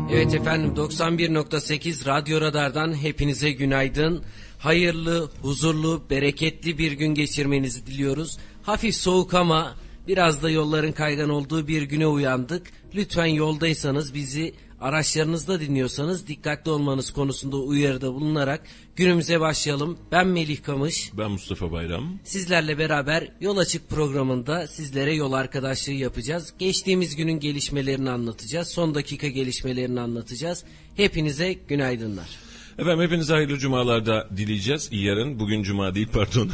Evet efendim, 91.8 Radyo Radar'dan hepinize günaydın. Hayırlı, huzurlu, bereketli bir gün geçirmenizi diliyoruz. Hafif soğuk ama biraz da yolların kaygan olduğu bir güne uyandık. Lütfen yoldaysanız, bizi araçlarınızda dinliyorsanız dikkatli olmanız konusunda uyarıda bulunarak günümüze başlayalım. Ben Melih Kamış. Ben Mustafa Bayram. Sizlerle beraber Yol Açık programında sizlere yol arkadaşlığı yapacağız. Geçtiğimiz günün gelişmelerini anlatacağız. Son dakika gelişmelerini anlatacağız. Hepinize günaydınlar. Efendim hepinize hayırlı cumalarda dileyeceğiz. Yarın, bugün cuma değil pardon.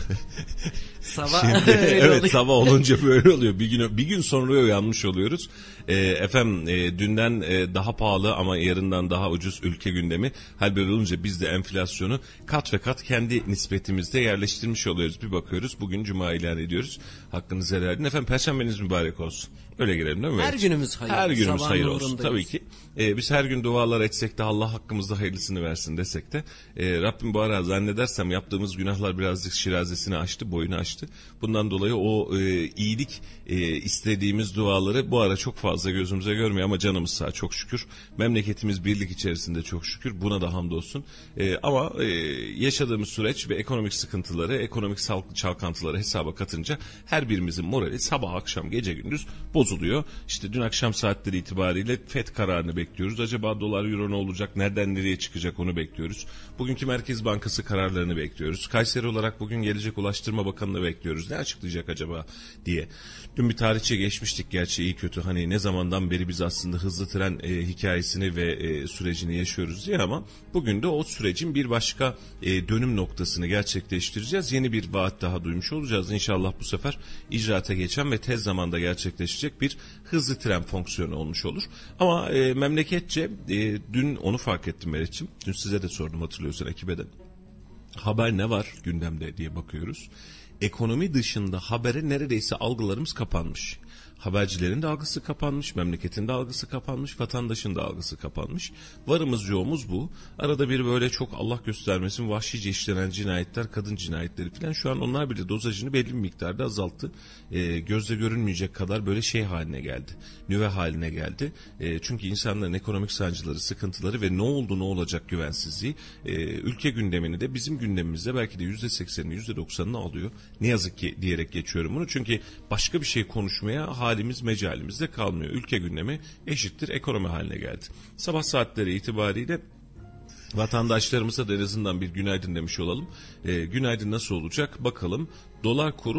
Sabah evet oluyor. Sabah olunca böyle oluyor. Bir gün sonra uyanmış oluyoruz. Efendim dünden daha pahalı ama yarından daha ucuz ülke gündemi. Hal böyle olunca biz de enflasyonu kat ve kat kendi nispetimizde yerleştirmiş oluyoruz. Bir bakıyoruz, bugün cuma ilan ediyoruz. Hakkınızı helal edin. Efendim perşembeniz mübarek olsun. Öyle gelelim değil mi? Her günümüz hayırlı. Her günümüz Sabahın hayır olsun. nurundayız. Tabii ki. Biz her gün dualar etsek de Allah hakkımızda hayırlısını versin desek de Rabbim bu ara zannedersem yaptığımız günahlar birazcık şirazesini aştı, boyunu aştı. Bundan dolayı o iyilik istediğimiz duaları bu ara çok fazla gözümüze görmüyor ama canımız sağ, çok şükür. Memleketimiz birlik içerisinde, çok şükür. Buna da hamdolsun. Ama yaşadığımız süreç ve ekonomik sıkıntıları, ekonomik çalkantıları hesaba katınca her birimizin morali sabah akşam gece gündüz bozuluyor. İşte dün akşam saatleri itibariyle FED kararını bekliyoruz. Acaba dolar euro ne olacak? Nereden nereye çıkacak onu bekliyoruz. Bugünkü Merkez Bankası kararlarını bekliyoruz. Kayseri olarak bugün gelecek Ulaştırma Bakanı'nı bekliyoruz. Ne açıklayacak acaba diye. Dün bir tarihçe geçmiştik gerçi, iyi kötü. Hani ne zamandan beri biz aslında hızlı tren hikayesini ve sürecini yaşıyoruz diye, ama bugün de o sürecin bir başka dönüm noktasını gerçekleştireceğiz. Yeni bir vaat daha duymuş olacağız. İnşallah bu sefer icraata geçen ve tez zamanda gerçekleşecek bir hızlı tren fonksiyonu olmuş olur. Ama memleketçe dün onu fark ettim Meriç'ciğim. Dün size de sordum, hatırlıyorsun ekibe de. Haber ne var gündemde diye bakıyoruz. Ekonomi dışında habere neredeyse algılarımız kapanmış. Habercilerin de algısı kapanmış, memleketin de algısı kapanmış, vatandaşın da algısı kapanmış. Varımız yoğumuz bu. Arada bir böyle çok Allah göstermesin vahşice işlenen cinayetler, kadın cinayetleri falan, şu an onlar bile dozajını belli bir miktarda azalttı. Gözle görünmeyecek kadar böyle şey haline geldi. Nüve haline geldi. Çünkü insanların ekonomik sancıları, sıkıntıları ve ne oldu ne olacak güvensizliği ülke gündemini de bizim gündemimizde belki de %80'ini %90'ını alıyor. Ne yazık ki diyerek geçiyorum bunu. Çünkü başka bir şey konuşmaya halimiz mecalimizde kalmıyor. Ülke gündemi eşittir ekonomi haline geldi. Sabah saatleri itibariyle vatandaşlarımıza da en azından bir günaydın demiş olalım. Günaydın nasıl olacak bakalım. Dolar kuru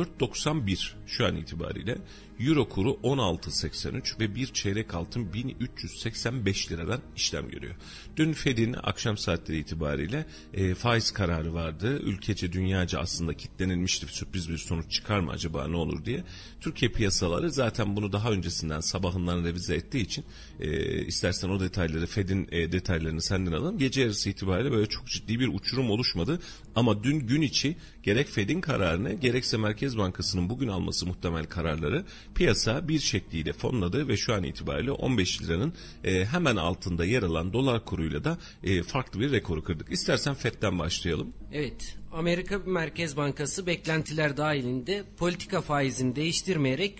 14.91 şu an itibariyle. Euro kuru 16.83 ve bir çeyrek altın 1385 liradan işlem görüyor. Dün Fed'in akşam saatleri itibariyle faiz kararı vardı. Ülkece, dünyaca aslında kitlenilmişti, sürpriz bir sonuç çıkar mı acaba, ne olur diye. Türkiye piyasaları zaten bunu daha öncesinden sabahından revize ettiği için istersen o detayları, Fed'in detaylarını senden alalım. Gece yarısı itibariyle böyle çok ciddi bir uçurum oluşmadı. Ama dün gün içi gerek Fed'in kararını gerekse Merkez Bankası'nın bugün alması muhtemel kararları piyasa bir şekliyle fonladı ve şu an itibariyle 15 liranın hemen altında yer alan dolar kuruyla da farklı bir rekoru kırdık. İstersen FED'den başlayalım. Evet, Amerika Merkez Bankası beklentiler dahilinde politika faizini değiştirmeyerek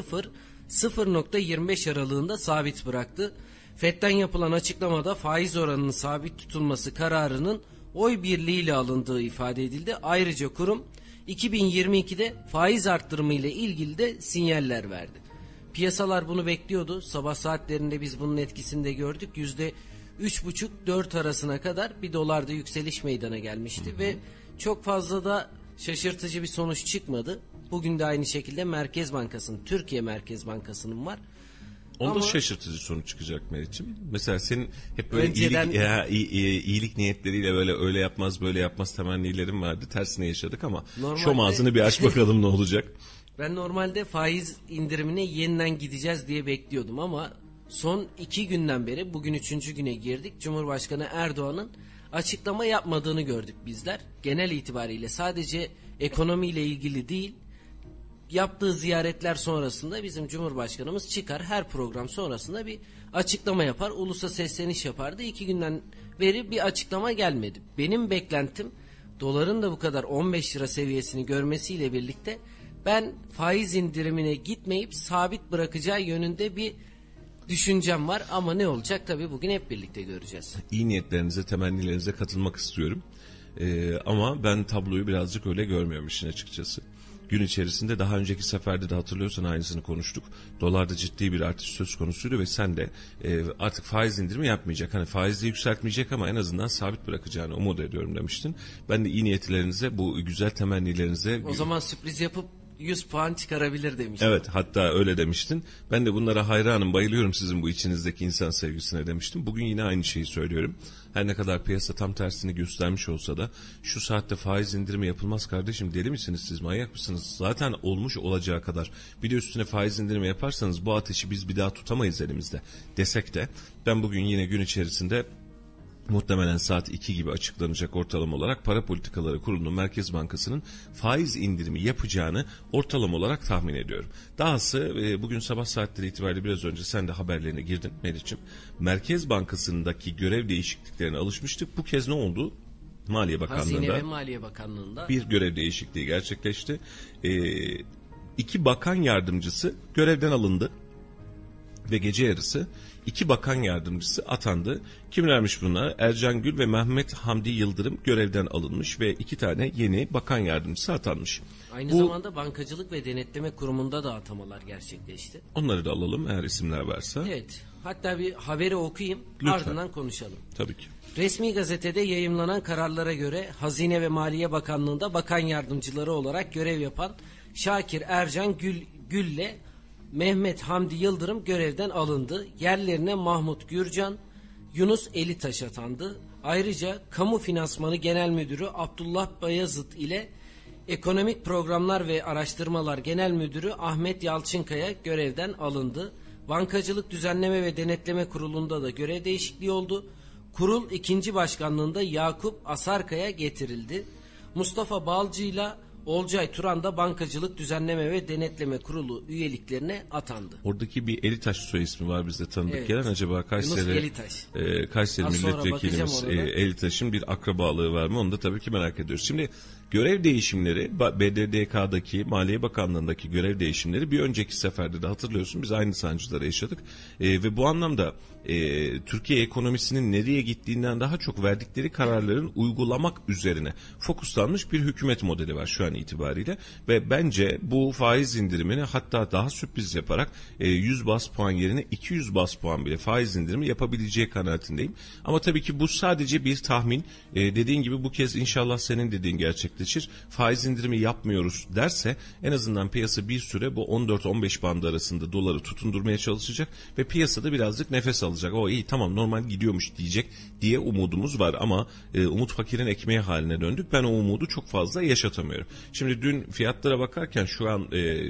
%0.25 aralığında sabit bıraktı. FED'den yapılan açıklamada faiz oranının sabit tutulması kararının oy birliğiyle alındığı ifade edildi. Ayrıca kurum 2022'de faiz arttırımı ile ilgili de sinyaller verdi. Piyasalar bunu bekliyordu. Sabah saatlerinde biz bunun etkisini de gördük. %3,5-4 arasına kadar bir dolarda yükseliş meydana gelmişti ve çok fazla da şaşırtıcı bir sonuç çıkmadı. Bugün de aynı şekilde Merkez Bankası'nın, Türkiye Merkez Bankası'nın var. Onda şaşırtıcı sonuç çıkacak Meriç'ciğim. Mesela senin hep böyle önceden iyilik niyetleriyle böyle öyle yapmaz böyle yapmaz temennilerin vardı. Tersine yaşadık ama normalde, şom ağzını bir aç bakalım ne olacak. Ben normalde faiz indirimine yeniden gideceğiz diye bekliyordum ama son 2 günden beri, bugün 3. güne girdik, Cumhurbaşkanı Erdoğan'ın açıklama yapmadığını gördük bizler. Genel itibariyle sadece ekonomiyle ilgili değil, yaptığı ziyaretler sonrasında bizim Cumhurbaşkanımız çıkar, her program sonrasında bir açıklama yapar, ulusa sesleniş yapardı. 2 günden beri bir açıklama gelmedi. Benim beklentim doların da bu kadar 15 lira seviyesini görmesiyle birlikte ben faiz indirimine gitmeyip sabit bırakacağı yönünde bir düşüncem var ama ne olacak tabii bugün hep birlikte göreceğiz. İyi niyetlerinize, temennilerinize katılmak istiyorum. Ama ben tabloyu birazcık öyle görmüyorum işin açıkçası. Gün içerisinde daha önceki seferde de hatırlıyorsan aynısını konuştuk. Dolarda ciddi bir artış söz konusuydu ve sen de artık faiz indirimi yapmayacak. Hani faizi yükseltmeyecek ama en azından sabit bırakacağını umut ediyorum demiştin. Ben de iyi niyetlerinize, bu güzel temennilerinize... O zaman sürpriz yapıp 100 puan çıkarabilir demiştin. Evet, hatta öyle demiştin. Ben de bunlara hayranım, bayılıyorum sizin bu içinizdeki insan sevgisine demiştim. Bugün yine aynı şeyi söylüyorum. Her ne kadar piyasa tam tersini göstermiş olsa da şu saatte faiz indirimi yapılmaz kardeşim, deli misiniz siz, manyak mısınız? Zaten olmuş olacağı kadar bir de üstüne faiz indirimi yaparsanız bu ateşi biz bir daha tutamayız elimizde desek de ben bugün yine gün içerisinde muhtemelen saat 2 gibi açıklanacak ortalama olarak Para Politikaları Kurulu'nun Merkez Bankası'nın faiz indirimi yapacağını ortalama olarak tahmin ediyorum. Dahası bugün sabah saatleri itibariyle biraz önce sen de haberlerine girdin Melih'ciğim. Merkez Bankası'ndaki görev değişikliklerine alışmıştık. Bu kez ne oldu? Maliye Bakanlığı'nda. Hazine ve Maliye Bakanlığı'nda bir görev değişikliği gerçekleşti. 2 bakan yardımcısı görevden alındı. Ve gece yarısı 2 bakan yardımcısı atandı. Kimlermiş bunlar? Ercan Gül ve Mehmet Hamdi Yıldırım görevden alınmış ve 2 tane yeni bakan yardımcısı atanmış. Aynı zamanda Bankacılık ve Denetleme Kurumu'nda da atamalar gerçekleşti. Onları da alalım eğer isimler varsa. Evet. Hatta bir haberi okuyayım, Lütfen. ardından konuşalım. Tabii ki. Resmi gazetede yayımlanan kararlara göre Hazine ve Maliye Bakanlığı'nda bakan yardımcıları olarak görev yapan Şakir Ercan Gül'le Mehmet Hamdi Yıldırım görevden alındı. Yerlerine Mahmut Gürcan, Yunus Elitaş atandı. Ayrıca Kamu Finansmanı Genel Müdürü Abdullah Bayazıt ile Ekonomik Programlar ve Araştırmalar Genel Müdürü Ahmet Yalçınkaya görevden alındı. Bankacılık Düzenleme ve Denetleme Kurulu'nda da görev değişikliği oldu. Kurul 2. Başkanlığında Yakup Asarkaya getirildi. Mustafa Balcı ile Olcay Turan da Bankacılık Düzenleme ve Denetleme Kurulu üyeliklerine atandı. Oradaki bir Elitaş soy ismi var bizde tanıdık Evet. gelen. Acaba Kayseri Milletvekilimiz Elitaş'ın bir akrabalığı var mı? Onu da tabii ki merak ediyoruz. Şimdi görev değişimleri, BDDK'daki, Maliye Bakanlığı'ndaki görev değişimleri bir önceki seferde de hatırlıyorsun biz aynı sancıları yaşadık. Ve bu anlamda Türkiye ekonomisinin nereye gittiğinden daha çok verdikleri kararların uygulamak üzerine fokuslanmış bir hükümet modeli var şu an itibariyle. Ve bence bu faiz indirimini hatta daha sürpriz yaparak 100 bas puan yerine 200 bas puan bile faiz indirimi yapabileceği kanaatindeyim. Ama tabii ki bu sadece bir tahmin. Dediğin gibi bu kez inşallah senin dediğin gerçekleşir. Faiz indirimi yapmıyoruz derse en azından piyasa bir süre bu 14-15 bandı arasında doları tutundurmaya çalışacak ve piyasada birazcık nefes alacak. O iyi, tamam, normal gidiyormuş diyecek diye umudumuz var ama umut fakirin ekmeği haline döndük. Ben o umudu çok fazla yaşatamıyorum. Şimdi dün fiyatlara bakarken şu an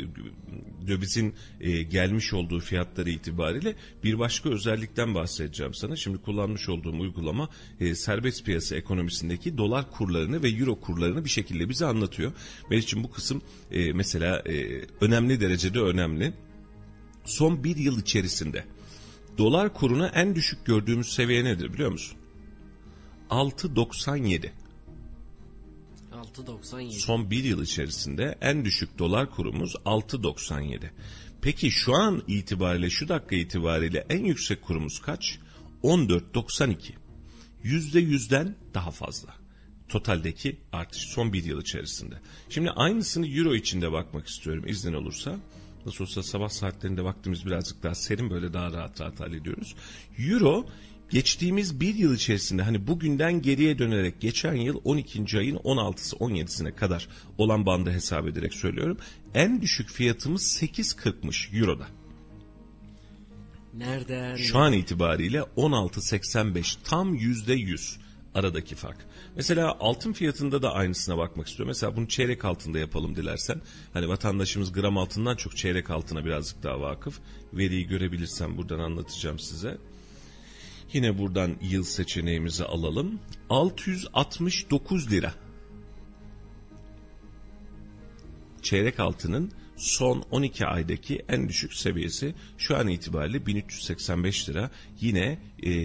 dövizin gelmiş olduğu fiyatları itibariyle bir başka özellikten bahsedeceğim sana. Şimdi kullanmış olduğum uygulama serbest piyasa ekonomisindeki dolar kurlarını ve euro kurlarını bir şekilde bize anlatıyor. Benim için bu kısım mesela önemli derecede önemli. Son bir yıl içerisinde dolar kuruna en düşük gördüğümüz seviye nedir biliyor musun? 6.97. 6.97. Son bir yıl içerisinde en düşük dolar kurumuz 6.97. Peki şu an itibariyle, şu dakika itibariyle en yüksek kurumuz kaç? 14.92. %100'den daha fazla. Totaldeki artış son bir yıl içerisinde. Şimdi aynısını euro içinde bakmak istiyorum iznin olursa. Nasıl olsa sabah saatlerinde vaktimiz birazcık daha serin, böyle daha rahat hallediyoruz. Euro geçtiğimiz bir yıl içerisinde, hani bugünden geriye dönerek geçen yıl 12. ayın 16'sı 17'sine kadar olan bandı hesap ederek söylüyorum. En düşük fiyatımız 8.40'mış Euro'da. Nereden? Şu an itibariyle 16.85, tam %100 aradaki fark. Mesela altın fiyatında da aynısına bakmak istiyorum. Mesela bunu çeyrek altında yapalım dilersen. Hani vatandaşımız gram altından çok çeyrek altına birazcık daha vakıf. Veriyi görebilirsem buradan anlatacağım size. Yine buradan yıl seçeneğimizi alalım. 669 lira. Çeyrek altının son 12 aydaki en düşük seviyesi. Şu an itibariyle 1385 lira, yine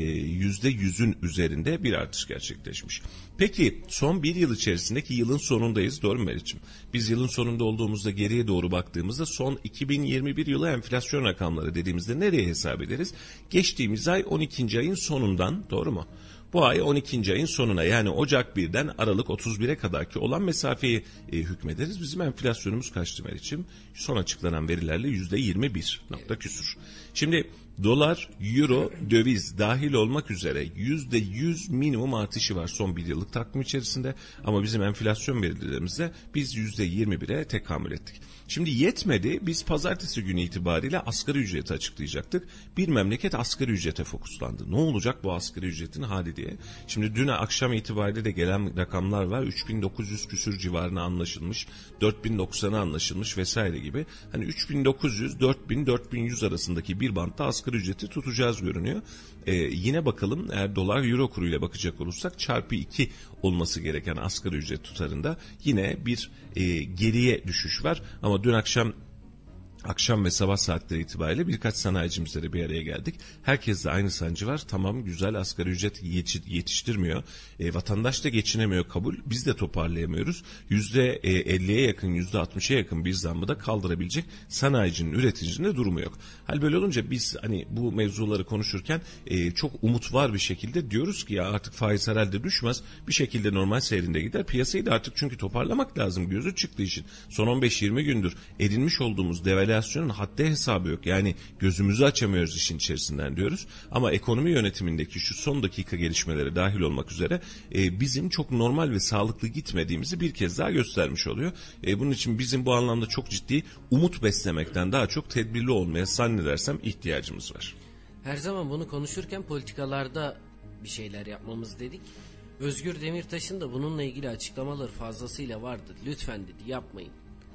%100'ün üzerinde bir artış gerçekleşmiş. Peki son bir yıl içerisindeki yılın sonundayız, doğru mu Meriç'im? Biz yılın sonunda olduğumuzda geriye doğru baktığımızda son 2021 yılı enflasyon rakamları dediğimizde nereye hesap ederiz? Geçtiğimiz ay 12. ayın sonundan, doğru mu? Bu ay 12. ayın sonuna, yani Ocak 1'den Aralık 31'e kadarki olan mesafeyi hükmederiz. Bizim enflasyonumuz kaçtı Meriç'im? Son açıklanan verilerle %21 nokta küsur. Şimdi dolar, euro, döviz dahil olmak üzere %100 minimum artışı var son bir yıllık takvim içerisinde. Ama bizim enflasyon verilerimizde biz %21'e tekamül ettik. Şimdi yetmedi, biz pazartesi günü itibariyle asgari ücreti açıklayacaktık. Bir memleket asgari ücrete fokuslandı. Ne olacak bu asgari ücretin hali diye. Şimdi dün akşam itibariyle de gelen rakamlar var. 3900 küsür civarına anlaşılmış, 4090'a anlaşılmış vesaire gibi. Hani 3900, 4000, 4100 arasındaki bir bantta asgari ücreti tutacağız görünüyor. Yine bakalım, eğer dolar euro kuruyla bakacak olursak çarpı 2 olması gereken asgari ücret tutarında yine bir geriye düşüş var. Ama dün akşam ve sabah saatleri itibariyle birkaç sanayicimizle de bir araya geldik. Herkes de aynı sancı var. Tamam, güzel, asgari ücret yetiştirmiyor. Vatandaş da geçinemiyor, kabul. Biz de toparlayamıyoruz. %50'ye yakın, %60'a yakın bir zammı da kaldırabilecek sanayicinin, üreticinin de durumu yok. Hal böyle olunca biz hani bu mevzuları konuşurken çok umut var bir şekilde diyoruz ki ya artık faiz herhalde düşmez. Bir şekilde normal seyrinde gider. Piyasayı da artık çünkü toparlamak lazım. Gözü çıktığı için. Son 15-20 gündür edinmiş olduğumuz devalüasyonun haddi hesabı yok. Yani gözümüzü açamıyoruz işin içerisinden diyoruz. Ama ekonomi yönetimindeki şu son dakika gelişmeleri dahil olmak üzere bizim çok normal ve sağlıklı gitmediğimizi bir kez daha göstermiş oluyor. Bunun için bizim bu anlamda çok ciddi umut beslemekten daha çok tedbirli olmaya zannedersem ihtiyacımız var. Her zaman bunu konuşurken politikalarda bir şeyler yapmamız dedik. Özgür Demirtaş'ın da bununla ilgili açıklamaları fazlasıyla vardı. Lütfen dedi, yapmayın.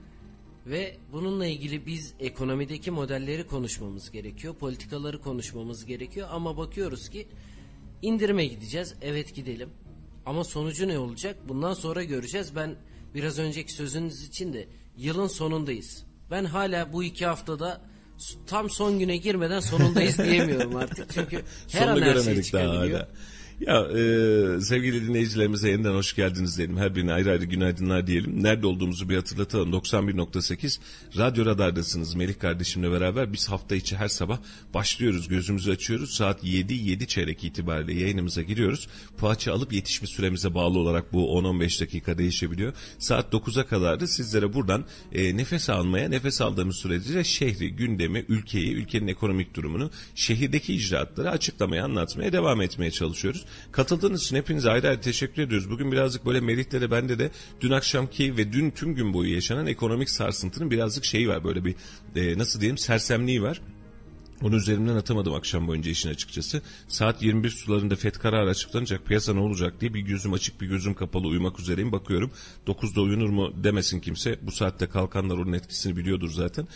Ve bununla ilgili biz ekonomideki modelleri konuşmamız gerekiyor, politikaları konuşmamız gerekiyor. Ama bakıyoruz ki indirime gideceğiz, evet gidelim. Ama sonucu ne olacak? Bundan sonra göreceğiz. Ben biraz önceki sözünüz için de yılın sonundayız. Ben hala bu 2 haftada tam son güne girmeden sonundayız diyemiyorum artık. Çünkü her an her şey çıkabiliyor. Ya sevgili dinleyicilerimize yeniden hoş geldiniz diyelim. Her birine ayrı ayrı günaydınlar diyelim. Nerede olduğumuzu bir hatırlatalım. 91.8 Radyo Radar'dasınız. Melih kardeşimle beraber biz hafta içi her sabah başlıyoruz. Gözümüzü açıyoruz. Saat 7 çeyrek itibariyle yayınımıza giriyoruz. Poğaça alıp yetişme süremize bağlı olarak bu 10-15 dakika değişebiliyor. Saat 9'a kadar da sizlere buradan nefes almaya, nefes aldığımız sürece de şehri, gündemi, ülkeyi, ülkenin ekonomik durumunu, şehirdeki icraatları açıklamaya, anlatmaya devam etmeye çalışıyoruz. Katıldığınız için hepinize ayrı ayrı teşekkür ediyoruz. Bugün birazcık böyle Melih'le de bende de dün akşamki ve dün tüm gün boyu yaşanan ekonomik sarsıntının birazcık şeyi var. Böyle bir nasıl diyeyim, sersemliği var. Onu üzerimden atamadım akşam boyunca işin açıkçası. Saat 21 sularında FED kararı açıklanacak, piyasa ne olacak diye bir gözüm açık bir gözüm kapalı uyumak üzereyim, bakıyorum. 9'da uyunur mu demesin kimse. Bu saatte kalkanlar onun etkisini biliyordur zaten.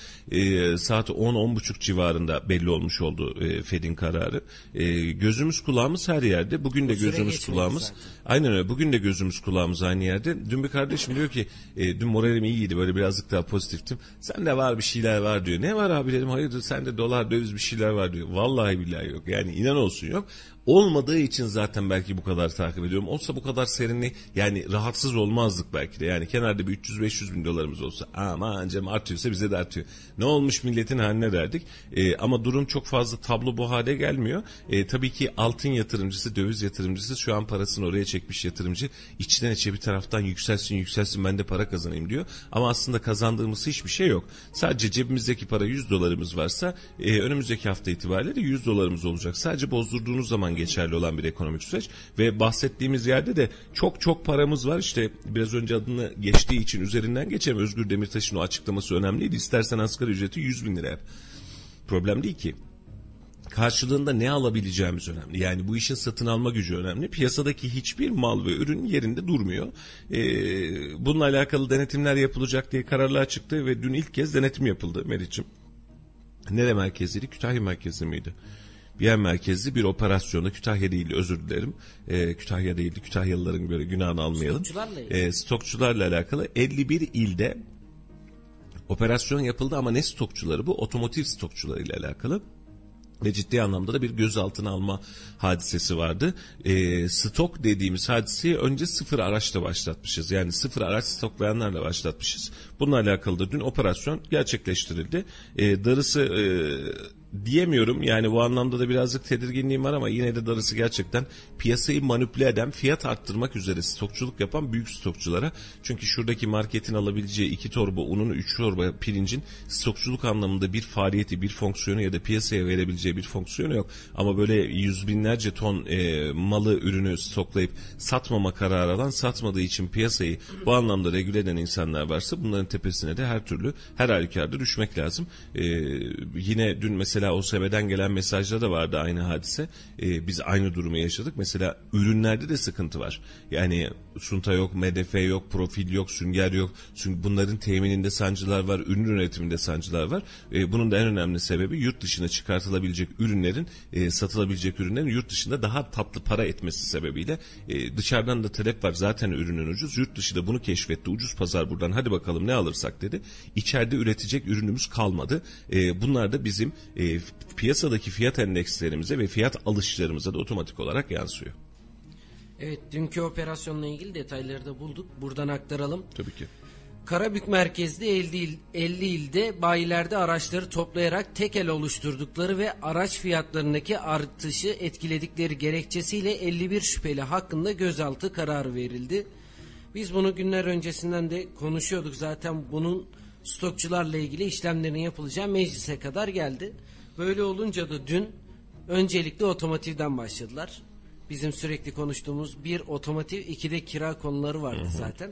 Saat 10-10.30 civarında belli olmuş oldu FED'in kararı. Gözümüz kulağımız her yerde. Bugün de gözümüz kulağımız. Zaten. Aynen öyle. Bugün de gözümüz kulağımız aynı yerde. Dün bir kardeşim diyor ki dün moralim iyiydi, böyle birazcık daha pozitiftim. Sende var bir şeyler var diyor. Ne var abi dedim. Hayırdır, sende dolar döviz bir şeyler var diyor. Vallahi billahi yok. Yani inan olsun yok. Olmadığı için zaten belki bu kadar takip ediyorum. Olsa bu kadar serinli, yani rahatsız olmazdık belki de. Yani kenarda bir 300-500 bin dolarımız olsa aman canım artıyorsa bize de artıyor. Ne olmuş milletin haline derdik. Ama durum çok fazla, tablo bu hale gelmiyor. Tabii ki altın yatırımcısı, döviz yatırımcısı, şu an parasını oraya çekmiş yatırımcı içten içe bir taraftan yükselsin ben de para kazanayım diyor. Ama aslında kazandığımız hiçbir şey yok. Sadece cebimizdeki para 100 dolarımız varsa önümüzdeki hafta itibariyle de 100 dolarımız olacak. Sadece bozdurduğunuz zaman geçerli olan bir ekonomik süreç ve bahsettiğimiz yerde de çok paramız var. İşte biraz önce adını geçtiği için üzerinden geçelim. Özgür Demirtaş'ın o açıklaması önemliydi. İstersen asgari ücreti 100 bin lira yap. Problem değil ki. Karşılığında ne alabileceğimiz önemli. Yani bu işin satın alma gücü önemli. Piyasadaki hiçbir mal ve ürün yerinde durmuyor. Bununla alakalı denetimler yapılacak diye kararlar çıktı ve dün ilk kez denetim yapıldı Meriç'im. Nere merkezliydi? Kütahya merkezli miydi? Bir yer merkezli bir operasyonda, Kütahya değil, özür dilerim. Kütahya değildi. Kütahyalıların böyle günahını almayalım. Stokçularla alakalı 51 ilde Operasyon yapıldı ama ne stokçuları bu? Otomotiv stokçuları ile alakalı. Ve ciddi anlamda da bir gözaltına alma hadisesi vardı. Stok dediğimiz hadiseyi önce sıfır araçla başlatmışız. Yani sıfır araç stoklayanlarla başlatmışız. Bununla alakalı da dün operasyon gerçekleştirildi. Darısı diyemiyorum. Yani bu anlamda da birazcık tedirginliğim var ama yine de darısı gerçekten piyasayı manipüle eden, fiyat arttırmak üzere stokçuluk yapan büyük stokçulara. Çünkü şuradaki marketin alabileceği 2 torba unun, 3 torba pirincin stokçuluk anlamında bir faaliyeti, bir fonksiyonu ya da piyasaya verebileceği bir fonksiyonu yok. Ama böyle yüz binlerce ton malı, ürünü stoklayıp satmama kararı alan, satmadığı için piyasayı bu anlamda regüle eden insanlar varsa bunların tepesine de her türlü, her halükarda düşmek lazım. Yine dün mesela OSB'den gelen mesajda da vardı aynı hadise. Biz aynı durumu yaşadık. Mesela ürünlerde de sıkıntı var. Yani sunta yok, MDF yok, profil yok, sünger yok. Bunların temininde sancılar var, ürün üretiminde sancılar var. Bunun da en önemli sebebi yurt dışına çıkartılabilecek ürünlerin, satılabilecek ürünlerin yurt dışında daha tatlı para etmesi sebebiyle. Dışarıdan da talep var. Zaten ürünün ucuz. Yurt dışı da bunu keşfetti. Ucuz pazar buradan, hadi bakalım ne alırsak dedi. İçeride üretecek ürünümüz kalmadı. Bunlar da bizim piyasadaki fiyat endekslerimize ve fiyat alışlarımıza da otomatik olarak yansıyor. Evet, dünkü operasyonla ilgili detayları da bulduk. Buradan aktaralım. Tabii ki. Karabük merkezli 50 ilde bayilerde araçları toplayarak tekel oluşturdukları ve araç fiyatlarındaki artışı etkiledikleri gerekçesiyle 51 şüpheli hakkında gözaltı kararı verildi. Biz bunu günler öncesinden de konuşuyorduk. Zaten bunun stokçularla ilgili işlemlerin yapılacağı meclise kadar geldi. Böyle olunca da dün öncelikle otomotivden başladılar. Bizim sürekli konuştuğumuz bir otomotiv, 2'de kira konuları vardı zaten.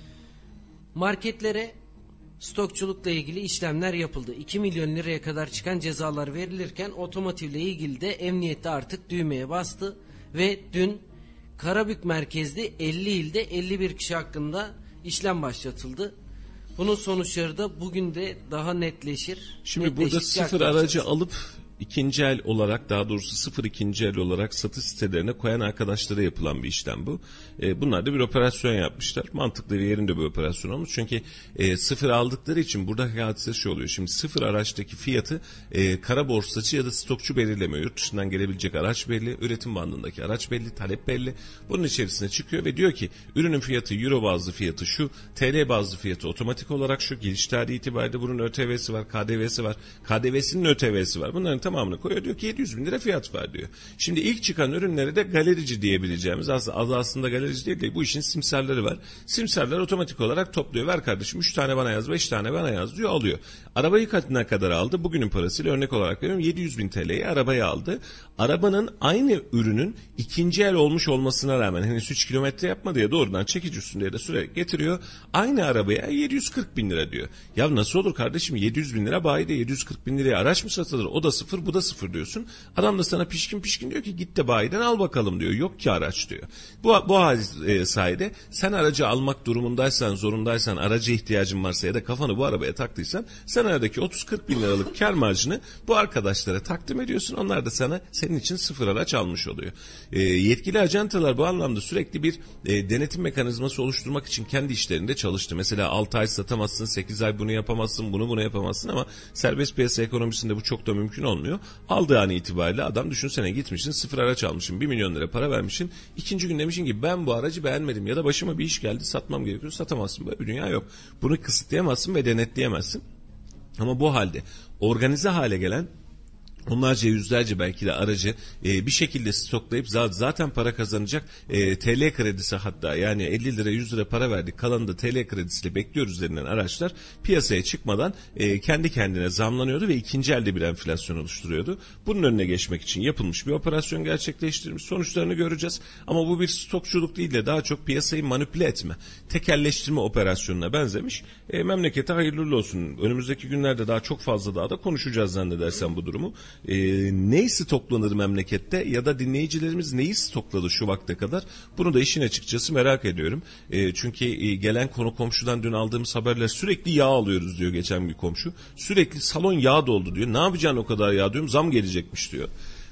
Marketlere stokçulukla ilgili işlemler yapıldı. 2 milyon liraya kadar çıkan cezalar verilirken otomotivle ilgili de emniyette artık düğmeye bastı ve dün Karabük merkezli 50 ilde 51 kişi hakkında işlem başlatıldı. Bunun sonuçları da bugün de daha netleşir. Şimdi burada sıfır aracı alıp ikinci el olarak, daha doğrusu sıfır ikinci el olarak satış sitelerine koyan arkadaşlara yapılan bir işlem bu. Bunlar da bir operasyon yapmışlar. Mantıklı ve yerinde bir operasyon olmuş. Çünkü sıfır aldıkları için burada hadise şu oluyor. Şimdi sıfır araçtaki fiyatı kara borsacı ya da stokçu belirlemiyor. Yurt dışından gelebilecek araç belli, üretim bandındaki araç belli, talep belli. Bunun içerisine çıkıyor ve diyor ki ürünün fiyatı euro bazlı fiyatı şu, TL bazlı fiyatı otomatik olarak şu, giriş tarihi itibariyle bunun ÖTV'si var, KDV'si var, KDV'sinin ÖTV'si var. Bunların tamamını koyuyor, diyor ki 700 bin lira fiyat var diyor. Şimdi ilk çıkan ürünleri de galerici diyebileceğimiz, aslında galerici değil de bu işin simsarları var. Simsarlar otomatik olarak topluyor. Ver kardeşim 3 tane bana yaz, 5 tane bana yaz diyor, alıyor. Arabayı ne kadar aldı? Bugünün parasıyla örnek olarak veriyorum 700 bin TL'ye arabayı aldı. Arabanın aynı ürünün ikinci el olmuş olmasına rağmen henüz 3 kilometre yapmadı ya, doğrudan çekici üstünde de süre getiriyor. Aynı arabaya 740 bin lira diyor. Ya nasıl olur kardeşim, 700 bin lira bayide 740 bin liraya araç mı satılır? O da sıfır, bu da sıfır diyorsun. Adam da sana pişkin diyor ki git de bayiden al bakalım diyor. Yok ki araç diyor. Bu sayede sen aracı almak durumundaysan, zorundaysan, araca ihtiyacın varsa ya da kafanı bu arabaya taktıysan sen aradaki 30-40 bin liralık kar marjını bu arkadaşlara takdim ediyorsun. Onlar da senin için sıfır araç almış oluyor. Yetkili ajantalar bu anlamda sürekli bir denetim mekanizması oluşturmak için kendi işlerinde çalıştı. Mesela 6 ay satamazsın, 8 ay bunu yapamazsın, bunu yapamazsın ama serbest piyasa ekonomisinde bu çok da mümkün olmuyor. Aldığı an itibariyle adam, düşünsene, gitmişsin sıfır araç almışsın, 1 milyon lira para vermişsin. İkinci gün demişsin ki ben bu aracı beğenmedim ya da başıma bir iş geldi, satmam gerekiyor. Satamazsın, böyle bir dünya yok. Bunu kısıtlayamazsın ve denetleyemezsin. Ama bu halde organize hale gelen onlarca, yüzlerce belki de aracı bir şekilde stoklayıp zaten para kazanacak TL kredisi, hatta yani 50 lira 100 lira para verdik, kalanını da TL kredisiyle bekliyoruz denilen araçlar piyasaya çıkmadan kendi kendine zamlanıyordu ve ikinci elde bir enflasyon oluşturuyordu. Bunun önüne geçmek için yapılmış bir operasyon gerçekleştirilmiş. Sonuçlarını göreceğiz ama bu bir stokçuluk değil de daha çok piyasayı manipüle etme, tekelleştirme operasyonuna benzemiş. Memlekete hayırlı olsun. Önümüzdeki günlerde daha çok fazla daha da konuşacağız zannedersem bu durumu. Neyi stoklanır memlekette ya da dinleyicilerimiz neyi stokladı şu vakte kadar, bunu da işin açıkçası merak ediyorum. Çünkü gelen komşudan dün aldığımız haberler, sürekli yağ alıyoruz diyor geçen bir komşu. Sürekli salon yağ doldu diyor. Ne yapacaksın o kadar yağ diyorum, zam gelecekmiş diyor.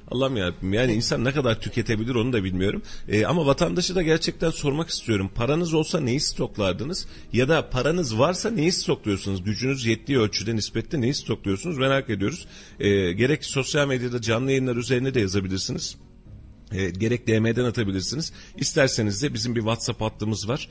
Allah'ım yarabbim, yani insan ne kadar tüketebilir onu da bilmiyorum. Ama vatandaşı da gerçekten sormak istiyorum. Paranız olsa neyi stoklardınız? Ya da paranız varsa neyi stokluyorsunuz? Gücünüz yettiği ölçüde nispetle neyi stokluyorsunuz? Merak ediyoruz. Gerek sosyal medyada canlı yayınlar üzerine de yazabilirsiniz. Gerek DM'den atabilirsiniz. İsterseniz de bizim bir WhatsApp hattımız var.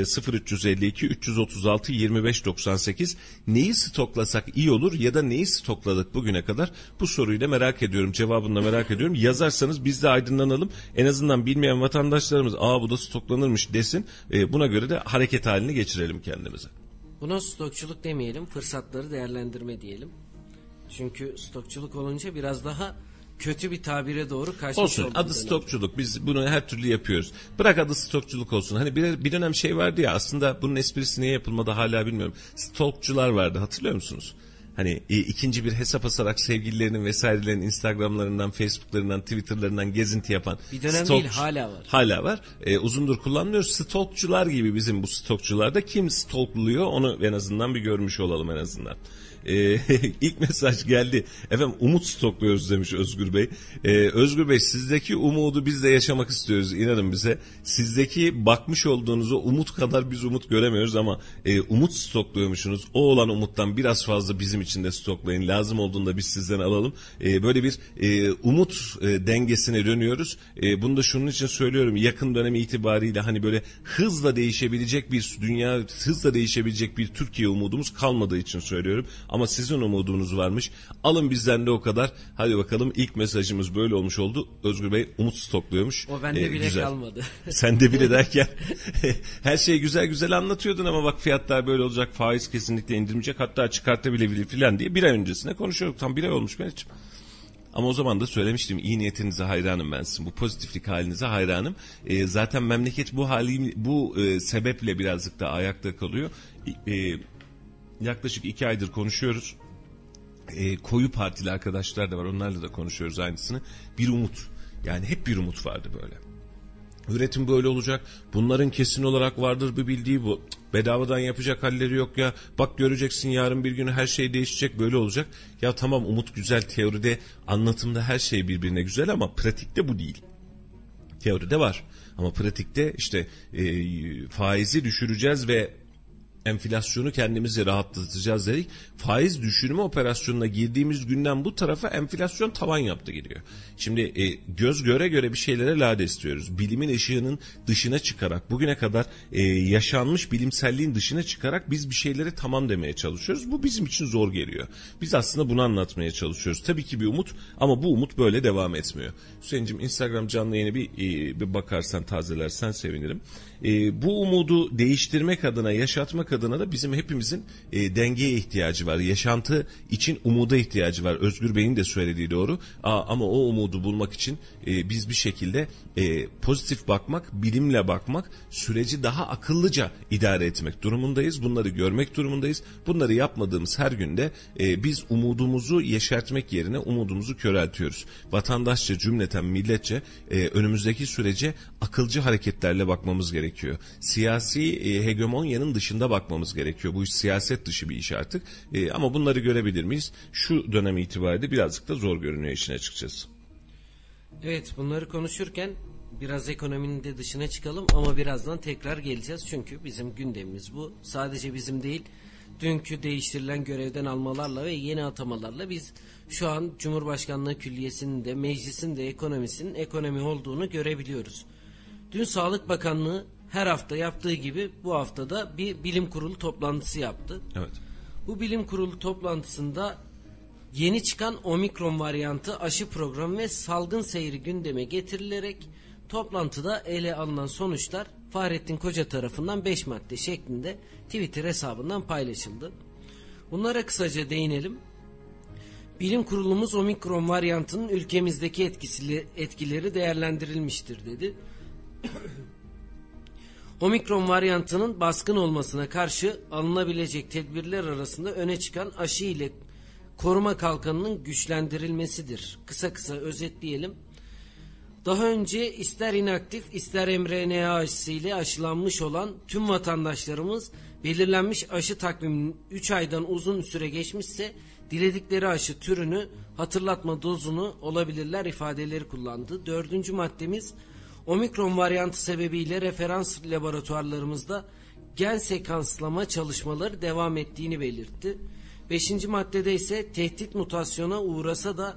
0352 336 25 98. Neyi stoklasak iyi olur ya da neyi stokladık bugüne kadar? Bu soruyu da merak ediyorum. Cevabını da merak ediyorum. Yazarsanız biz de aydınlanalım. En azından bilmeyen vatandaşlarımız bu da stoklanırmış desin. Buna göre de hareket halini geçirelim kendimize. Buna stokçuluk demeyelim, fırsatları değerlendirme diyelim. Çünkü stokçuluk olunca biraz daha kötü bir tabire doğru kaçmış olsun. olduk. Adı stokçuluk. Biz bunu her türlü yapıyoruz. Bırak adı stokçuluk olsun. Hani bir dönem şey vardı ya, aslında bunun esprisi niye yapılmadı hala bilmiyorum. Stokçular vardı, hatırlıyor musunuz? Hani ikinci bir hesap açarak sevgililerinin vesairelerinin Instagram'larından, Facebook'larından, Twitter'larından gezinti yapan. Bir dönem değil, hala var. Hala var. Uzundur kullanmıyoruz. Stokçular gibi bizim bu stokçularda. Kim stokluyor onu en azından bir görmüş olalım en azından. İlk mesaj geldi. Efendim umut stokluyoruz demiş Özgür Bey. Özgür Bey, sizdeki umudu biz de yaşamak istiyoruz, inanın bize. Sizdeki bakmış olduğunuz o umut kadar biz umut göremiyoruz ama umut stokluyormuşsunuz. O olan umuttan biraz fazla bizim için de stoklayın. Lazım olduğunda biz sizden alalım. Böyle bir umut dengesine dönüyoruz. Bunu da şunun için söylüyorum. Yakın dönem itibariyle hani böyle hızla değişebilecek bir dünya, hızla değişebilecek bir Türkiye umudumuz kalmadığı için söylüyorum. Ama sizin umudunuz varmış. Alın bizden de o kadar. Hadi bakalım, ilk mesajımız böyle olmuş oldu. Özgür Bey umut stokluyormuş. O bende bile güzel kalmadı. Sende bile derken her şeyi güzel güzel anlatıyordun ama bak fiyatlar böyle olacak, faiz kesinlikle indirilmeyecek, hatta çıkartabilir filan diye bir ay öncesine konuşuyorduk. Tam bir ay olmuş benim için. Ama o zaman da söylemiştim, iyi niyetinize hayranım ben sizin. Bu pozitiflik halinize hayranım. Zaten memleket bu sebeple birazcık da ayakta kalıyor. Yaklaşık 2 aydır konuşuyoruz. Koyu partili arkadaşlar da var. Onlarla da konuşuyoruz aynısını. Bir umut. Yani hep bir umut vardı böyle. Üretim böyle olacak. Bunların kesin olarak vardır bir bildiği bu. Bedavadan yapacak halleri yok ya. Bak göreceksin, yarın bir gün her şey değişecek, böyle olacak. Ya tamam, umut güzel. Teoride, anlatımda her şey birbirine güzel ama pratikte bu değil. Teoride var. Ama pratikte işte faizi düşüreceğiz ve enflasyonu kendimizi rahatlatacağız dedik. Faiz düşürme operasyonuna girdiğimiz günden bu tarafa enflasyon tavan yaptı gidiyor. Şimdi göz göre göre bir şeylere lade istiyoruz. Bilimin ışığının dışına çıkarak, bugüne kadar yaşanmış bilimselliğin dışına çıkarak biz bir şeylere tamam demeye çalışıyoruz. Bu bizim için zor geliyor. Biz aslında bunu anlatmaya çalışıyoruz. Tabii ki bir umut ama bu umut böyle devam etmiyor. Hüseyin'cim, Instagram canlı yayını bir bakarsan, tazelersen sevinirim. Bu umudu değiştirmek adına, yaşatmak adına da bizim hepimizin dengeye ihtiyacı var. Yaşantı için umuda ihtiyacı var. Özgür Bey'in de söylediği doğru. Ama o umudu bulmak için biz bir şekilde pozitif bakmak, bilimle bakmak, süreci daha akıllıca idare etmek durumundayız. Bunları görmek durumundayız. Bunları yapmadığımız her günde biz umudumuzu yeşertmek yerine umudumuzu köreltiyoruz. Vatandaşça, cümleten, milletçe önümüzdeki sürece akılcı hareketlerle bakmamız gerekiyor. Siyasi hegemonyanın dışında bakmamız gerekiyor. Bu iş siyaset dışı bir iş artık. Ama bunları görebilir miyiz? Şu dönem itibariyle birazcık da zor görünüyor işin açıkçası. Evet, bunları konuşurken biraz ekonominin de dışına çıkalım ama birazdan tekrar geleceğiz. Çünkü bizim gündemimiz bu. Sadece bizim değil, dünkü değiştirilen görevden almalarla ve yeni atamalarla biz şu an Cumhurbaşkanlığı Külliyesi'nin de meclisin de ekonomisinin ekonomi olduğunu görebiliyoruz. Dün Sağlık Bakanlığı her hafta yaptığı gibi bu haftada bir bilim kurulu toplantısı yaptı. Evet. Bu bilim kurulu toplantısında yeni çıkan omikron varyantı aşı programı ve salgın seyri gündeme getirilerek toplantıda ele alınan sonuçlar Fahrettin Koca tarafından 5 madde şeklinde Twitter hesabından paylaşıldı. Bunlara kısaca değinelim. Bilim kurulumuz omikron varyantının ülkemizdeki etkileri değerlendirilmiştir dedi. Omikron varyantının baskın olmasına karşı alınabilecek tedbirler arasında öne çıkan aşı ile koruma kalkanının güçlendirilmesidir. Kısa özetleyelim. Daha önce ister inaktif ister mRNA aşısı ile aşılanmış olan tüm vatandaşlarımız belirlenmiş aşı takviminin 3 aydan uzun süre geçmişse diledikleri aşı türünü hatırlatma dozunu olabilirler ifadeleri kullandı. 4. maddemiz omikron varyantı sebebiyle referans laboratuvarlarımızda gen sekanslama çalışmaları devam ettiğini belirtti. 5. maddede ise tehdit mutasyona uğrasa da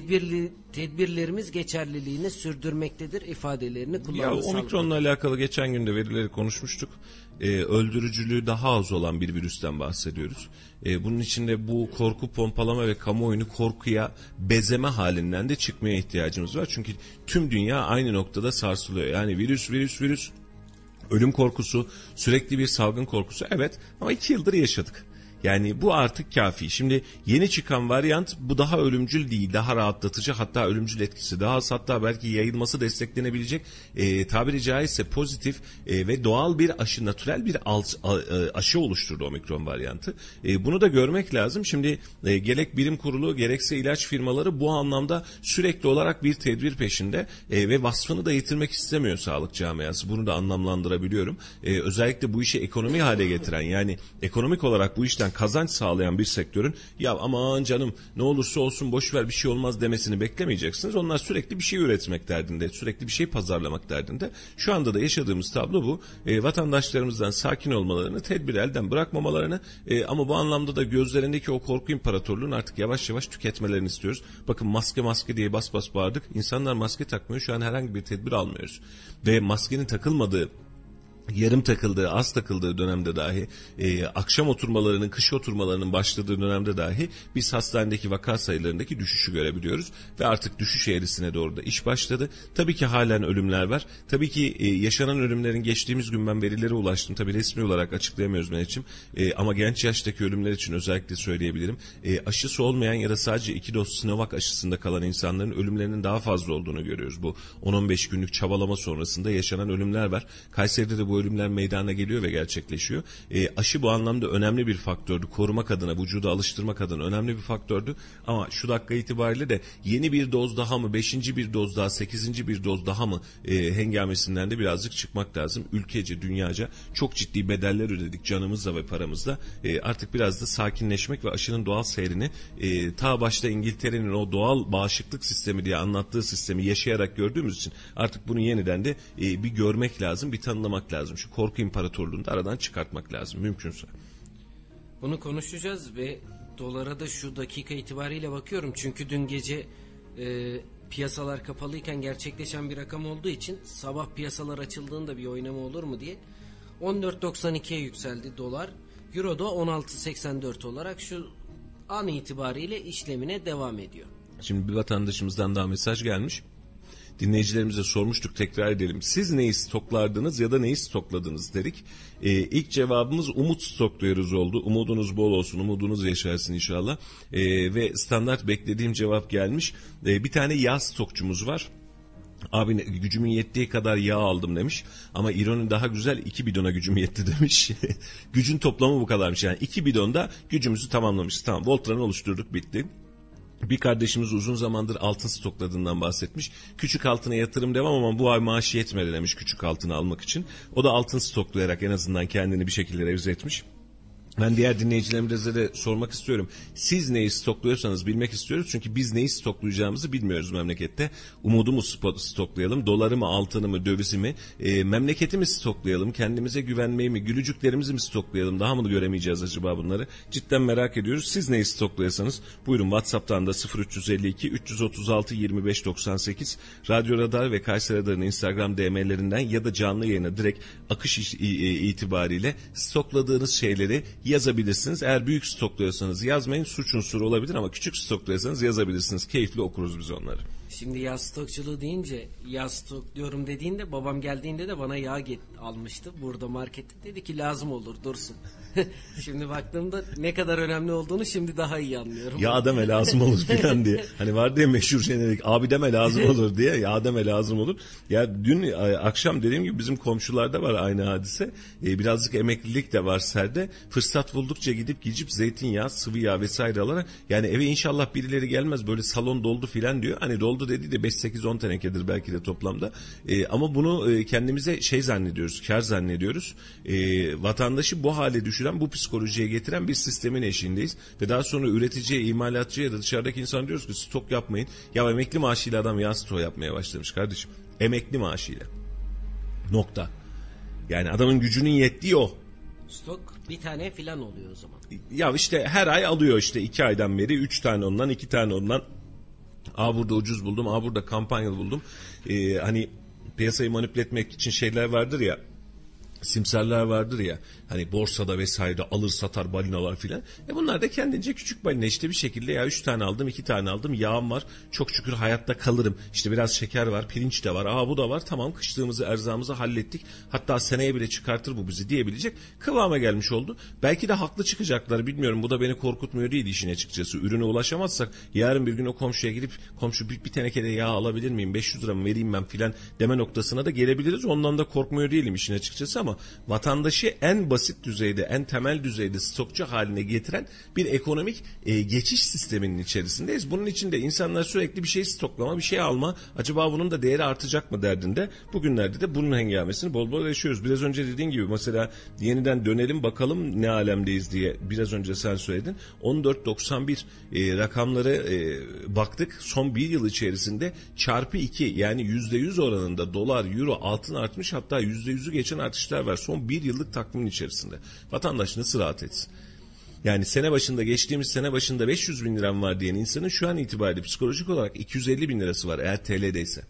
tedbirlerimiz geçerliliğini sürdürmektedir ifadelerini kullandı. Ya omikronla alakalı geçen gün de verileri konuşmuştuk. Öldürücülüğü daha az olan bir virüsten bahsediyoruz. Bunun içinde bu korku pompalama ve kamuoyunu korkuya bezeme halinden de çıkmaya ihtiyacımız var. Çünkü tüm dünya aynı noktada sarsılıyor. Yani virüs, ölüm korkusu, sürekli bir salgın korkusu, evet, ama 2 yıldır yaşadık. Yani bu artık kafi. Şimdi yeni çıkan varyant bu daha ölümcül değil, daha rahatlatıcı, hatta ölümcül etkisi daha az, hatta belki yayılması desteklenebilecek, tabiri caizse pozitif ve doğal bir aşı, natürel bir aşı oluşturdu omikron varyantı. Bunu da görmek lazım. Şimdi gerek bilim kurulu gerekse ilaç firmaları bu anlamda sürekli olarak bir tedbir peşinde ve vasfını da yitirmek istemiyor sağlık camiası. Bunu da anlamlandırabiliyorum. Özellikle bu işi ekonomi hale getiren, yani ekonomik olarak bu işten kazanç sağlayan bir sektörün ya aman canım ne olursa olsun boşver bir şey olmaz demesini beklemeyeceksiniz. Onlar sürekli bir şey üretmek derdinde, sürekli bir şey pazarlamak derdinde. Şu anda da yaşadığımız tablo bu. Vatandaşlarımızdan sakin olmalarını, tedbiri elden bırakmamalarını ama bu anlamda da gözlerindeki o korku imparatorluğunu artık yavaş yavaş tüketmelerini istiyoruz. Bakın maske diye bas bas bağırdık. İnsanlar maske takmıyor. Şu an herhangi bir tedbir almıyoruz. Ve maskenin takılmadığı, yarım takıldığı, az takıldığı dönemde dahi, akşam oturmalarının, kış oturmalarının başladığı dönemde dahi biz hastanedeki vaka sayılarındaki düşüşü görebiliyoruz. Ve artık düşüş eğrisine doğru da iş başladı. Tabii ki halen ölümler var. Tabii ki yaşanan ölümlerin geçtiğimiz gün ben verilere ulaştım. Tabii resmi olarak açıklayamıyoruz Mehmetciğim. Ama genç yaştaki ölümler için özellikle söyleyebilirim. Aşısı olmayan ya da sadece 2 doz Sinovac aşısında kalan insanların ölümlerinin daha fazla olduğunu görüyoruz. Bu 10-15 günlük çabalama sonrasında yaşanan ölümler var. Kayseri'de de bu ölümler meydana geliyor ve gerçekleşiyor. Aşı bu anlamda önemli bir faktördü. Korumak adına, vücuda alıştırmak adına önemli bir faktördü. Ama şu dakika itibariyle de yeni bir doz daha mı, 5. bir doz daha, 8. bir doz daha mı hengamesinden de birazcık çıkmak lazım. Ülkece, dünyaca çok ciddi bedeller ödedik canımızla ve paramızla. Artık biraz da sakinleşmek ve aşının doğal seyrini ta başta İngiltere'nin o doğal bağışıklık sistemi diye anlattığı sistemi yaşayarak gördüğümüz için artık bunu yeniden de bir görmek lazım, bir tanımlamak lazım. Şu korku imparatorluğunu da aradan çıkartmak lazım mümkünse. Bunu konuşacağız ve dolara da şu dakika itibariyle bakıyorum. Çünkü dün gece piyasalar kapalıyken gerçekleşen bir rakam olduğu için sabah piyasalar açıldığında bir oynama olur mu diye 14.92'ye yükseldi dolar. Euro da 16.84 olarak şu an itibariyle işlemine devam ediyor. Şimdi bir vatandaşımızdan daha mesaj gelmiş. Dinleyicilerimize sormuştuk, tekrar edelim. Siz neyi stoklardınız ya da neyi stokladınız dedik. İlk cevabımız umut stokluyoruz oldu. Umudunuz bol olsun, umudunuz yaşarsın inşallah. Ve standart beklediğim cevap gelmiş. Bir tane yağ stokçumuz var. Abi gücümün yettiği kadar yağ aldım demiş. Ama ironi daha güzel, 2 bidona gücüm yetti demiş. Gücün toplamı bu kadarmış. Yani 2 bidonda gücümüzü tamamlamışız. Tamam, Voltran'ı oluşturduk, bitti. Bir kardeşimiz uzun zamandır altın stokladığından bahsetmiş. Küçük altına yatırım devam ama bu ay maaşı yetmedi demiş küçük altını almak için. O da altın stoklayarak en azından kendini bir şekilde revize etmiş. Ben diğer dinleyicilerimize de sormak istiyorum. Siz neyi stokluyorsanız bilmek istiyoruz. Çünkü biz neyi stoklayacağımızı bilmiyoruz memlekette. Umudu mu stoklayalım, doları mı, altını mı, dövizi mi, memleketi mi stoklayalım, kendimize güvenmeyi mi, gülücüklerimizi mi stoklayalım, daha mı göremeyeceğiz acaba bunları? Cidden merak ediyoruz. Siz neyi stokluyorsanız buyurun WhatsApp'tan da 0352 336 25 98, Radyo Radar ve Kayseri Radar'ın Instagram DM'lerinden ya da canlı yayına direkt akış itibariyle stokladığınız şeyleri yazabilirsiniz. Eğer büyük stokluyorsanız yazmayın, suç unsuru olabilir, ama küçük stokluyorsanız yazabilirsiniz. Keyifli okuruz biz onları. Şimdi yağ stokçuluğu deyince, yağ stokluyorum dediğinde babam geldiğinde de bana yağ almıştı. Burada markette dedi ki lazım olur dursun. Şimdi baktığımda ne kadar önemli olduğunu şimdi daha iyi anlıyorum. Yağ deme lazım olur filan diye. Hani vardı ya meşhur jenerik, abi deme lazım olur diye, yağ deme lazım olur. Ya dün akşam dediğim gibi bizim komşularda var aynı hadise. Birazcık emeklilik de var serde. Fırsat buldukça gidip zeytinyağı, sıvı yağ vesaire alarak, yani eve inşallah birileri gelmez böyle salon doldu filan diyor. Hani doldu oldu dediği de 5-8-10 tenekedir belki de toplamda. Ama bunu kendimize zannediyoruz, kar zannediyoruz. Vatandaşı bu hale düşüren, bu psikolojiye getiren bir sistemin eşiğindeyiz. Ve daha sonra üreticiye, imalatçıya ya da dışarıdaki insan diyoruz ki stok yapmayın. Ya emekli maaşıyla adam yağ stok yapmaya başlamış kardeşim. Emekli maaşıyla. Nokta. Yani adamın gücünün yettiği o. Stok bir tane filan oluyor o zaman. Ya işte her ay alıyor işte 2 aydan beri 3 tane ondan 2 tane ondan. Burada ucuz buldum, burada kampanyalı buldum. Hani piyasayı manipüle etmek için şeyler vardır ya. Simserler vardır ya hani borsada vesaire alır satar balinalar filan. Bunlar da kendince küçük balina işte bir şekilde ya 3 tane aldım 2 tane aldım yağım var çok şükür hayatta kalırım işte biraz şeker var pirinç de var bu da var tamam kışlığımızı erzağımızı hallettik hatta seneye bile çıkartır bu bizi diyebilecek kıvama gelmiş oldu. Belki de haklı çıkacaklar bilmiyorum bu da beni korkutmuyor değil işin açıkçası ürüne ulaşamazsak yarın bir gün o komşuya gidip komşu bir tenekede yağ alabilir miyim 500 lira mı vereyim ben filan deme noktasına da gelebiliriz ondan da korkmuyor değilim işin açıkçası ama vatandaşı en basit düzeyde, en temel düzeyde stokçu haline getiren bir ekonomik geçiş sisteminin içerisindeyiz. Bunun için de insanlar sürekli bir şey stoklama, bir şey alma, acaba bunun da değeri artacak mı derdinde. Bugünlerde de bunun hengamesini bol bol yaşıyoruz. Biraz önce dediğin gibi mesela yeniden dönelim bakalım ne alemdeyiz diye biraz önce sen söyledin. 14.91 rakamları baktık. Son bir yıl içerisinde çarpı 2 yani %100 oranında dolar, euro, altın artmış hatta %100'ü geçen artışlar var. Son bir yıllık takvimin içerisinde. Vatandaş nasıl rahat etsin? Yani geçtiğimiz sene başında 500 bin liram var diyen insanın şu an itibariyle psikolojik olarak 250 bin lirası var eğer TL'deyse.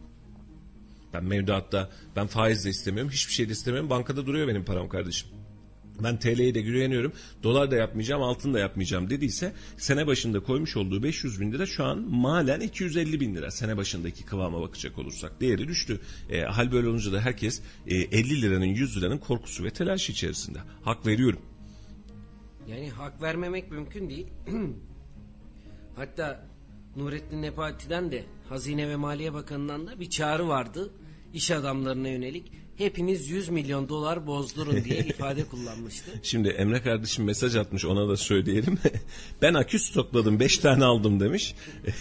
Ben mevduatta, ben faiz de istemiyorum, hiçbir şey de istemiyorum. Bankada duruyor benim param kardeşim. Ben TL'ye de güveniyorum, dolar da yapmayacağım, altın da yapmayacağım dediyse sene başında koymuş olduğu 500 bin lira şu an malen 250 bin lira. Sene başındaki kıvama bakacak olursak değeri düştü. Hal böyle olunca da herkes 50 liranın 100 liranın korkusu ve telaşı içerisinde. Hak veriyorum. Yani hak vermemek mümkün değil. Hatta Nurettin Nebati'den de Hazine ve Maliye Bakanı'ndan da bir çağrı vardı iş adamlarına yönelik. Hepiniz 100 milyon dolar bozdurun diye ifade kullanmıştı. Şimdi Emre kardeşim mesaj atmış ona da söyleyelim. Ben akü stokladım 5 tane aldım demiş.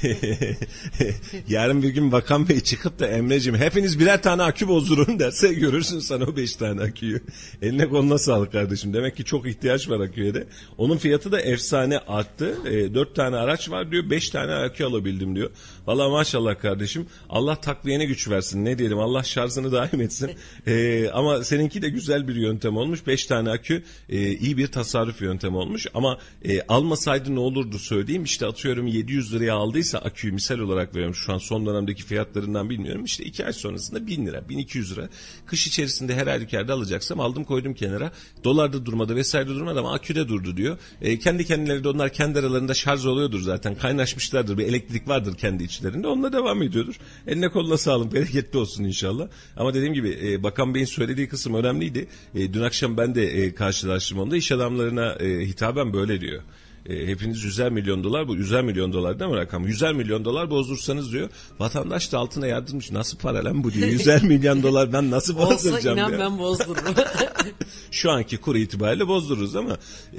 Yarın bir gün Bakan Bey çıkıp da Emre'cim hepiniz birer tane akü bozdurun derse görürsün sen o 5 tane aküyü. Eline koluna sağlık kardeşim. Demek ki çok ihtiyaç var aküye de. Onun fiyatı da efsane arttı. 4 tane araç var diyor 5 tane akü alabildim diyor. Valla maşallah kardeşim Allah takviyene güç versin ne diyelim Allah şarjını daim etsin. Ama seninki de güzel bir yöntem olmuş. 5 tane akü iyi bir tasarruf yöntemi olmuş. Ama almasaydı ne olurdu söyleyeyim. İşte atıyorum 700 liraya aldıysa aküyü misal olarak veriyorum. Şu an son dönemdeki fiyatlarından bilmiyorum. İşte 2 ay sonrasında 1000 lira, 1200 lira. Kış içerisinde her halükarda alacaksam aldım koydum kenara. Dolarda durmadı vesaire durmadı ama aküde durdu diyor. Kendi kendileri de onlar kendi aralarında şarj oluyordur zaten. Kaynaşmışlardır. Bir elektrik vardır kendi içlerinde. Onunla devam ediyordur. Eline koluna sağlık. Bereketli olsun inşallah. Ama dediğim gibi Bakan Bey'in söylediği kısım önemliydi. Dün akşam ben de karşılaştım onda. İş adamlarına hitaben böyle diyor. Hepiniz 100'er milyon dolar bu 100'er milyon dolar değil mi rakam? 100'er milyon dolar bozdursanız diyor. Vatandaş da altına yardımcı nasıl para lan bu diyor. 100'er milyon dolar ben nasıl bozduracağım diyor. Olsa inan diyor. ben bozdururum. Şu anki kur itibariyle bozdururuz ama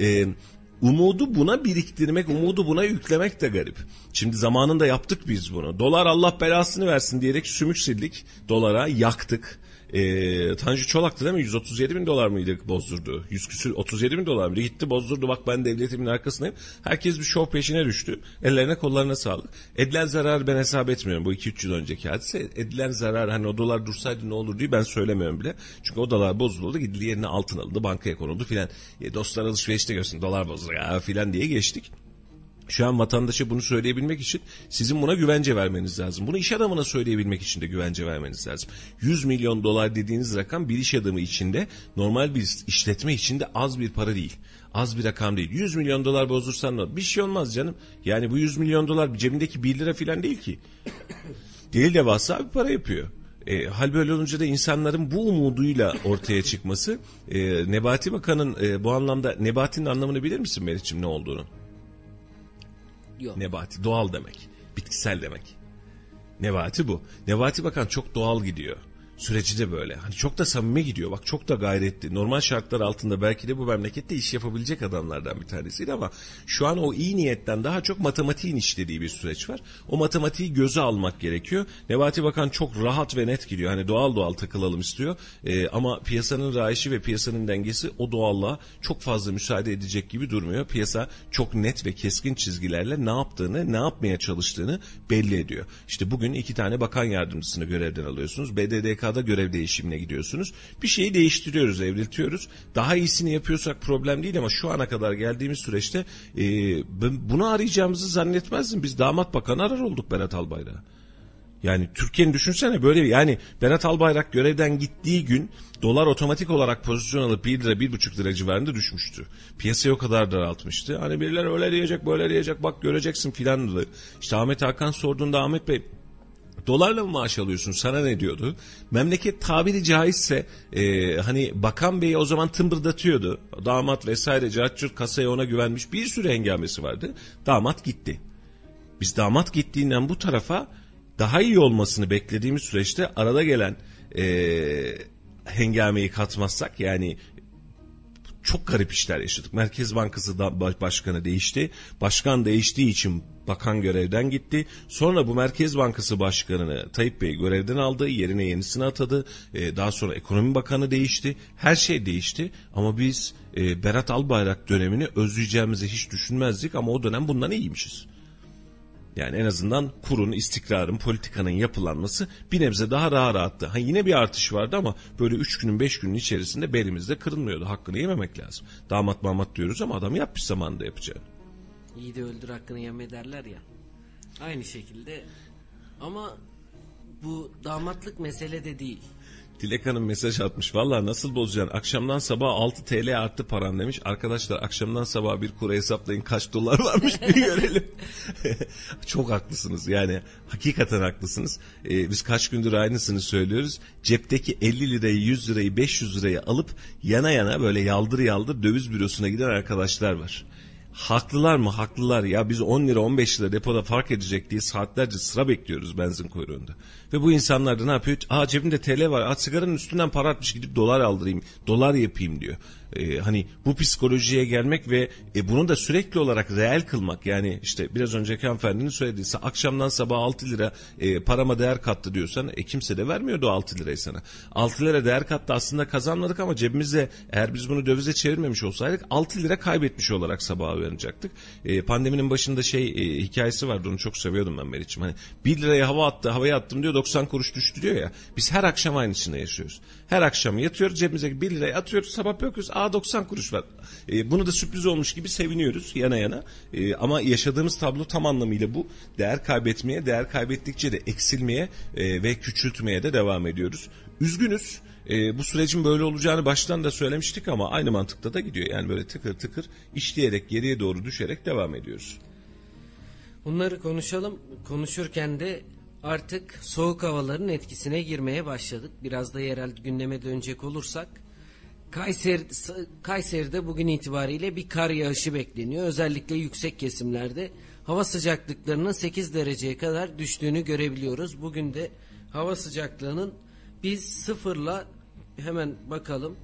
umudu buna biriktirmek, umudu buna yüklemek de garip. Şimdi zamanında yaptık biz bunu. Dolar Allah belasını versin diyerek sümük sildik. Dolara yaktık. Tanju Çolak'tı değil mi? 137 bin dolar mıydı bozdurdu? 37 bin dolar mıydı? Gitti bozdurdu bak ben devletimin arkasındayım. Herkes bir şov peşine düştü. Ellerine kollarına sağlık. Edilen zarar ben hesap etmiyorum. Bu 2-3 yıl önceki hadise. Edilen zarar hani o dolar dursaydı ne olur diye ben söylemiyorum bile. Çünkü o dolar bozuldu. Gidildi yerine altın alındı. Bankaya konuldu filan. Dostlar alışverişte görsün dolar bozuldu ya filan diye geçtik. Şu an vatandaşa bunu söyleyebilmek için sizin buna güvence vermeniz lazım. Bunu iş adamına söyleyebilmek için de güvence vermeniz lazım. 100 milyon dolar dediğiniz rakam bir iş adamı içinde normal bir işletme içinde az bir para değil. Az bir rakam değil. 100 milyon dolar bozdursan ne? Bir şey olmaz canım. Yani bu 100 milyon dolar cebindeki 1 lira falan değil ki. Değil devasa bir para yapıyor. Hal böyle olunca da insanların bu umuduyla ortaya çıkması. Nebati Bakan'ın bu anlamda Nebati'nin anlamını bilir misin Meriç'im ne olduğunu? Yok. Nebati doğal demek. Bitkisel demek. Nebati bu. Nebati Bakan çok doğal gidiyor. süreci de böyle. Hani çok da samimi gidiyor. Bak çok da gayretli. Normal şartlar altında belki de bu memlekette iş yapabilecek adamlardan bir tanesiydi ama şu an o iyi niyetten daha çok matematiğin işlediği bir süreç var. O matematiği göze almak gerekiyor. Nebati Bakan çok rahat ve net gidiyor. Hani doğal takılalım istiyor. Ama piyasanın rayişi ve piyasanın dengesi o doğallığa çok fazla müsaade edecek gibi durmuyor. Piyasa çok net ve keskin çizgilerle ne yaptığını, ne yapmaya çalıştığını belli ediyor. İşte bugün 2 tane bakan yardımcısını görevden alıyorsunuz. BDDK'da görev değişimine gidiyorsunuz. Bir şeyi değiştiriyoruz, evriltiyoruz. Daha iyisini yapıyorsak problem değil ama şu ana kadar geldiğimiz süreçte bunu arayacağımızı zannetmezdim. Biz damat bakanı arar olduk Berat Albayrak'ı. Yani Türkiye'nin düşünsene böyle, yani Berat Albayrak görevden gittiği gün dolar otomatik olarak pozisyon alıp 1 lira 1,5 lira civarında düşmüştü. Piyasayı o kadar daraltmıştı. Hani birileri öyle diyecek böyle diyecek, bak göreceksin filan dedi. İşte Ahmet Hakan sorduğunda Ahmet Bey dolarla mı maaş alıyorsun, sana ne diyordu? Memleket tabiri caizse hani bakan beyi o zaman tımbırdatıyordu. Damat vesaire cahçurt kasaya ona güvenmiş, bir sürü hengamesi vardı. Damat gitti. Biz damat gittiğinden bu tarafa daha iyi olmasını beklediğimiz süreçte arada gelen hengameyi katmazsak, yani çok garip işler yaşadık. Merkez Bankası da başkanı değişti. Başkan değiştiği için bakan görevden gitti. Sonra bu Merkez Bankası başkanını Tayyip Bey görevden aldı. Yerine yenisini atadı. Daha sonra Ekonomi Bakanı değişti. Her şey değişti. Ama biz Berat Albayrak dönemini özleyeceğimizi hiç düşünmezdik. Ama o dönem bundan iyiymişiz. Yani en azından kurun, istikrarın, politikanın yapılanması bir nebze daha rahattı. Yine bir artış vardı ama böyle 3 günün 5 günün içerisinde belimizde kırılmıyordu. Hakkını yememek lazım. Damat diyoruz ama adam yapmış zamanında yapacağını. İyi de öldür hakkını yeme derler ya. Aynı şekilde ama bu damatlık mesele de değil. Dilek Hanım mesaj atmış. Vallahi nasıl bozacaksın? Akşamdan sabaha 6 TL arttı paran demiş. Arkadaşlar akşamdan sabaha bir kuru hesaplayın, kaç dolar varmış bir görelim. Çok haklısınız. Yani hakikaten haklısınız. Biz kaç gündür aynısını söylüyoruz. Cepteki 50 lirayı, 100 lirayı, 500 lirayı alıp yana yana böyle yaldır yaldır döviz bürosuna giden arkadaşlar var. Haklılar mı? Haklılar. Ya biz 10 lira 15 lira depoda fark edecek diye saatlerce sıra bekliyoruz benzin kuyruğunda. Ve bu insanlar da ne yapıyor? Cebimde TL var. Sigaranın üstünden para atmış, gidip dolar aldırayım. Dolar yapayım diyor. Hani bu psikolojiye gelmek ve bunu da sürekli olarak reel kılmak. Yani işte biraz önceki hanımefendinin söylediği, akşamdan sabah 6 lira parama değer kattı diyorsan kimse de vermiyordu o 6 lirayı sana. 6 lira değer kattı, aslında kazanmadık ama cebimizde, eğer biz bunu dövize çevirmemiş olsaydık 6 lira kaybetmiş olarak sabaha uyanacaktık. Pandeminin başında hikayesi vardı, onu çok seviyordum ben Meriç'im. Hani 1 liraya havaya attım diyor, 90 kuruş düştü diyor ya. Biz her akşam aynısını yaşıyoruz. Her akşam yatıyoruz, cebimize 1 liraya atıyoruz, sabah bakıyoruz 90 kuruş var. Bunu da sürpriz olmuş gibi seviniyoruz yana yana. Ama yaşadığımız tablo tam anlamıyla bu. Değer kaybetmeye, değer kaybettikçe de eksilmeye ve küçültmeye de devam ediyoruz. Üzgünüz. Bu sürecin böyle olacağını baştan da söylemiştik ama aynı mantıkta da gidiyor. Yani böyle tıkır tıkır işleyerek, geriye doğru düşerek devam ediyoruz. Bunları konuşalım. Konuşurken de artık soğuk havaların etkisine girmeye başladık. Biraz da yerel gündeme dönecek olursak, Kayseri'de bugün itibariyle bir kar yağışı bekleniyor. Özellikle yüksek kesimlerde hava sıcaklıklarının 8 dereceye kadar düştüğünü görebiliyoruz. Bugün de hava sıcaklığının biz sıfırla, hemen bakalım,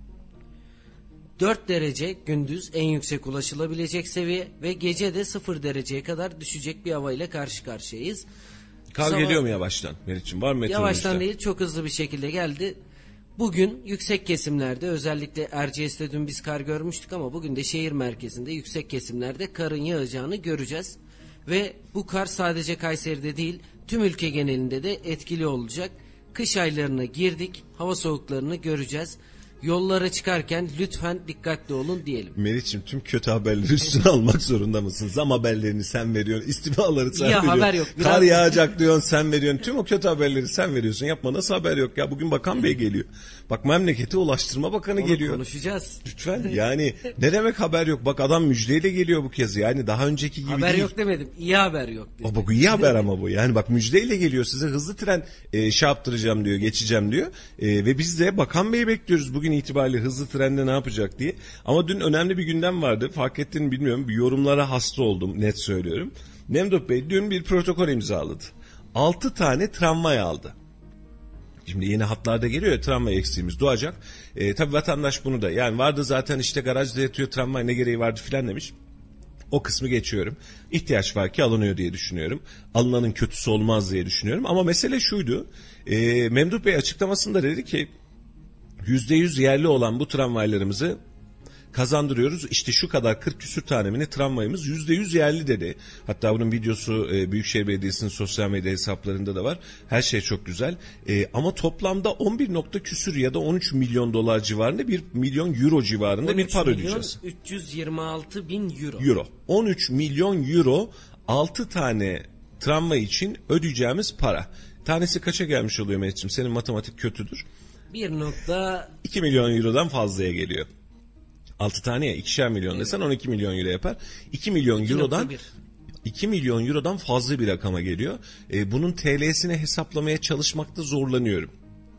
4 derece gündüz en yüksek ulaşılabilecek seviye ve gece de 0 dereceye kadar düşecek bir havayla karşı karşıyayız. Kar geliyor mu yavaştan Meriç'im? Var mı meteorolojide? Yavaştan değil, çok hızlı bir şekilde geldi. Bugün yüksek kesimlerde, özellikle Erciyes'te dün biz kar görmüştük ama bugün de şehir merkezinde yüksek kesimlerde karın yağacağını göreceğiz. Ve bu kar sadece Kayseri'de değil, tüm ülke genelinde de etkili olacak. Kış aylarına girdik, hava soğuklarını göreceğiz. Yollara çıkarken lütfen dikkatli olun diyelim. Meriç'im, tüm kötü haberleri üstüne almak zorunda mısın? Zam haberlerini sen veriyorsun, istifaları sen veriyorsun. Haber yok. Kar yağacak diyorsun, sen veriyorsun. Tüm o kötü haberleri sen veriyorsun. Yapma, nasıl haber yok ya? Bugün Bakan Bey geliyor. Bak, memlekete Ulaştırma Bakanı geliyor. Konuşacağız. Lütfen yani ne demek haber yok? Bak, adam müjdeyle geliyor bu kez. Yani daha önceki gibi haber değil. yok demedim. İyi haber yok dedim. Bak, iyi haber ama bu. Yani bak, müjdeyle geliyor. Size hızlı tren yaptıracağım diyor, geçeceğim diyor. Ve biz de Bakan Bey'i bekliyoruz bugün itibariyle, hızlı trende ne yapacak diye. Ama dün önemli bir gündem vardı. Fark ettin mi bilmiyorum. Bir yorumlara hasta oldum, net söylüyorum. Nemdut Bey dün bir protokol imzaladı. 6 tane tramvay aldı. Şimdi yeni hatlarda geliyor ya, tramvay eksiğimiz doğacak. Tabii vatandaş bunu da, yani vardı zaten işte garajda yatıyor tramvay, ne gereği vardı filan demiş. O kısmı geçiyorum. İhtiyaç var ki alınıyor diye düşünüyorum. Alınanın kötüsü olmaz diye düşünüyorum. Ama mesele şuydu. Memduh Bey açıklamasında dedi ki %100 yerli olan bu tramvaylarımızı kazandırıyoruz. İşte şu kadar 40 küsür tanemine tramvayımız %100 yerli dedi. Hatta bunun videosu Büyükşehir Belediyesi'nin sosyal medya hesaplarında da var. Her şey çok güzel. Ama toplamda 11 nokta küsür ya da 13 milyon dolar civarında, 1 milyon euro civarında bir para ödeyeceğiz. 326 bin euro. 13 milyon euro 6 tane tramvay için ödeyeceğimiz para. Tanesi kaça gelmiş oluyor Mehmetciğim? Senin matematik kötüdür. 1.2 milyon eurodan fazlaya geliyor. 6 tane ya, 2'şer milyon desen 12 milyon euro yapar. 2 milyon eurodan 2 milyon eurodan fazla bir rakama geliyor. Bunun TL'sine hesaplamaya çalışmakta zorlanıyorum.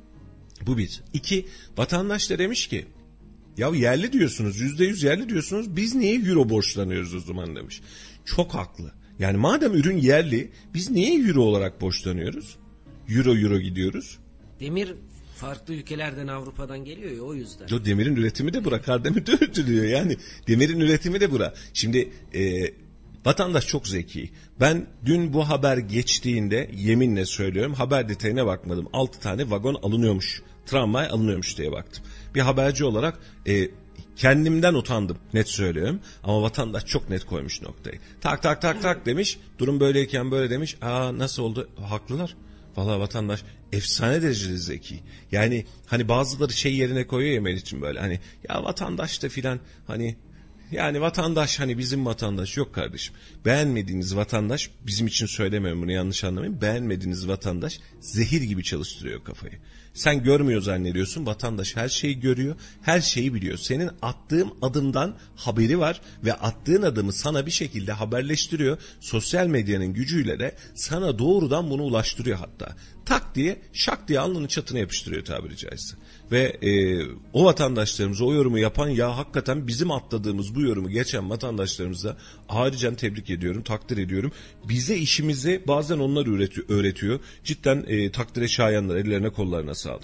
Bu bir. 2, vatandaş da demiş ki ya yerli diyorsunuz, %100 yerli diyorsunuz, biz niye euro borçlanıyoruz o zaman demiş. Çok haklı. Yani madem ürün yerli, biz niye euro olarak borçlanıyoruz? Euro gidiyoruz. Demir farklı ülkelerden, Avrupa'dan geliyor ya, o yüzden. O demirin üretimi de bura, Kardemir de üretiliyor yani. Demirin üretimi de bura. Şimdi vatandaş çok zeki. Ben dün bu haber geçtiğinde, yeminle söylüyorum, haber detayına bakmadım. 6 tane vagon alınıyormuş, tramvay alınıyormuş diye baktım. Bir haberci olarak kendimden utandım, net söylüyorum. Ama vatandaş çok net koymuş noktayı. Tak demiş. Durum böyleyken böyle demiş. Nasıl oldu? Haklılar. Vallahi vatandaş efsane derecede zeki. Yani hani bazıları şey yerine koyuyor ya Melih'cim, böyle hani ya vatandaş da filan, hani yani vatandaş hani bizim vatandaş. Yok kardeşim. Beğenmediğiniz vatandaş, bizim için söylemiyorum bunu, yanlış anlamayın. Beğenmediğiniz vatandaş zehir gibi çalıştırıyor kafayı. Sen görmüyor zannediyorsun. Vatandaş her şeyi görüyor. Her şeyi biliyor. Senin attığın adımdan haberi var ve attığın adımı sana bir şekilde haberleştiriyor. Sosyal medyanın gücüyle de sana doğrudan bunu ulaştırıyor hatta. Tak diye, şak diye alnının çatına yapıştırıyor tabiri caizse. Ve o vatandaşlarımıza o yorumu yapan, ya hakikaten bizim atladığımız bu yorumu geçen vatandaşlarımıza haricen tebrik ediyorum, takdir ediyorum. Bize işimizi bazen onlar öğretiyor. Cidden takdire şayanlar, ellerine kollarına sağlık.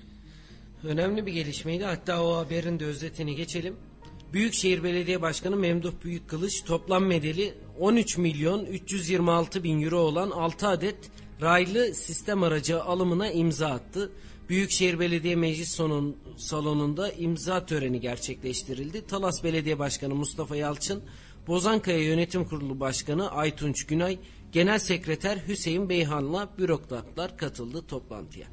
Önemli bir gelişmeydi. Hatta o haberin de özetini geçelim. Büyükşehir Belediye Başkanı Memduh Büyükkılıç toplam bedeli 13 milyon 326 bin euro olan 6 adet raylı sistem aracı alımına imza attı. Büyükşehir Belediye Meclis Salonu'nda imza töreni gerçekleştirildi. Talas Belediye Başkanı Mustafa Yalçın, Bozankaya Yönetim Kurulu Başkanı Aytunç Günay, Genel Sekreter Hüseyin Beyhan'la bürokratlar katıldı toplantıya.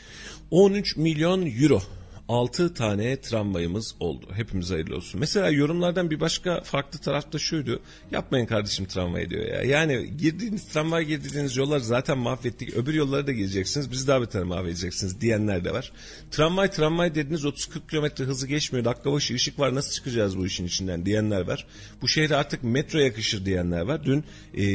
13 milyon euro. 6 tane tramvayımız oldu. Hepimiz hayırlı olsun. Mesela yorumlardan bir başka farklı tarafta şuydu. Yapmayın kardeşim tramvay diyor ya. Yani tramvay girdiğiniz yollar zaten mahvettik. Öbür yollara da gireceksiniz. Bizi daha beter mahvedeceksiniz diyenler de var. Tramvay dediniz, 30-40 kilometre hızı geçmiyor. Dakika başı ışık var, nasıl çıkacağız bu işin içinden diyenler var. Bu şehre artık metro yakışır diyenler var. Dün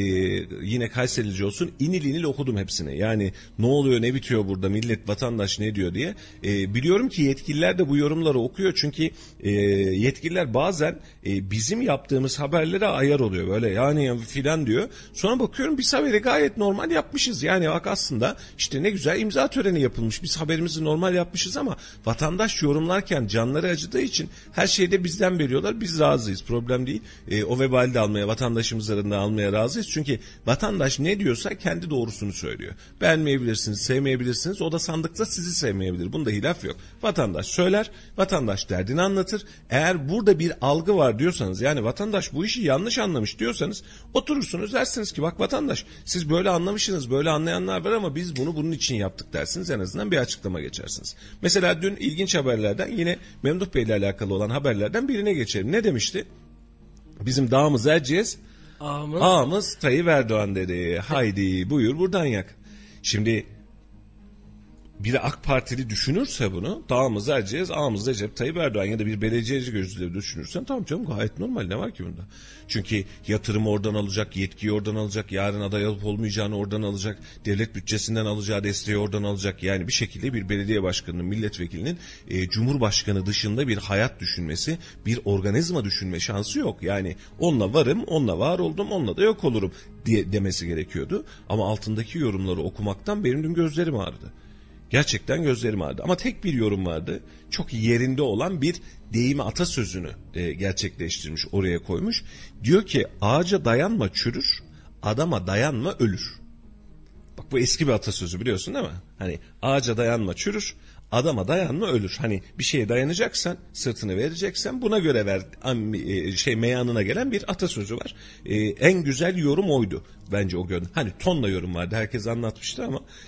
yine Kayserici olsun, inil okudum hepsini. Yani ne oluyor, ne bitiyor burada, millet, vatandaş ne diyor diye. Biliyorum ki yetkililer de bu yorumları okuyor, çünkü yetkililer bazen bizim yaptığımız haberlere ayar oluyor, böyle yani filan diyor. Sonra bakıyorum biz haberi gayet normal yapmışız, yani bak aslında işte ne güzel imza töreni yapılmış, biz haberimizi normal yapmışız ama vatandaş yorumlarken canları acıdığı için her şeyde bizden veriyorlar, biz razıyız, problem değil. O vebali de almaya, vatandaşımızların da almaya razıyız, çünkü vatandaş ne diyorsa kendi doğrusunu söylüyor. Beğenmeyebilirsiniz, sevmeyebilirsiniz, o da sandıkta sizi sevmeyebilir, bunda hilaf yok. Vatandaş söyler, vatandaş derdini anlatır. Eğer burada bir algı var diyorsanız, yani vatandaş bu işi yanlış anlamış diyorsanız, oturursunuz dersiniz ki bak vatandaş, siz böyle anlamışsınız, böyle anlayanlar var ama biz bunu bunun için yaptık dersiniz, en azından bir açıklama geçersiniz. Mesela dün ilginç haberlerden, yine Memduh Bey ile alakalı olan haberlerden birine geçelim. Ne demişti? Bizim dağımız Erciyes, ağamız Tayyip Erdoğan dedi. Haydi buyur buradan yak. Şimdi bir AK Partili düşünürse bunu, dağımız Erciyes, ağamız Recep Tayyip Erdoğan, ya da bir belediyeci gözüyle düşünürsen, tamam canım, gayet normal, ne var ki bunda? Çünkü yatırımı oradan alacak, yetkiyi oradan alacak, yarın aday olup olmayacağını oradan alacak, devlet bütçesinden alacağı desteği oradan alacak. Yani bir şekilde bir belediye başkanının, milletvekilinin Cumhurbaşkanı dışında bir hayat düşünmesi, bir organizma düşünme şansı yok. Yani onunla varım, onunla var oldum, onunla da yok olurum diye demesi gerekiyordu. Ama altındaki yorumları okumaktan benim dün gözlerim ağrıdı. Gerçekten gözlerim ağrıdı. Ama tek bir yorum vardı. Çok yerinde olan bir deyimi, atasözünü gerçekleştirmiş, oraya koymuş. Diyor ki ağaca dayanma çürür, adama dayanma ölür. Bak bu eski bir atasözü, biliyorsun değil mi? Hani ağaca dayanma çürür, adama dayanma ölür. Hani bir şeye dayanacaksan, sırtını vereceksen buna göre ver. Meyanına gelen bir atasözü var. En güzel yorum oydu bence o gün. Hani tonla yorum vardı, herkes anlatmıştı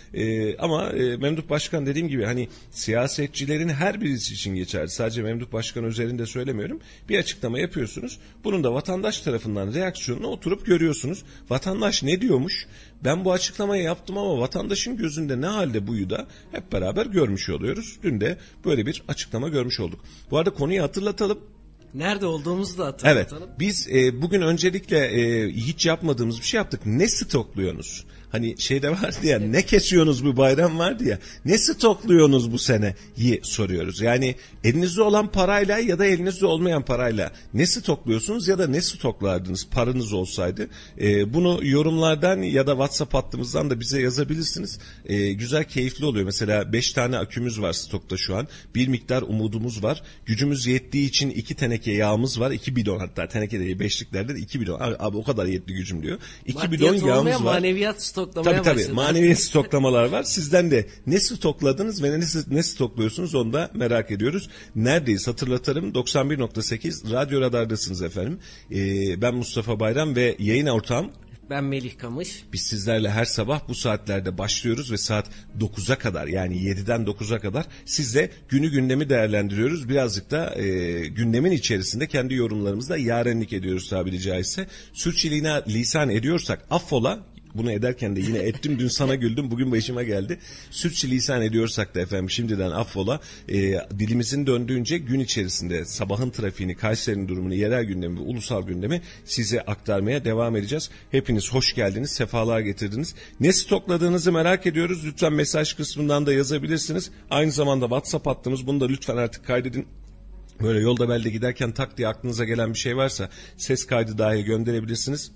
ama Memduh Başkan, dediğim gibi hani siyasetçilerin her birisi için geçerli. Sadece Memduh Başkan üzerinde söylemiyorum. Bir açıklama yapıyorsunuz. Bunun da vatandaş tarafından reaksiyonunu oturup görüyorsunuz. Vatandaş ne diyormuş? Ben bu açıklamayı yaptım ama vatandaşın gözünde ne halde buyu da hep beraber görmüş oluyoruz. Dün de böyle bir açıklama görmüş olduk. Bu arada konuyu hatırlatalım. Nerede olduğumuzu da hatırlatalım. Evet, biz bugün öncelikle hiç yapmadığımız bir şey yaptık. Ne stokluyorsunuz? Hani şeyde vardı ya, ne kesiyorsunuz bu bayram vardı ya, ne stokluyorsunuz bu seneyi soruyoruz. Yani elinizde olan parayla ya da elinizde olmayan parayla ne stokluyorsunuz ya da ne stoklardınız paranız olsaydı. Bunu yorumlardan ya da WhatsApp hattımızdan da bize yazabilirsiniz. Güzel, keyifli oluyor. Mesela 5 tane akümüz var stokta şu an. Bir miktar umudumuz var. Gücümüz yettiği için 2 teneke yağımız var. 2 bidon, hatta teneke değil, beşliklerde 2 bidon. Abi o kadar yetli gücüm diyor. 2 bidon yağımız var. Maneviyat stoklamaya tabii, başladı. manevi stoklamalar var. Sizden de ne stokladınız ve ne stokluyorsunuz onu da merak ediyoruz. Neredeyiz hatırlatalım. 91.8 Radyo Radar'dasınız efendim. Ben Mustafa Bayram ve yayın ortağım. Ben Melih Kamış. Biz sizlerle her sabah bu saatlerde başlıyoruz ve saat 9'a kadar, yani 7'den 9'a kadar sizle günü gündemi değerlendiriyoruz. Birazcık da gündemin içerisinde kendi yorumlarımızla yarenlik ediyoruz tabiri caizse. Sürçülisan ediyorsak affola. Bunu ederken de yine ettim. Dün sana güldüm, bugün başıma geldi. Sürçülisan ediyorsak da efendim şimdiden affola. Dilimizin döndüğünce gün içerisinde sabahın trafiğini, Kayseri'nin durumunu, yerel gündemi ve ulusal gündemi size aktarmaya devam edeceğiz. Hepiniz hoş geldiniz, sefalar getirdiniz. Ne stokladığınızı merak ediyoruz. Lütfen mesaj kısmından da yazabilirsiniz. Aynı zamanda WhatsApp hattımız, bunu da lütfen artık kaydedin. Böyle yolda belde giderken tak diye aklınıza gelen bir şey varsa ses kaydı dahi gönderebilirsiniz.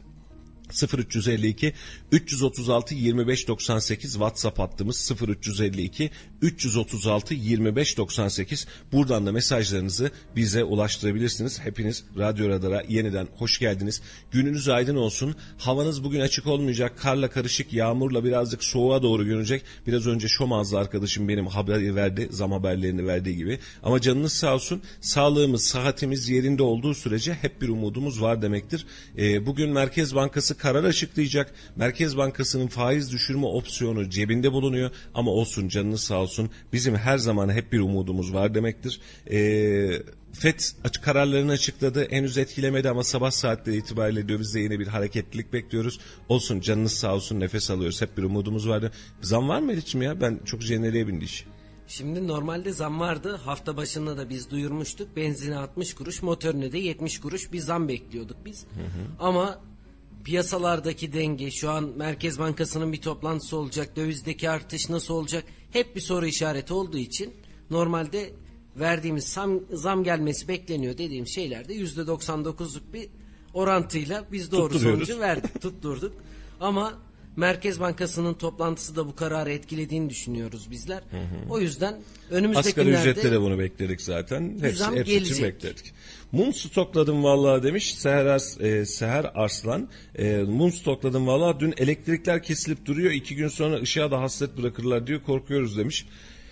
0352 336 2598 WhatsApp hattımız, 0352 336 2598. Buradan da mesajlarınızı bize ulaştırabilirsiniz. Hepiniz Radyo Radar'a yeniden hoş geldiniz. Gününüz aydın olsun. Havanız bugün açık olmayacak. Karla karışık, yağmurla birazcık soğuğa doğru görünecek. Biraz önce Şomazlı arkadaşım benim haberi verdi, zam haberlerini verdiği gibi. Ama canınız sağ olsun. Sağlığımız, sıhhatimiz yerinde olduğu sürece hep bir umudumuz var demektir. Bugün Merkez Bankası karar açıklayacak. Merkez Bankası'nın faiz düşürme opsiyonu cebinde bulunuyor ama olsun, canınız sağ olsun. Bizim her zaman hep bir umudumuz var demektir. FED kararlarını açıkladı. Henüz etkilemedi ama sabah saatleri itibariyle dövizde yine bir hareketlilik bekliyoruz. Olsun, canınız sağ olsun, nefes alıyoruz. Hep bir umudumuz vardı. Zam var mı Elif'ciğim ya? Ben çok jeneriğe bindi iş. Şimdi normalde zam vardı. Hafta başında da biz duyurmuştuk. Benzine 60 kuruş, motorine de 70 kuruş bir zam bekliyorduk biz. Ama piyasalardaki denge, şu an Merkez Bankası'nın bir toplantısı olacak, dövizdeki artış nasıl olacak, hep bir soru işareti olduğu için normalde verdiğimiz zam gelmesi bekleniyor dediğim şeylerde %99'luk bir orantıyla biz doğru sonucu verdik, tutturduk. Ama Merkez Bankası'nın toplantısı da bu kararı etkilediğini düşünüyoruz bizler. O yüzden önümüzdeki asgari günlerde ücrette de bunu bekledik zaten. Hepsi için bekledik. Mum stokladım vallahi demiş Seher Arslan. Mum stokladım vallahi, dün elektrikler kesilip duruyor. 2 gün sonra ışığa da hasret bırakırlar diyor, korkuyoruz demiş.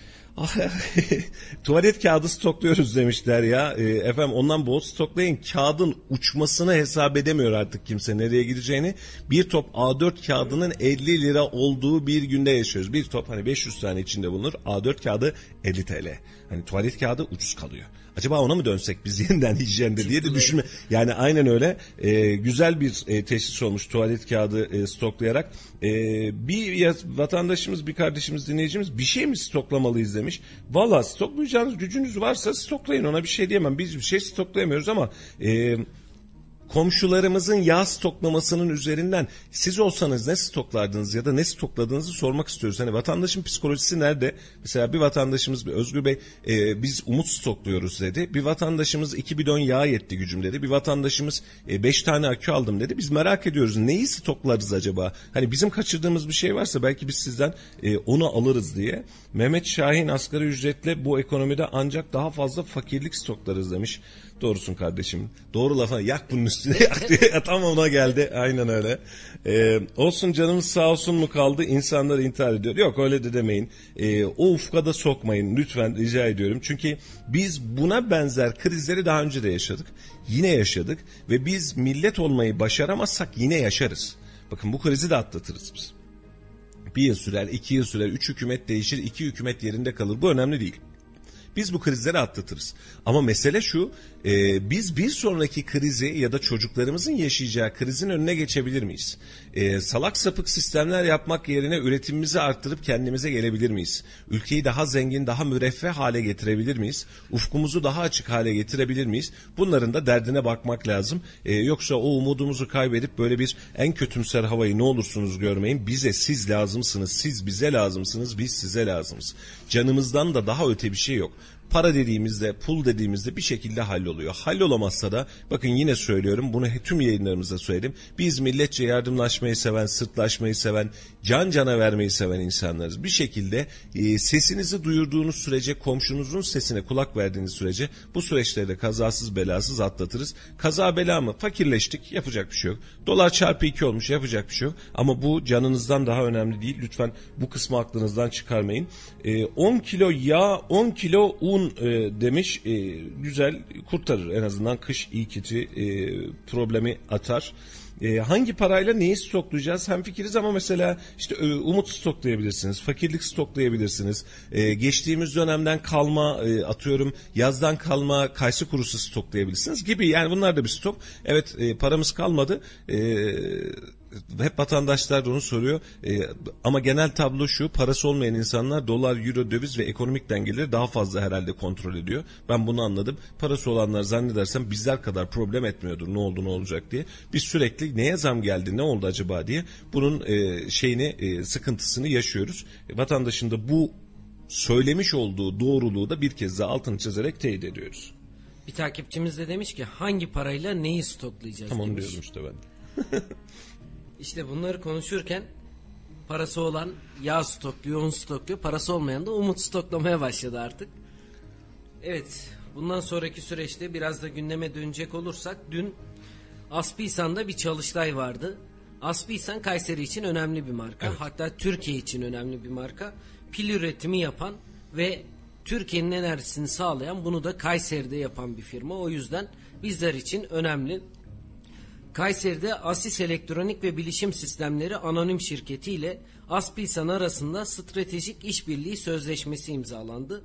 Tuvalet kağıdı stokluyoruz demişler ya. Efendim ondan bol stoklayın. Kağıdın uçmasını hesap edemiyor artık kimse nereye gideceğini. Bir top A4 kağıdının 50 lira olduğu bir günde yaşıyoruz. Bir top hani 500 tane içinde bulunur. A4 kağıdı 50 TL. Hani tuvalet kağıdı ucuz kalıyor. Acaba ona mı dönsek biz yeniden hijyende diye de düşünme. Yani aynen öyle. Güzel bir teşhis olmuş tuvalet kağıdı stoklayarak. Bir vatandaşımız, bir kardeşimiz, dinleyicimiz bir şey mi stoklamalıyız demiş. Valla stoklayacağınız gücünüz varsa stoklayın, ona bir şey diyemem. Biz bir şey stoklayamıyoruz ama komşularımızın yağ stoklamasının üzerinden siz olsanız ne stoklardınız ya da ne stokladığınızı sormak istiyoruz. Hani vatandaşın psikolojisi nerede? Mesela bir vatandaşımız, bir Özgür Bey, biz umut stokluyoruz dedi. Bir vatandaşımız 2 bidon yağ yetti gücüm dedi. Bir vatandaşımız 5 tane akü aldım dedi. Biz merak ediyoruz, neyi stoklarız acaba? Hani bizim kaçırdığımız bir şey varsa belki biz sizden onu alırız diye. Mehmet Şahin, asgari ücretle bu ekonomide ancak daha fazla fakirlik stoklarız demiş. Doğrusun kardeşim. Doğru lafa yak bunun üstüne yak diye. Tam ona geldi. Aynen öyle. Olsun canımız sağ olsun mu kaldı? İnsanlar intihar ediyor. Yok öyle de demeyin. O ufka da sokmayın. Lütfen rica ediyorum. Çünkü biz buna benzer krizleri daha önce de yaşadık. Yine yaşadık. Ve biz millet olmayı başaramazsak yine yaşarız. Bakın bu krizi de atlatırız biz. 1 yıl sürer, 2 yıl sürer, 3 hükümet değişir, 2 hükümet yerinde kalır. Bu önemli değil. Biz bu krizleri atlatırız. Ama mesele şu, biz bir sonraki krizi ya da çocuklarımızın yaşayacağı krizin önüne geçebilir miyiz? Salak sapık sistemler yapmak yerine üretimimizi arttırıp kendimize gelebilir miyiz? Ülkeyi daha zengin, daha müreffeh hale getirebilir miyiz? Ufkumuzu daha açık hale getirebilir miyiz? Bunların da derdine bakmak lazım. Yoksa o umudumuzu kaybedip böyle bir en kötümser havayı ne olursunuz görmeyin. Bize siz lazımsınız, siz bize lazımsınız, biz size lazımız. Canımızdan da daha öte bir şey yok. Para dediğimizde, pul dediğimizde bir şekilde halloluyor. Hallolamazsa da bakın yine söylüyorum, bunu tüm yayınlarımızda söyledim. Biz milletçe yardımlaşmayı seven, sırtlaşmayı seven, can cana vermeyi seven insanlarız. Bir şekilde sesinizi duyurduğunuz sürece, komşunuzun sesine kulak verdiğiniz sürece bu süreçleri de kazasız belasız atlatırız. Kaza bela mı? Fakirleştik, yapacak bir şey yok. Dolar çarpı 2 olmuş, yapacak bir şey yok. Ama bu canınızdan daha önemli değil. Lütfen bu kısmı aklınızdan çıkarmayın. 10 kilo yağ, 10 kilo un demiş, güzel kurtarır en azından kış iyi kötü problemi atar. Hangi parayla neyi stoklayacağız? Hemfikiriz ama mesela işte umut stoklayabilirsiniz, fakirlik stoklayabilirsiniz. Geçtiğimiz dönemden kalma, atıyorum yazdan kalma kayısı kurusu stoklayabilirsiniz gibi. Yani bunlar da bir stok. Evet, paramız kalmadı. Hep vatandaşlar da onu soruyor. Ama genel tablo şu: parası olmayan insanlar dolar, euro, döviz ve ekonomik dengeleri daha fazla herhalde kontrol ediyor. Ben bunu anladım. Parası olanlar zannedersem bizler kadar problem etmiyordur ne oldu ne olacak diye. Biz sürekli neye zam geldi, ne oldu acaba diye bunun sıkıntısını yaşıyoruz. Vatandaşın da bu söylemiş olduğu doğruluğu da bir kez daha altını çizerek teyit ediyoruz. Bir takipçimiz de demiş ki hangi parayla neyi stoklayacağız Tam onu demiş. diyordum işte ben. İşte bunları konuşurken parası olan yağ stokluyor, un stokluyor. Parası olmayan da umut stoklamaya başladı artık. Evet, bundan sonraki süreçte biraz da gündeme dönecek olursak, dün Aspilsan'da bir çalıştay vardı. Aspilsan Kayseri için önemli bir marka. Evet. Hatta Türkiye için önemli bir marka. Pil üretimi yapan ve Türkiye'nin enerjisini sağlayan, bunu da Kayseri'de yapan bir firma. O yüzden bizler için önemli. Kayseri'de Asis Elektronik ve Bilişim Sistemleri Anonim Şirketi ile Aspilsan arasında stratejik işbirliği sözleşmesi imzalandı.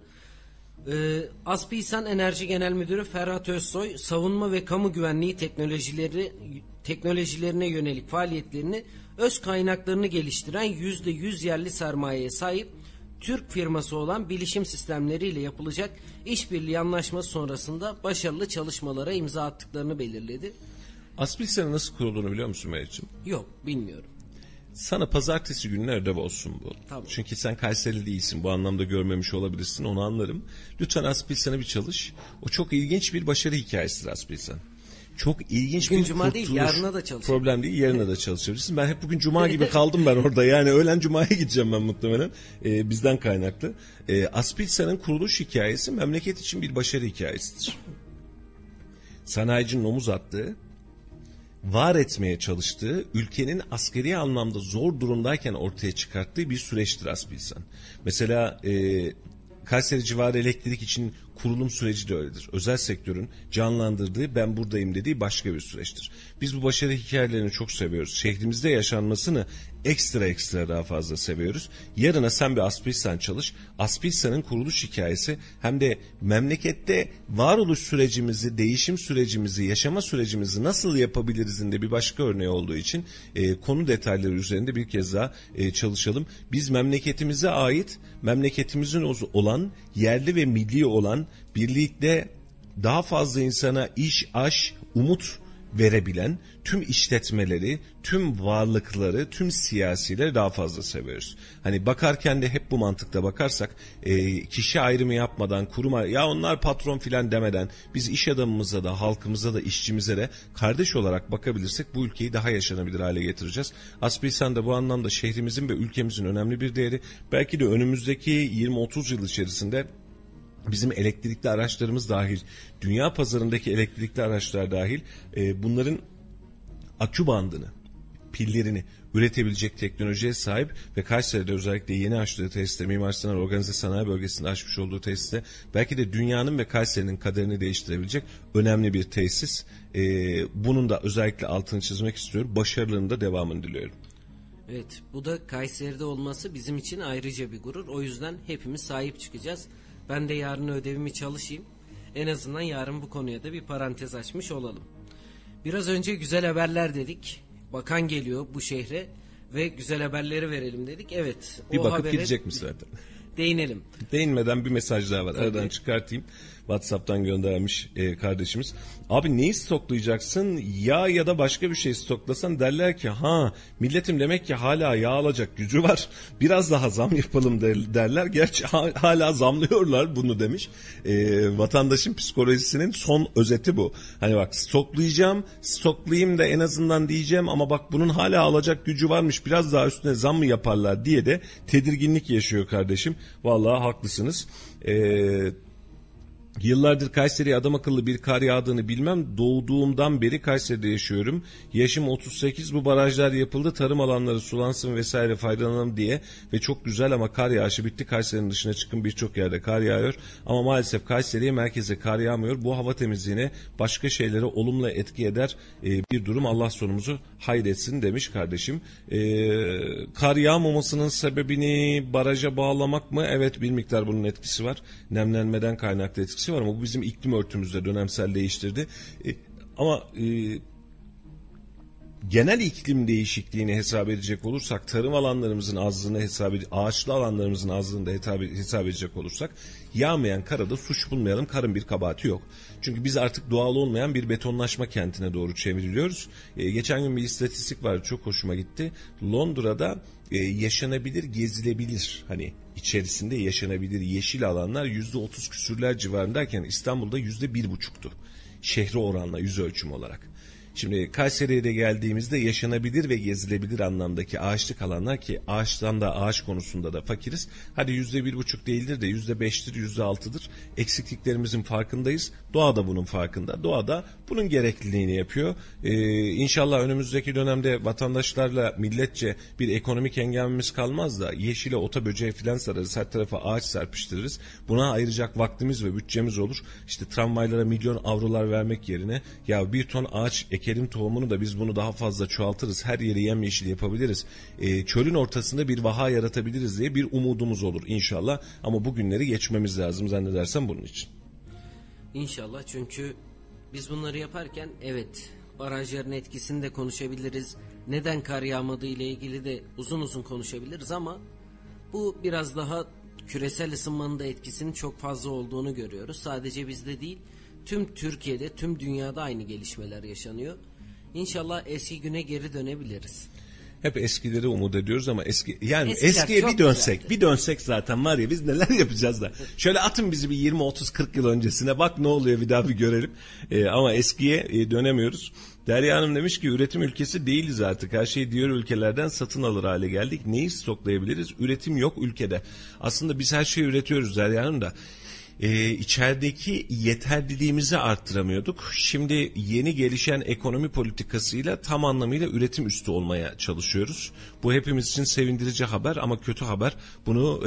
Aspilsan Enerji Genel Müdürü Ferhat Özsoy, savunma ve kamu güvenliği teknolojilerine yönelik faaliyetlerini öz kaynaklarını geliştiren %100 yerli sermayeye sahip Türk firması olan Bilişim Sistemleri ile yapılacak işbirliği anlaşması sonrasında başarılı çalışmalara imza attıklarını belirledi. Aspilsan'ın nasıl kurulduğunu biliyor musun Meriç'im? Yok, bilmiyorum. Sana pazartesi gününe ödev olsun bu. Tamam. Çünkü sen Kayserili değilsin. Bu anlamda görmemiş olabilirsin. Onu anlarım. Lütfen Aspilsan'a bir çalış. O çok ilginç bir başarı hikayesidir Aspilsan. Çok ilginç bugün bir cuma değil, yarına da çalışabilirsin. Problem değil, yarına da çalışabilirsin. Ben hep bugün cuma gibi kaldım ben orada. Yani öğlen cumaya gideceğim ben muhtemelen. Bizden kaynaklı. Aspilsan'ın kuruluş hikayesi memleket için bir başarı hikayesidir. Sanayicinin omuz attığı, var etmeye çalıştığı, ülkenin askeri anlamda zor durumdayken ortaya çıkarttığı bir süreçtir Aspilsan. Mesela Kayseri civarı elektrik için kurulum süreci de öyledir. Özel sektörün canlandırdığı, ben buradayım dediği başka bir süreçtir. Biz bu başarı hikayelerini çok seviyoruz. Şehrimizde yaşanmasını ekstra daha fazla seviyoruz. Yarına sen bir Aspilsan çalış. Aspilsan'ın kuruluş hikayesi hem de memlekette varoluş sürecimizi, değişim sürecimizi, yaşama sürecimizi nasıl yapabilirizin de bir başka örneği olduğu için konu detayları üzerinde bir kez daha çalışalım. Biz memleketimize ait, memleketimizin olan, yerli ve milli olan, birlikte daha fazla insana iş, aş, umut verebilen tüm işletmeleri, tüm varlıkları, tüm siyasileri daha fazla seviyoruz. Hani bakarken de hep bu mantıkta bakarsak kişi ayrımı yapmadan, kuruma ya onlar patron filan demeden biz iş adamımıza da, halkımıza da, işçimize de kardeş olarak bakabilirsek bu ülkeyi daha yaşanabilir hale getireceğiz. Aspilsan da bu anlamda şehrimizin ve ülkemizin önemli bir değeri. Belki de önümüzdeki 20-30 yıl içerisinde bizim elektrikli araçlarımız dahil, dünya pazarındaki elektrikli araçlar dahil bunların akü bandını, pillerini üretebilecek teknolojiye sahip ve Kayseri'de özellikle yeni açtığı tesiste, Mimar Sinan Organize Sanayi Bölgesi'nde açmış olduğu tesiste belki de dünyanın ve Kayseri'nin kaderini değiştirebilecek önemli bir tesis. Bunun da özellikle altını çizmek istiyorum. Başarılarının da devamını diliyorum. Evet, bu da Kayseri'de olması bizim için ayrıca bir gurur. O yüzden hepimiz sahip çıkacağız. Ben de yarın ödevimi çalışayım. En azından yarın bu konuya da bir parantez açmış olalım. Biraz önce güzel haberler dedik. Bakan geliyor bu şehre ve güzel haberleri verelim dedik. Evet. Bir bakıp gidecek mi zaten? Değinelim. Değinmeden bir mesaj daha var. Tabii. Aradan çıkartayım. WhatsApp'tan göndermiş kardeşimiz. Abi neyi stoklayacaksın? Yağ ya da başka bir şey stoklasan derler ki milletin demek ki hala yağ alacak gücü var. Biraz daha zam yapalım derler. Gerçi hala zamlıyorlar bunu demiş. Vatandaşın psikolojisinin son özeti bu. Hani bak stoklayayım da en azından diyeceğim ama bak bunun hala alacak gücü varmış. Biraz daha üstüne zam mı yaparlar diye de tedirginlik yaşıyor kardeşim. Vallahi haklısınız. Yıllardır Kayseri'ye adam akıllı bir kar yağdığını bilmem. Doğduğumdan beri Kayseri'de yaşıyorum. Yaşım 38, bu barajlar yapıldı. Tarım alanları sulansın vesaire faydalanalım diye. Ve çok güzel ama kar yağışı bitti. Kayseri'nin dışına çıkın, birçok yerde kar yağıyor. Ama maalesef Kayseri'ye, merkeze kar yağmıyor. Bu hava temizliğine, başka şeylere olumlu etki eder bir durum. Allah sonumuzu hayretsin demiş kardeşim. Kar yağmamasının sebebini baraja bağlamak mı? Evet, bir miktar bunun etkisi var. Nemlenmeden kaynaklı etkisi var ama bu bizim iklim örtümüzde dönemsel değiştirdi. Ama genel iklim değişikliğini hesap edecek olursak, tarım alanlarımızın azlığını ağaçlı alanlarımızın azlığını da hesap edecek olursak, yağmayan kara da suç bulmayalım. Karın bir kabahati yok. Çünkü biz artık doğal olmayan bir betonlaşma kentine doğru çevriliyoruz. Geçen gün bir istatistik vardı, çok hoşuma gitti. Londra'da yaşanabilir, gezilebilir, hani içerisinde yaşanabilir yeşil alanlar %30 küsürler civarındayken İstanbul'da %1,5'tu. Şehre oranla, yüz ölçümü olarak. Şimdi Kayseri'ye de geldiğimizde yaşanabilir ve gezilebilir anlamdaki ağaçlık alanlar, ki ağaçtan da, ağaç konusunda da fakiriz. Hadi %1,5 değildir de %5'tir, %6'dır. Eksikliklerimizin farkındayız. Doğa da bunun farkında. Doğa da bunun gerekliliğini yapıyor. İnşallah önümüzdeki dönemde vatandaşlarla milletçe bir ekonomik engelimiz kalmaz da yeşile, ota, böceğe filan sararız. Her tarafa ağaç serpiştiririz. Buna ayıracak vaktimiz ve bütçemiz olur. İşte tramvaylara milyon avrolar vermek yerine ya bir ton ağaç ekelim tohumunu da biz bunu daha fazla çoğaltırız. Her yeri yemyeşil yapabiliriz. Çölün ortasında bir vaha yaratabiliriz diye bir umudumuz olur inşallah. Ama bu günleri geçmemiz lazım zannedersem bunun için. İnşallah, çünkü biz bunları yaparken evet, barajların etkisini de konuşabiliriz. Neden kar yağmadığı ile ilgili de uzun uzun konuşabiliriz ama bu biraz daha küresel ısınmanın da etkisinin çok fazla olduğunu görüyoruz. Sadece bizde değil, tüm Türkiye'de, tüm dünyada aynı gelişmeler yaşanıyor. İnşallah eski güne geri dönebiliriz. Hep eskileri umut ediyoruz ama Eskiler eskiye çok bir dönsek zaten var ya, biz neler yapacağız da. Şöyle atın bizi bir 20 30 40 yıl öncesine, bak ne oluyor bir daha bir görelim. Ama eskiye dönemiyoruz. Derya Hanım demiş ki üretim ülkesi değiliz artık. Her şeyi diğer ülkelerden satın alır hale geldik. Neyi stoklayabiliriz? Üretim yok ülkede. Aslında biz her şeyi üretiyoruz Derya Hanım da. İçerideki yeterliliğimizi arttıramıyorduk. Şimdi yeni gelişen ekonomi politikasıyla tam anlamıyla üretim üstü olmaya çalışıyoruz. Bu hepimiz için sevindirici haber ama kötü haber. Bunu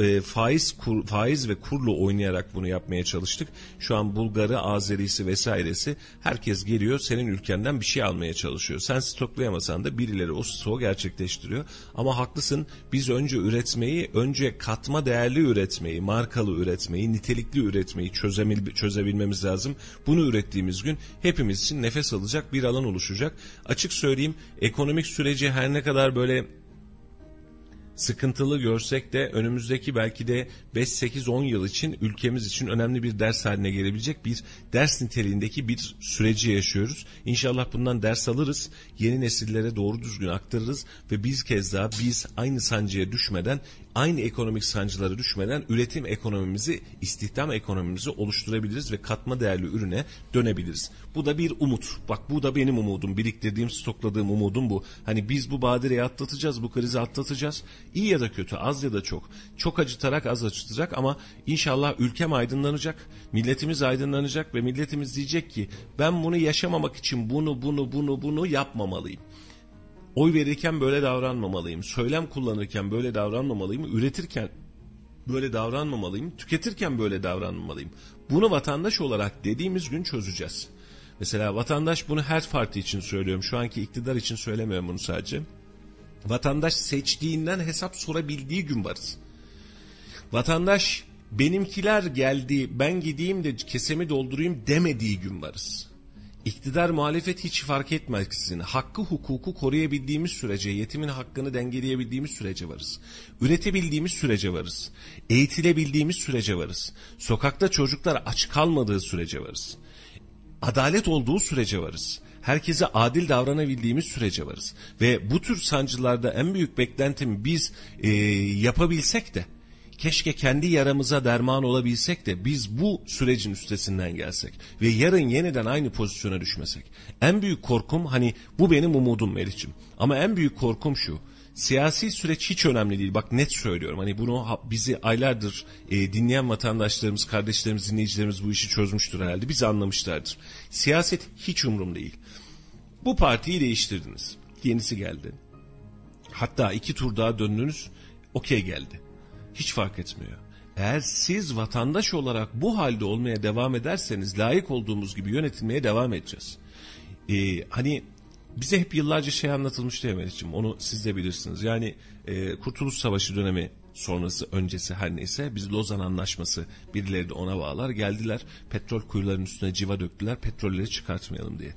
faiz ve kurla oynayarak bunu yapmaya çalıştık. Şu an Bulgarı, Azerisi vesairesi herkes geliyor senin ülkenden bir şey almaya çalışıyor. Sen stoklayamasan da birileri o stoğu gerçekleştiriyor. Ama haklısın, biz önce üretmeyi, önce katma değerli üretmeyi, markalı üretmeyi, nitelikli üretmeyi çözebilmemiz lazım. Bunu ürettiğimiz gün hepimiz için nefes alacak bir alan oluşacak. Açık söyleyeyim, ekonomik süreci her ne kadar böyle sıkıntılı görsek de önümüzdeki belki de 5-8-10 yıl için ülkemiz için önemli bir ders haline gelebilecek bir ders niteliğindeki bir süreci yaşıyoruz. İnşallah bundan ders alırız, yeni nesillere doğru düzgün aktarırız ve biz kez daha biz aynı sancıya düşmeden, aynı ekonomik sancılara düşmeden üretim ekonomimizi, istihdam ekonomimizi oluşturabiliriz ve katma değerli ürüne dönebiliriz. Bu da bir umut. Bak bu da benim umudum, biriktirdiğim, stokladığım umudum bu. Hani biz bu badireyi atlatacağız, bu krizi atlatacağız. İyi ya da kötü, az ya da çok. Çok acıtarak, az acıtacak ama inşallah ülkem aydınlanacak, milletimiz aydınlanacak ve milletimiz diyecek ki ben bunu yaşamamak için bunu yapmamalıyım. Oy verirken böyle davranmamalıyım, söylem kullanırken böyle davranmamalıyım, üretirken böyle davranmamalıyım, tüketirken böyle davranmamalıyım. Bunu vatandaş olarak dediğimiz gün çözeceğiz. Mesela vatandaş, bunu her parti için söylüyorum, şu anki iktidar için söylemiyorum bunu sadece. Vatandaş seçtiğinden hesap sorabildiği gün varız. Vatandaş benimkiler geldi ben gideyim de kesemi doldurayım demediği gün varız. İktidar muhalefet hiç fark etmeksizin hakkı hukuku koruyabildiğimiz sürece, yetimin hakkını dengeleyebildiğimiz sürece varız. Üretebildiğimiz sürece varız. Eğitilebildiğimiz sürece varız. Sokakta çocuklar aç kalmadığı sürece varız. Adalet olduğu sürece varız. Herkese adil davranabildiğimiz sürece varız. Ve bu tür sancılarda en büyük beklentim biz yapabilsek de, keşke kendi yaramıza derman olabilsek de biz bu sürecin üstesinden gelsek ve yarın yeniden aynı pozisyona düşmesek. En büyük korkum, hani bu benim umudum Meriç'im, ama en büyük korkum şu: siyasi süreç hiç önemli değil. Bak net söylüyorum, hani bunu bizi aylardır dinleyen vatandaşlarımız, kardeşlerimiz, dinleyicilerimiz bu işi çözmüştür herhalde, bizi anlamışlardır. Siyaset hiç umurumda değil. Bu partiyi değiştirdiniz, yenisi geldi, hatta 2 tur daha döndünüz, okey geldi. Hiç fark etmiyor. Eğer siz vatandaş olarak bu halde olmaya devam ederseniz layık olduğumuz gibi yönetilmeye devam edeceğiz. Hani bize hep yıllarca şey anlatılmıştı ya Meriç'im, onu siz de bilirsiniz. Yani Kurtuluş Savaşı dönemi sonrası, öncesi her neyse, biz Lozan Anlaşması, birileri de ona bağlar, geldiler petrol kuyularının üstüne civa döktüler, petrolleri çıkartmayalım diye.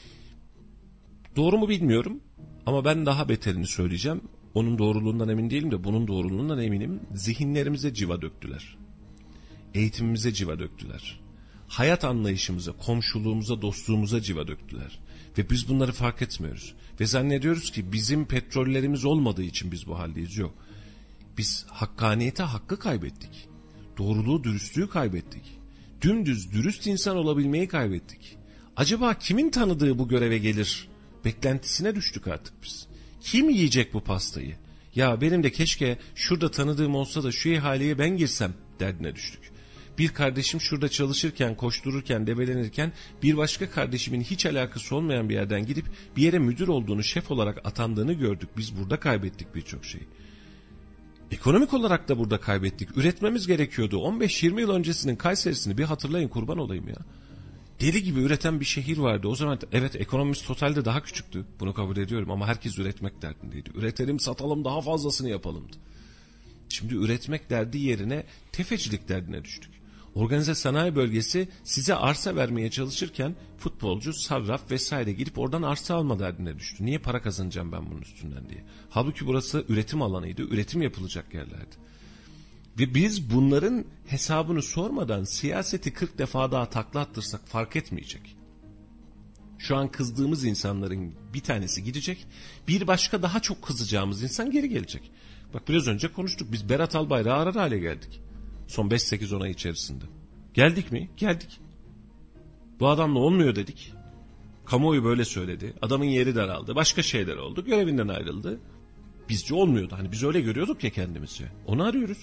Doğru mu bilmiyorum ama ben daha beterini söyleyeceğim. Onun doğruluğundan emin değilim de bunun doğruluğundan eminim. Zihinlerimize civa döktüler. Eğitimimize civa döktüler. Hayat anlayışımıza, komşuluğumuza, dostluğumuza civa döktüler. Ve biz bunları fark etmiyoruz. Ve zannediyoruz ki bizim petrollerimiz olmadığı için biz bu haldeyiz. Yok. Biz hakkaniyete, hakkı kaybettik. Doğruluğu, dürüstlüğü kaybettik. Dümdüz, dürüst insan olabilmeyi kaybettik. Acaba kimin tanıdığı bu göreve gelir beklentisine düştük artık biz. Kim yiyecek bu pastayı? Ya benim de keşke şurada tanıdığım olsa da şu ihaleye ben girsem derdine düştük. Bir kardeşim şurada çalışırken, koştururken, debelenirken bir başka kardeşimin hiç alakası olmayan bir yerden gidip bir yere müdür olduğunu, şef olarak atandığını gördük. Biz burada kaybettik birçok şeyi. Ekonomik olarak da burada kaybettik. Üretmemiz gerekiyordu. 15-20 yıl öncesinin Kayseri'sini bir hatırlayın, kurban olayım ya. Deli gibi üreten bir şehir vardı. O zaman evet, ekonomimiz totalde daha küçüktü. Bunu kabul ediyorum ama herkes üretmek derdindeydi. Üretelim, satalım, daha fazlasını yapalımdı. Şimdi üretmek derdi yerine tefecilik derdine düştük. Organize sanayi bölgesi size arsa vermeye çalışırken futbolcu, sarraf vesaire gidip oradan arsa alma derdine düştü. Niye para kazanacağım ben bunun üstünden diye. Halbuki burası üretim alanıydı. Üretim yapılacak yerlerdi. Ve biz bunların hesabını sormadan siyaseti 40 defa daha takla attırsak fark etmeyecek. Şu an kızdığımız insanların bir tanesi gidecek, bir başka daha çok kızacağımız insan geri gelecek. Bak biraz önce konuştuk, biz Berat Albayrak'ı arar hale geldik. Son 5-8-10 ay içerisinde. Geldik mi? Geldik. Bu adamla olmuyor dedik. Kamuoyu böyle söyledi. Adamın yeri daraldı. Başka şeyler oldu. Görevinden ayrıldı. Bizce olmuyordu. Hani biz öyle görüyorduk ya kendimizce. Onu arıyoruz.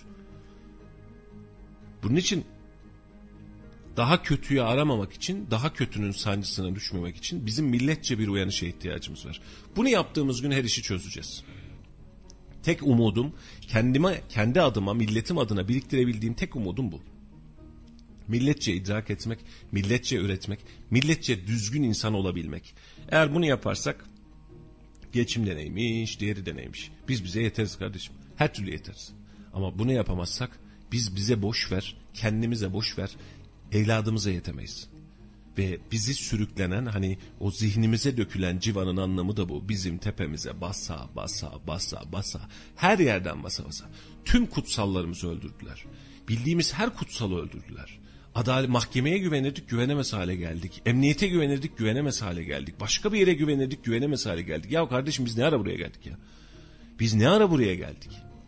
Bunun için daha kötüyü aramamak için, daha kötünün sancısına düşmemek için bizim milletçe bir uyanışa ihtiyacımız var. Bunu yaptığımız gün her işi çözeceğiz. Tek umudum, kendi adıma, milletim adına biriktirebildiğim tek umudum bu. Milletçe idrak etmek, milletçe üretmek, milletçe düzgün insan olabilmek. Eğer bunu yaparsak geçim de neymiş, diğeri de neymiş. Biz bize yeteriz kardeşim. Her türlü yeteriz. Ama bunu yapamazsak biz bize boş ver, kendimize boş ver, evladımıza yetemeyiz. Ve bizi sürüklenen, hani o zihnimize dökülen civanın anlamı da bu. Bizim tepemize basa basa her yerden basa tüm kutsallarımızı öldürdüler. Bildiğimiz her kutsalı öldürdüler. Mahkemeye güvenirdik, güvenemez hale geldik. Emniyete güvenirdik, güvenemez hale geldik. Başka bir yere güvenirdik, güvenemez hale geldik. Ya kardeşim, biz ne ara buraya geldik ya? Biz ne ara buraya geldik?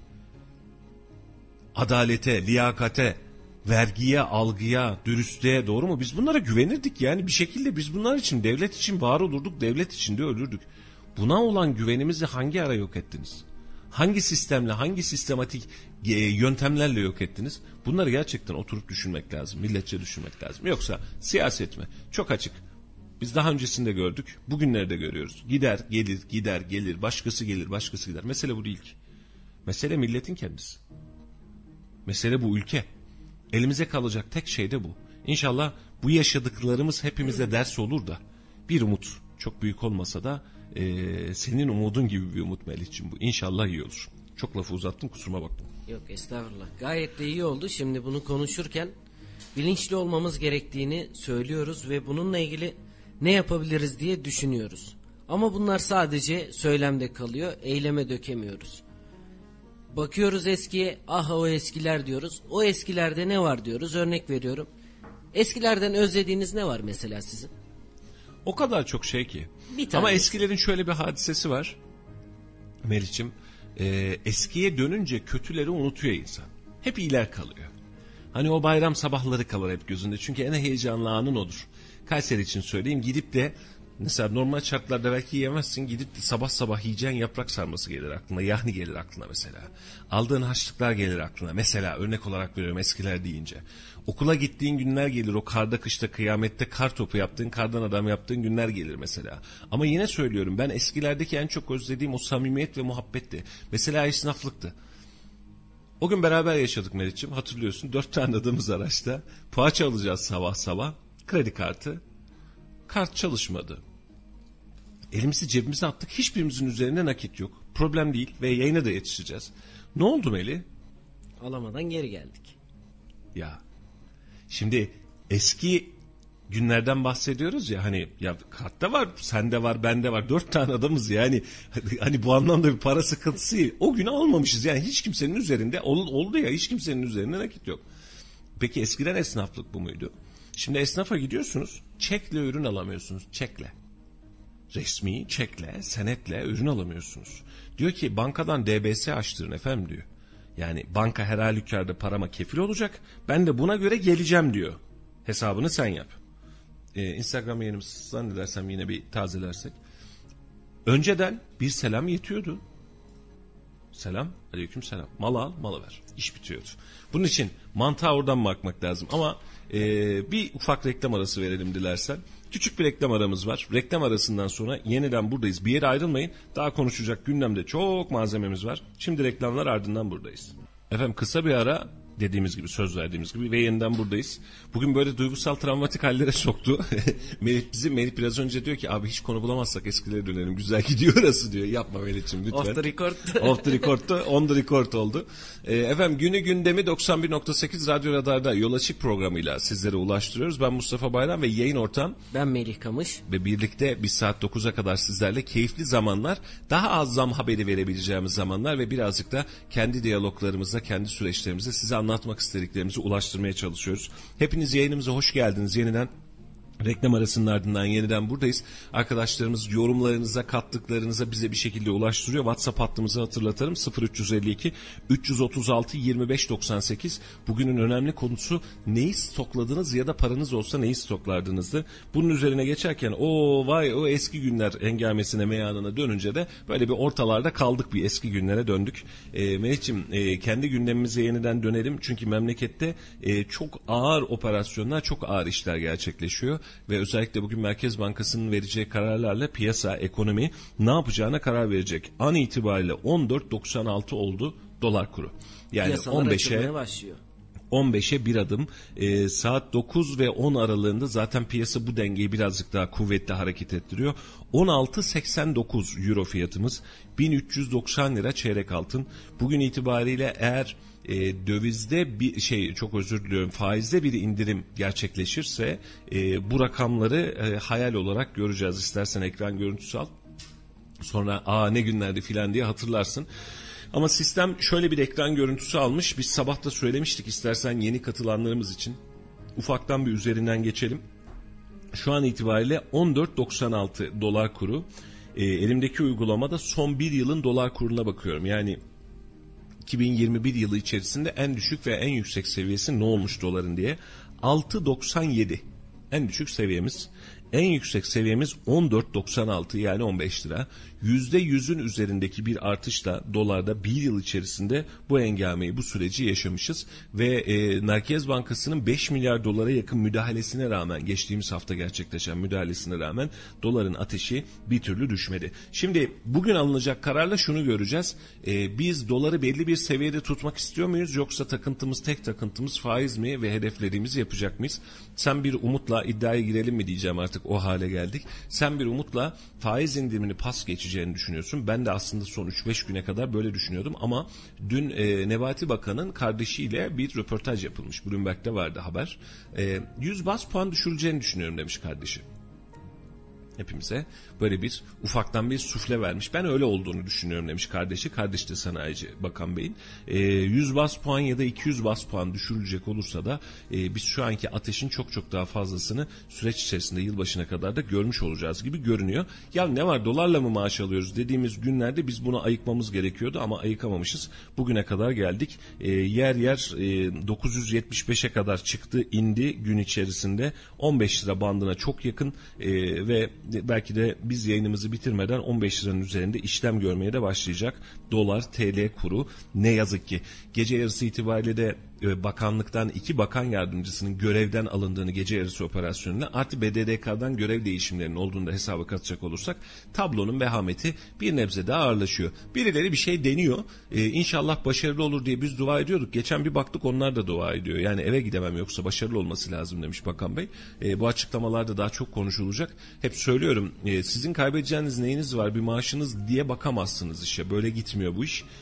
Adalete, liyakate, vergiye, algıya, dürüstlüğe, doğru mu? Biz bunlara güvenirdik yani, bir şekilde biz bunlar için, devlet için var olurduk, devlet içinde ölürdük. Buna olan güvenimizi hangi ara yok ettiniz? Hangi sistemle, hangi sistematik yöntemlerle yok ettiniz? Bunları gerçekten oturup düşünmek lazım, milletçe düşünmek lazım. Yoksa siyaset mi? Çok açık. Biz daha öncesinde gördük, bugünlerde görüyoruz. Gider, gelir, gider, gelir, başkası gelir, başkası gider. Mesele bu değil ki. Mesele milletin kendisi. Mesele bu ülke. Elimize kalacak tek şey de bu. İnşallah bu yaşadıklarımız hepimize ders olur da bir umut, çok büyük olmasa da senin umudun gibi bir umut Melih'ciğim bu. İnşallah iyi olur. Çok lafı uzattım, kusuruma bakma. Yok estağfurullah. Gayet de iyi oldu. Şimdi bunu konuşurken bilinçli olmamız gerektiğini söylüyoruz ve bununla ilgili ne yapabiliriz diye düşünüyoruz. Ama bunlar sadece söylemde kalıyor, eyleme dökemiyoruz. Bakıyoruz eskiye, aha o eskiler diyoruz. O eskilerde ne var diyoruz. Örnek veriyorum. Eskilerden özlediğiniz ne var mesela sizin? O kadar çok şey ki. Bir ama eskilerin şöyle bir hadisesi var Melih'ciğim. Eskiye dönünce kötüleri unutuyor insan. Hep iyiler kalıyor. Hani o bayram sabahları kalır hep gözünde. Çünkü en heyecanlı anın odur. Kayseri için söyleyeyim, gidip de mesela normal şartlarda belki yiyemezsin, gidip de sabah sabah yiyeceğin yaprak sarması gelir aklına, yahni gelir aklına mesela. Aldığın harçlıklar gelir aklına mesela, örnek olarak veriyorum eskiler deyince. Okula gittiğin günler gelir, o karda kışta kıyamette kar topu yaptığın, kardan adam yaptığın günler gelir mesela. Ama yine söylüyorum, ben eskilerdeki en çok özlediğim o samimiyet ve muhabbetti. Mesela esnaflıktı. O gün beraber yaşadık Meriç'ciğim, hatırlıyorsun, 4 tane adamız araçta, poğaça alacağız sabah sabah, kredi kartı. Kart çalışmadı. Elimizi cebimize attık. Hiçbirimizin üzerinde nakit yok. Problem değil ve yayına da yetişeceğiz. Ne oldu Melih? Alamadan geri geldik. Ya şimdi eski günlerden bahsediyoruz ya, hani ya kartta var, sende var, bende var. 4 tane adamız yani. Hani bu anlamda bir para sıkıntısı. O günü almamışız yani, hiç kimsenin üzerinde oldu ya, hiç kimsenin üzerinde nakit yok. Peki eskiden esnaflık bu muydu? Şimdi esnafa gidiyorsunuz, çekle ürün alamıyorsunuz, çekle. Resmi çekle, senetle ürün alamıyorsunuz. Diyor ki bankadan DBS açtırın efendim diyor. Yani banka her halükarda parama kefil olacak, ben de buna göre geleceğim diyor. Hesabını sen yap. Instagram yayınımız zannedersem yine bir tazelersek. Önceden bir selam yetiyordu. Selam, aleyküm selam. Mal al, malı ver. İş bitiyordu. Bunun için mantığa oradan bakmak lazım. Ama bir ufak reklam arası verelim dilersen. Küçük bir reklam aramız var. Reklam arasından sonra yeniden buradayız. Bir yere ayrılmayın. Daha konuşacak gündemde çok malzememiz var. Şimdi reklamlar, ardından buradayız. Efendim kısa bir ara, dediğimiz gibi, söz verdiğimiz gibi, ve yeniden buradayız. Bugün böyle duygusal travmatik hallere soktu. Melih biraz önce diyor ki abi hiç konu bulamazsak eskilere dönelim, güzel gidiyor orası diyor. Yapma Melih'ciğim lütfen. Off the record. Off the record'tu, on the record oldu. Efendim günü gündemi 91.8 Radyo Radar'da Yol Açık programıyla sizlere ulaştırıyoruz. Ben Mustafa Bayram ve yayın ortağım. Ben Melih Kamış. Ve birlikte biz saat 9'a kadar sizlerle keyifli zamanlar, daha az zam haberi verebileceğimiz zamanlar ve birazcık da kendi diyaloglarımızda, kendi süreçlerimizde size anlatmak istediklerimizi ulaştırmaya çalışıyoruz. Hepiniz yayınımıza hoş geldiniz yeniden. Reklam arasının ardından yeniden buradayız. Arkadaşlarımız yorumlarınıza, kattıklarınıza bize bir şekilde ulaştırıyor. WhatsApp hattımızı hatırlatalım. 0352 336 25 98. Bugünün önemli konusu neyi stokladınız ya da paranız olsa neyi stoklardınızdı? Bunun üzerine geçerken o eski günler hengamesine, meyanına dönünce de böyle bir ortalarda kaldık, bir eski günlere döndük. Melih'ciğim kendi gündemimize yeniden dönelim. Çünkü memlekette çok ağır operasyonlar, çok ağır işler gerçekleşiyor. Ve özellikle bugün Merkez Bankası'nın vereceği kararlarla piyasa, ekonomi ne yapacağına karar verecek. An itibariyle 14.96 oldu dolar kuru. Yani piyasalar açılmaya başlıyor. 15'e bir adım. Saat 9 ve 10 aralığında zaten piyasa bu dengeyi birazcık daha kuvvetli hareket ettiriyor. 16.89 euro fiyatımız, 1390 lira çeyrek altın. Bugün itibariyle eğer dövizde çok özür diliyorum, faizde bir indirim gerçekleşirse bu rakamları hayal olarak göreceğiz. İstersen ekran görüntüsü al. Sonra ne günlerdi filan diye hatırlarsın. Ama sistem şöyle bir ekran görüntüsü almış. Biz sabah da söylemiştik, istersen yeni katılanlarımız için ufaktan bir üzerinden geçelim. Şu an itibariyle 14.96 dolar kuru. Elimdeki uygulamada son bir yılın dolar kuruna bakıyorum. Yani 2021 yılı içerisinde en düşük ve en yüksek seviyesi ne olmuş doların diye. 6.97 en düşük seviyemiz. En yüksek seviyemiz 14.96, yani 15 lira. %100'ün üzerindeki bir artışla dolarda bir yıl içerisinde bu engameyi, bu süreci yaşamışız. Ve Merkez Bankası'nın 5 milyar dolara yakın müdahalesine rağmen, geçtiğimiz hafta gerçekleşen müdahalesine rağmen doların ateşi bir türlü düşmedi. Şimdi bugün alınacak kararla şunu göreceğiz. Biz doları belli bir seviyede tutmak istiyor muyuz, yoksa tek takıntımız faiz mi ve hedeflerimizi yapacak mıyız? Sen bir umutla iddiaya girelim mi diyeceğim, artık o hale geldik. Sen bir umutla faiz indirimini pas geçeceğini düşünüyorsun. Ben de aslında son 3-5 güne kadar böyle düşünüyordum ama dün Nebati Bakan'ın kardeşiyle bir röportaj yapılmış. Bloomberg'de vardı haber. 100 bas puan düşürüleceğini düşünüyorum demiş kardeşi. Hepimize böyle bir ufaktan bir sufle vermiş. Ben öyle olduğunu düşünüyorum demiş kardeşi. Kardeş de sanayici Bakan Bey'in. 100 bas puan ya da 200 bas puan düşürülecek olursa da biz şu anki ateşin çok daha fazlasını süreç içerisinde yılbaşına kadar da görmüş olacağız gibi görünüyor. Ya ne var, dolarla mı maaş alıyoruz dediğimiz günlerde biz bunu ayıkmamız gerekiyordu ama ayıkamamışız. Bugüne kadar geldik. Yer 975'e kadar çıktı, indi gün içerisinde. 15 lira bandına çok yakın ve belki de biz yayınımızı bitirmeden 15 liranın üzerinde işlem görmeye de başlayacak dolar TL kuru. Ne yazık ki gece yarısı itibariyle de bakanlıktan 2 bakan yardımcısının görevden alındığını, gece yarısı operasyonuna artı BDDK'dan görev değişimlerinin olduğunu da hesaba katacak olursak tablonun vehameti bir nebze daha ağırlaşıyor. Birileri bir şey deniyor. İnşallah başarılı olur diye biz dua ediyorduk. Geçen bir baktık onlar da dua ediyor. Yani eve gidemem, yoksa başarılı olması lazım demiş Bakan Bey. Bu açıklamalarda daha çok konuşulacak. Hep söylüyorum, sizin kaybedeceğiniz neyiniz var, bir maaşınız diye bakamazsınız işe. Böyle gitmiyor bu iş.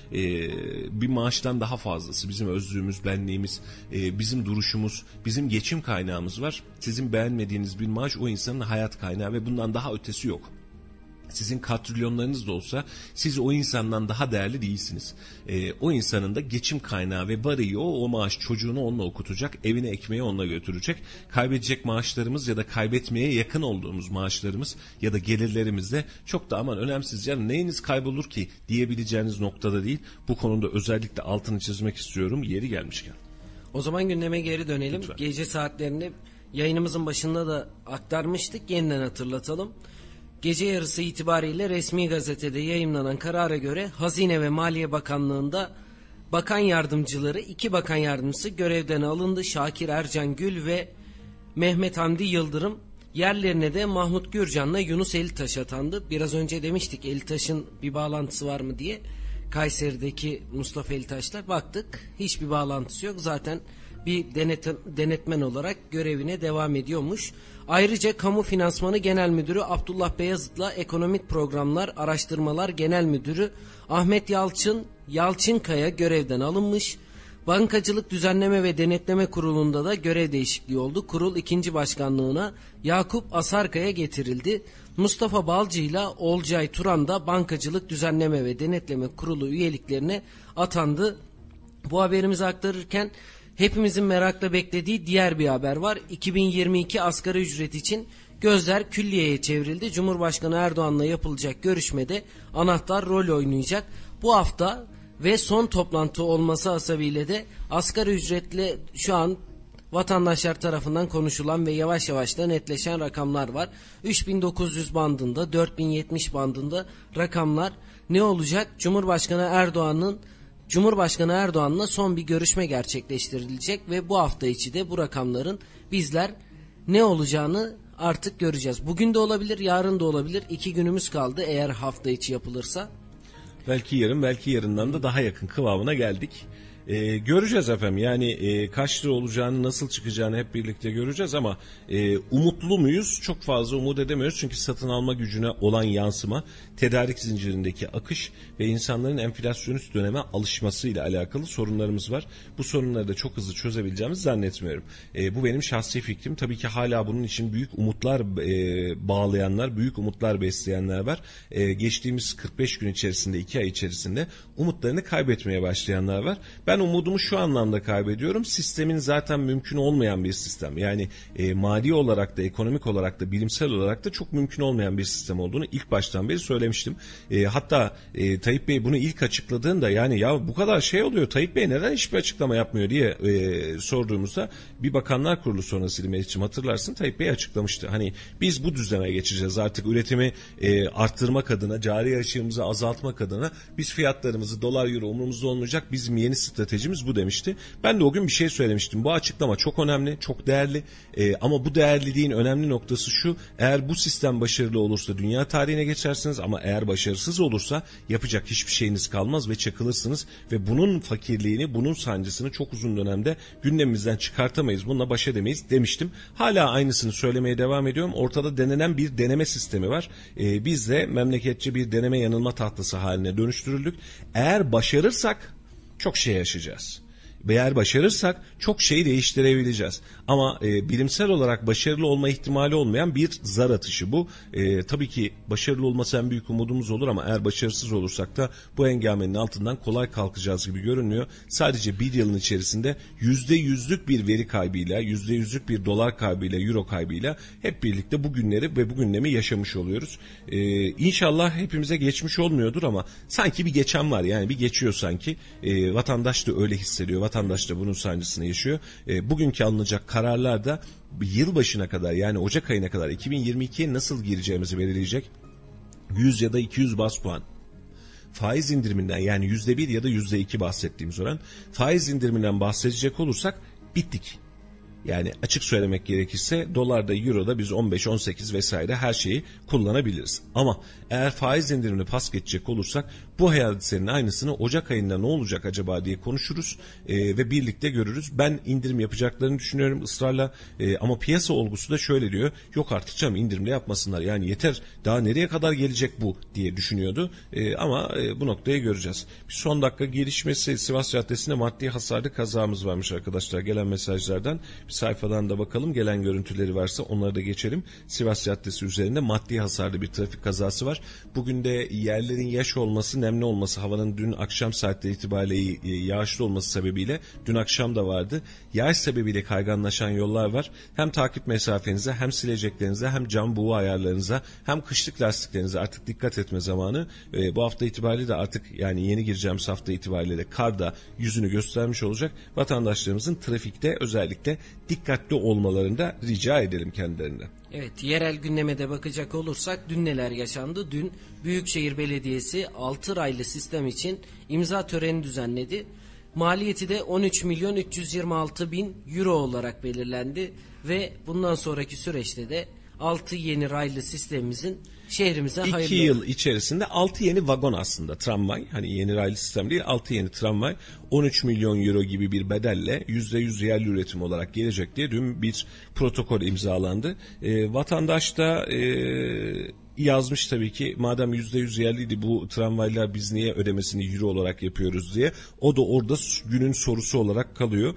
Bir maaştan daha fazlası bizim özlüğümüz, benliğimiz, bizim duruşumuz, bizim geçim kaynağımız var. Sizin beğenmediğiniz bir maaş o insanın hayat kaynağı ve bundan daha ötesi yok. Sizin katrilyonlarınız da olsa siz o insandan daha değerli değilsiniz. O insanın da geçim kaynağı ve varıyor o maaş, çocuğunu onunla okutacak, evine ekmeği onunla götürecek. Kaybedecek maaşlarımız ya da kaybetmeye yakın olduğumuz maaşlarımız ya da gelirlerimiz de çok da aman önemsiz, yani neyiniz kaybolur ki diyebileceğiniz noktada değil. Bu konuda özellikle altını çizmek istiyorum yeri gelmişken. O zaman gündeme geri dönelim. Lütfen. Gece saatlerinde yayınımızın başında da aktarmıştık, yeniden hatırlatalım. Gece yarısı itibariyle resmi gazetede yayımlanan karara göre Hazine ve Maliye Bakanlığı'nda bakan yardımcıları, 2 bakan yardımcısı görevden alındı. Şakir Ercan Gül ve Mehmet Hamdi Yıldırım. Yerlerine de Mahmut Gürcan'la Yunus Elitaş atandı. Biraz önce demiştik Elitaş'ın bir bağlantısı var mı diye. Kayseri'deki Mustafa Elitaş'la baktık. Hiçbir bağlantısı yok. Zaten bir denetmen olarak görevine devam ediyormuş. Ayrıca Kamu Finansmanı Genel Müdürü Abdullah Beyazıt'la Ekonomik Programlar Araştırmalar Genel Müdürü Ahmet Yalçınkaya görevden alınmış. Bankacılık Düzenleme ve Denetleme Kurulu'nda da görev değişikliği oldu. Kurul 2. başkanlığına Yakup Asarkaya getirildi. Mustafa Balcı ile Olcay Turan da Bankacılık Düzenleme ve Denetleme Kurulu üyeliklerine atandı. Bu haberimizi aktarırken hepimizin merakla beklediği diğer bir haber var. 2022 asgari ücret için gözler külliyeye çevrildi. Cumhurbaşkanı Erdoğan'la yapılacak görüşmede anahtar rol oynayacak. Bu hafta ve son toplantı olması hasebiyle de asgari ücretle şu an vatandaşlar tarafından konuşulan ve yavaş yavaş da netleşen rakamlar var. 3900 bandında, 4070 bandında rakamlar ne olacak? Cumhurbaşkanı Erdoğan'la son bir görüşme gerçekleştirilecek ve bu hafta içi de bu rakamların bizler ne olacağını artık göreceğiz. Bugün de olabilir, yarın da olabilir. 2 günümüz kaldı eğer hafta içi yapılırsa. Belki yarın, belki yarından da daha yakın kıvamına geldik. Göreceğiz efendim. Yani kaç lira olacağını, nasıl çıkacağını hep birlikte göreceğiz ama umutlu muyuz? Çok fazla umut edemiyoruz. Çünkü satın alma gücüne olan yansıma, tedarik zincirindeki akış ve insanların enflasyonist döneme alışmasıyla alakalı sorunlarımız var. Bu sorunları da çok hızlı çözebileceğimizi zannetmiyorum. Bu benim şahsi fikrim. Tabii ki hala bunun için büyük umutlar bağlayanlar, büyük umutlar besleyenler var. Geçtiğimiz 45 gün içerisinde, 2 ay içerisinde umutlarını kaybetmeye başlayanlar var. Ben umudumu şu anlamda kaybediyorum. Sistemin zaten mümkün olmayan bir sistem. Yani mali olarak da, ekonomik olarak da, bilimsel olarak da çok mümkün olmayan bir sistem olduğunu ilk baştan beri söylemiştim. Hatta Tayyip Bey bunu ilk açıkladığında, yani ya bu kadar şey oluyor, Tayyip Bey neden hiçbir açıklama yapmıyor diye sorduğumuzda, bir Bakanlar Kurulu sonrası Melih'ciğim hatırlarsın, Tayyip Bey açıklamıştı. Hani biz bu düzene geçeceğiz artık, üretimi arttırmak adına, cari açığımızı azaltmak adına biz fiyatlarımızı, dolar euro umurumuzda olmayacak, bizim yeni stratejimiz bu demişti. Ben de o gün bir şey söylemiştim. Bu açıklama çok önemli, çok değerli ama bu değerliliğin önemli noktası şu: eğer bu sistem başarılı olursa dünya tarihine geçersiniz ama eğer başarısız olursa yapacak hiçbir şeyiniz kalmaz ve çakılırsınız ve bunun fakirliğini, bunun sancısını çok uzun dönemde gündemimizden çıkartamayız, bununla baş edemeyiz demiştim. Hala aynısını söylemeye devam ediyorum. Ortada denenen bir deneme sistemi var. Biz de memleketçe bir deneme yanılma tahtası haline dönüştürüldük. Eğer başarırsak çok şey yaşayacağız. Eğer başarırsak çok şeyi değiştirebileceğiz. Ama bilimsel olarak başarılı olma ihtimali olmayan bir zar atışı bu. Tabii ki başarılı olması en büyük umudumuz olur ama eğer başarısız olursak da bu hengamenin altından kolay kalkacağız gibi görünmüyor. Sadece bir yılın içerisinde %100'lük bir veri kaybıyla, %100'lük bir dolar kaybıyla, euro kaybıyla hep birlikte bu günleri ve bu gündemi yaşamış oluyoruz. İnşallah hepimize geçmiş olmuyordur ama sanki bir geçen var, yani bir geçiyor sanki. Vatandaş da öyle hissediyor. Vatandaş da bunun sancısını yaşıyor. Bugünkü alınacak kararlar da yılbaşına kadar, yani Ocak ayına kadar 2022'ye nasıl gireceğimizi belirleyecek. 100 ya da 200 bas puan faiz indiriminden, yani %1 ya da %2 bahsettiğimiz oran faiz indiriminden bahsedecek olursak bittik. Yani açık söylemek gerekirse dolarda, euroda biz 15, 18 vesaire her şeyi kullanabiliriz. Ama eğer faiz indirimini pas geçecek olursak bu hadisenin aynısını Ocak ayında ne olacak acaba diye konuşuruz ve birlikte görürüz. Ben indirim yapacaklarını düşünüyorum ısrarla ama piyasa olgusu da şöyle diyor: yok artık canım, indirimle yapmasınlar, yani yeter, daha nereye kadar gelecek bu diye düşünüyordu ama bu noktayı göreceğiz. Bir son dakika gelişmesi: Sivas Caddesi'nde maddi hasarlı kazamız varmış arkadaşlar, gelen mesajlardan. Bir sayfadan da bakalım, gelen görüntüleri varsa onları da geçelim. Sivas Caddesi üzerinde maddi hasarlı bir trafik kazası var. Bugün de yerlerin yaş olması, nemli olması, havanın dün akşam saatleri itibariyle yağışlı olması sebebiyle, dün akşam da vardı, yağış sebebiyle kayganlaşan yollar var. Hem takip mesafenize, hem sileceklerinize, hem cam buğu ayarlarınıza, hem kışlık lastiklerinize artık dikkat etme zamanı. Bu hafta itibariyle de artık, yani yeni gireceğimiz hafta itibariyle de kar da yüzünü göstermiş olacak. Vatandaşlarımızın trafikte özellikle dikkatli olmalarını da rica edelim kendilerinden. Evet, yerel gündeme de bakacak olursak dün neler yaşandı? Dün Büyükşehir Belediyesi 6 raylı sistem için imza töreni düzenledi. Maliyeti de 13.326.000 euro olarak belirlendi ve bundan sonraki süreçte de 6 yeni raylı sistemimizin şehrimize hayırlı. 2 yıl içerisinde 6 yeni vagon, aslında tramvay, hani yeni raylı sistem değil, 6 yeni tramvay 13 milyon euro gibi bir bedelle %100 yerli üretim olarak gelecek diye dün bir protokol imzalandı. Vatandaş da yazmış tabii ki, madem %100 yerliydi bu tramvaylar, biz niye ödemesini euro olarak yapıyoruz diye. O da orada günün sorusu olarak kalıyor.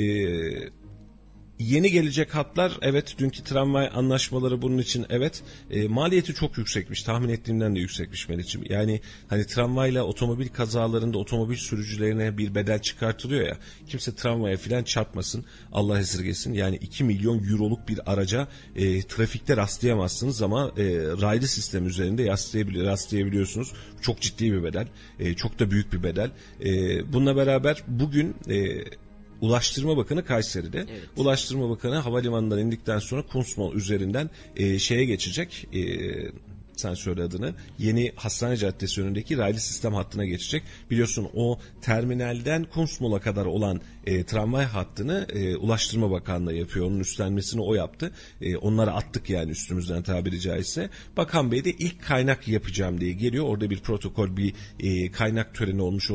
Yeni gelecek hatlar, evet, dünkü tramvay anlaşmaları bunun için, evet, maliyeti çok yüksekmiş, tahmin ettiğimden de yüksekmiş Melih'ciğim. Yani hani tramvayla otomobil kazalarında otomobil sürücülerine bir bedel çıkartılıyor ya, kimse tramvaya filan çarpmasın, Allah esirgesin. Yani 2 milyon euroluk bir araca trafikte rastlayamazsınız ama raylı sistem üzerinde rastlayabiliyorsunuz. Çok ciddi bir bedel, çok da büyük bir bedel. Bununla beraber bugün Ulaştırma Bakanı Kayseri'de. Evet. Ulaştırma Bakanı havalimanından indikten sonra Kunstmol üzerinden şeye geçecek. Sen söyle adını. Yeni Hastane Caddesi önündeki raylı sistem hattına geçecek. Biliyorsun o terminalden Kunstmol'a kadar olan tramvay hattını Ulaştırma Bakanlığı yapıyor. Onun üstlenmesini o yaptı. Onları attık yani üstümüzden tabiri caizse. Bakan Bey de ilk kaynak yapacağım diye geliyor. Orada bir protokol, bir kaynak töreni olmuş olacak.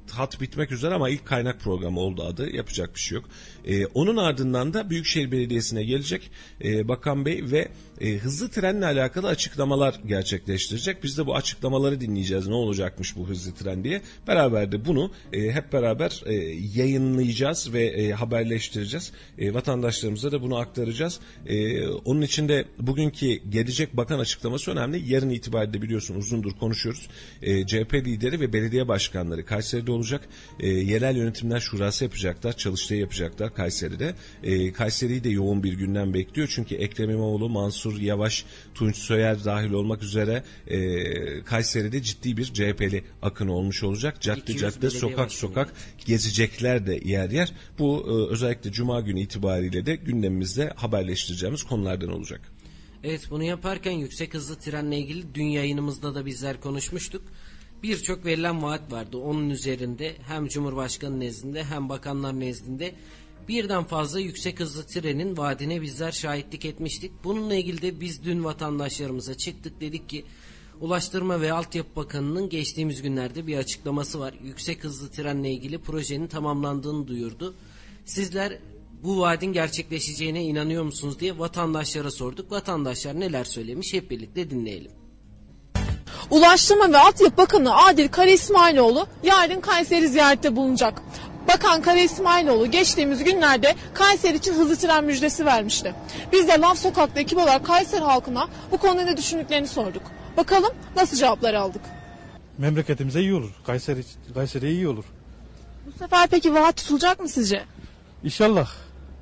hat bitmek üzere ama ilk kaynak programı oldu adı. Yapacak bir şey yok. Onun ardından da Büyükşehir Belediyesi'ne gelecek Bakan Bey ve hızlı trenle alakalı açıklamalar gerçekleştirecek. Biz de bu açıklamaları dinleyeceğiz. Ne olacakmış bu hızlı tren diye. Beraber de bunu hep beraber yayınlayacağız ve haberleştireceğiz. Vatandaşlarımıza da bunu aktaracağız. Onun için de bugünkü gelecek bakan açıklaması önemli. Yarın itibariyle biliyorsun uzundur konuşuyoruz. CHP lideri ve belediye başkanları Kayseri'de olacak. Yerel Yönetimler Şurası yapacaklar. Çalıştay yapacaklar Kayseri'de. Kayseri'yi de yoğun bir gündem bekliyor. Çünkü Ekrem İmamoğlu, Mansur Yavaş, Tunç Soyer dahil olmak üzere Kayseri'de ciddi bir CHP'li akını olmuş olacak. Cadde, sokak gezecekler de yer yer. Bu özellikle Cuma günü itibariyle de gündemimizde haberleştireceğimiz konulardan olacak. Evet, bunu yaparken yüksek hızlı trenle ilgili dün yayınımızda da bizler konuşmuştuk. Birçok verilen vaat vardı. Onun üzerinde hem Cumhurbaşkanı nezdinde hem bakanlar nezdinde birden fazla yüksek hızlı trenin vaadine bizler şahitlik etmiştik. Bununla ilgili de biz dün vatandaşlarımıza çıktık, dedik ki Ulaştırma ve Altyapı Bakanı'nın geçtiğimiz günlerde bir açıklaması var. Yüksek hızlı trenle ilgili projenin tamamlandığını duyurdu. Sizler bu vaadin gerçekleşeceğine inanıyor musunuz diye vatandaşlara sorduk. Vatandaşlar neler söylemiş hep birlikte dinleyelim. Ulaştırma ve Altyapı Bakanı Adil Kara İsmailoğlu yarın Kayseri ziyarette bulunacak. Bakan Kara İsmailoğlu geçtiğimiz günlerde Kayseri için hızlı tren müjdesi vermişti. Biz de Laf Sokak'ta ekip olarak Kayseri halkına bu konuda ne düşündüklerini sorduk. Bakalım nasıl cevaplar aldık. Memleketimize iyi olur. Kayseri'ye iyi olur. Bu sefer peki vaat tutulacak mı sizce? İnşallah.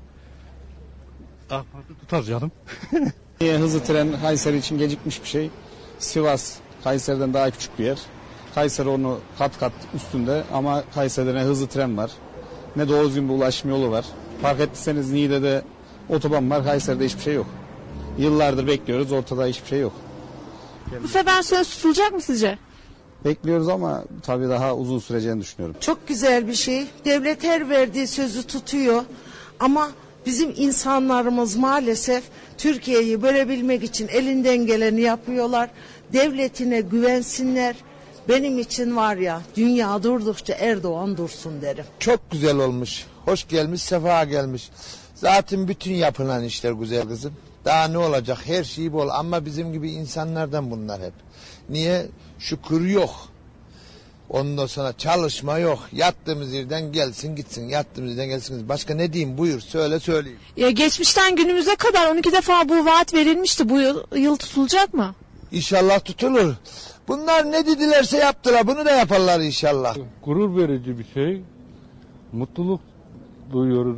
Tutar canım. Hızlı tren Kayseri için gecikmiş bir şey. Sivas Kayseri'den daha küçük bir yer. Kayseri onu kat kat üstünde ama Kayseri'de ne hızlı tren var ne doğru düzgün bir ulaşım yolu var. Fark ettiyseniz Niğde'de otoban var, Kayseri'de hiçbir şey yok. Yıllardır bekliyoruz, ortada hiçbir şey yok. Bu sefer söz tutulacak mı sizce? Bekliyoruz ama tabii daha uzun süreceğini düşünüyorum. Çok güzel bir şey. Devlet her verdiği sözü tutuyor. Ama bizim insanlarımız maalesef Türkiye'yi bölebilmek için elinden geleni yapıyorlar. Devletine güvensinler. Benim için var ya, dünya durdukça Erdoğan dursun derim. Çok güzel olmuş. Hoş gelmiş, sefa gelmiş. Zaten bütün yapılan işler güzel kızım. Daha ne olacak? Her şey bol ama bizim gibi insanlardan bunlar hep. Niye? Şükür yok. Ondan sonra çalışma yok. Yattığımız yerden gelsin gitsin. Yattığımız yerden gelsin gitsin. Başka ne diyeyim? Buyur söyleyeyim. Ya geçmişten günümüze kadar 12 defa bu vaat verilmişti. Bu yıl tutulacak mı? İnşallah tutulur. Bunlar ne dedilerse yaptılar. Bunu da yaparlar inşallah. Gurur verici bir şey. Mutluluk duyuyoruz.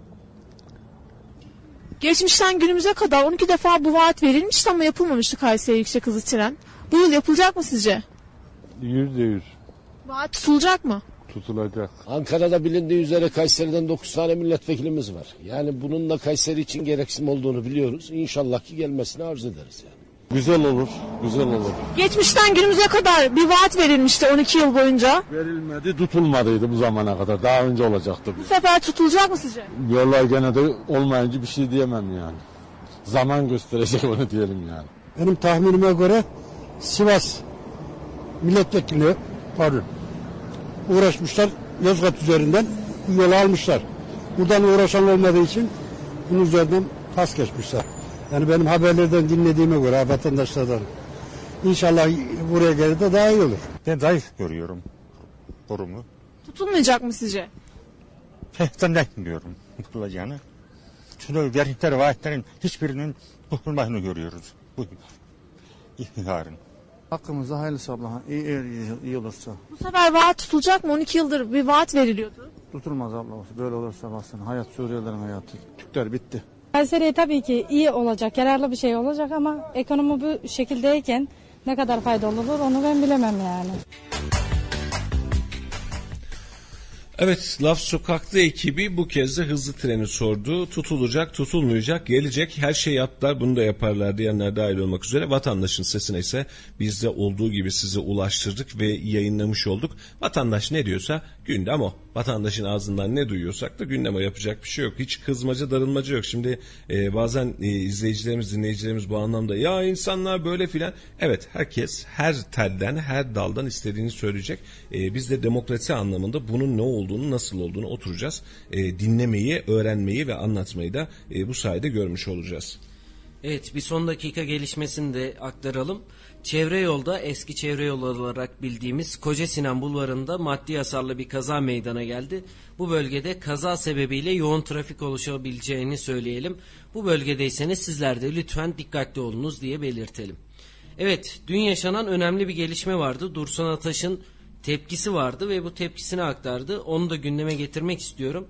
Geçmişten günümüze kadar 12 defa bu vaat verilmişti ama yapılmamıştı Kayseri yüksek hızlı tren. Bu yıl yapılacak mı sizce? %100 Vaat tutulacak mı? tutulacak. Ankara'da bilindiği üzere Kayseri'den 9 tane milletvekilimiz var. Yani bunun da Kayseri için gereksinim olduğunu biliyoruz. İnşallah ki gelmesini arzu ederiz yani. Güzel olur, güzel olur. Geçmişten günümüze kadar bir vaat verilmişti 12 yıl boyunca. Verilmedi, tutulmadıydı bu zamana kadar. Daha önce olacaktı. Bu sefer tutulacak mı sizce? Yollar gene de olmayınca bir şey diyemem yani. Zaman gösterecek onu diyelim yani. Benim tahminime göre Sivas milletvekili uğraşmışlar Yozgat üzerinden bu yolu almışlar. Buradan uğraşan olmadığı için bunun üzerinden pas geçmişler. Yani benim haberlerden dinlediğime göre vatandaşlardan İnşallah buraya gelir de daha iyi olur. Ben zayıf görüyorum durumu. Tutulmayacak mı sizce? Zannetmiyorum tutulacağını. Çünkü verdikleri vaatlerin hiçbirinin tutulmasını görüyoruz. Bu yarın. Hakkımızda hayırlısı abla. İyi olursa. Bu sefer vaat tutulacak mı? 12 yıldır bir vaat veriliyordu. Tutulmaz abla. Böyle olursa baksana. Hayat Suriyelilerin hayatı. Türkler bitti. Kayseri'ye tabii ki iyi olacak, yararlı bir şey olacak ama ekonomi bu şekildeyken ne kadar faydalı olur onu ben bilemem yani. Evet, Laf Sokak'ta ekibi bu kez de hızlı treni sordu. Tutulacak, tutulmayacak, gelecek, her şey yaptılar, bunu da yaparlar diyenler dahil olmak üzere. Vatandaşın sesine ise biz de olduğu gibi size ulaştırdık ve yayınlamış olduk. Vatandaş ne diyorsa gündem o. Vatandaşın ağzından ne duyuyorsak da gündeme, yapacak bir şey yok. Hiç kızmaca, darılmaca yok. Şimdi bazen izleyicilerimiz, dinleyicilerimiz bu anlamda ya insanlar böyle filan. Evet, herkes her telden, her daldan istediğini söyleyecek. Biz de demokrasi anlamında bunun ne olduğunu, nasıl olduğunu oturacağız. Dinlemeyi, öğrenmeyi ve anlatmayı da bu sayede görmüş olacağız. Evet, bir son dakika gelişmesini de aktaralım. Çevre yolda, eski çevre yolu olarak bildiğimiz Koca Sinan Bulvarı'nda maddi hasarlı bir kaza meydana geldi. Bu bölgede kaza sebebiyle yoğun trafik oluşabileceğini söyleyelim. Bu bölgedeyseniz sizler de lütfen dikkatli olunuz diye belirtelim. Evet, dün yaşanan önemli bir gelişme vardı. Dursun Ataş'ın tepkisi vardı ve bu tepkisini aktardı. Onu da gündeme getirmek istiyorum.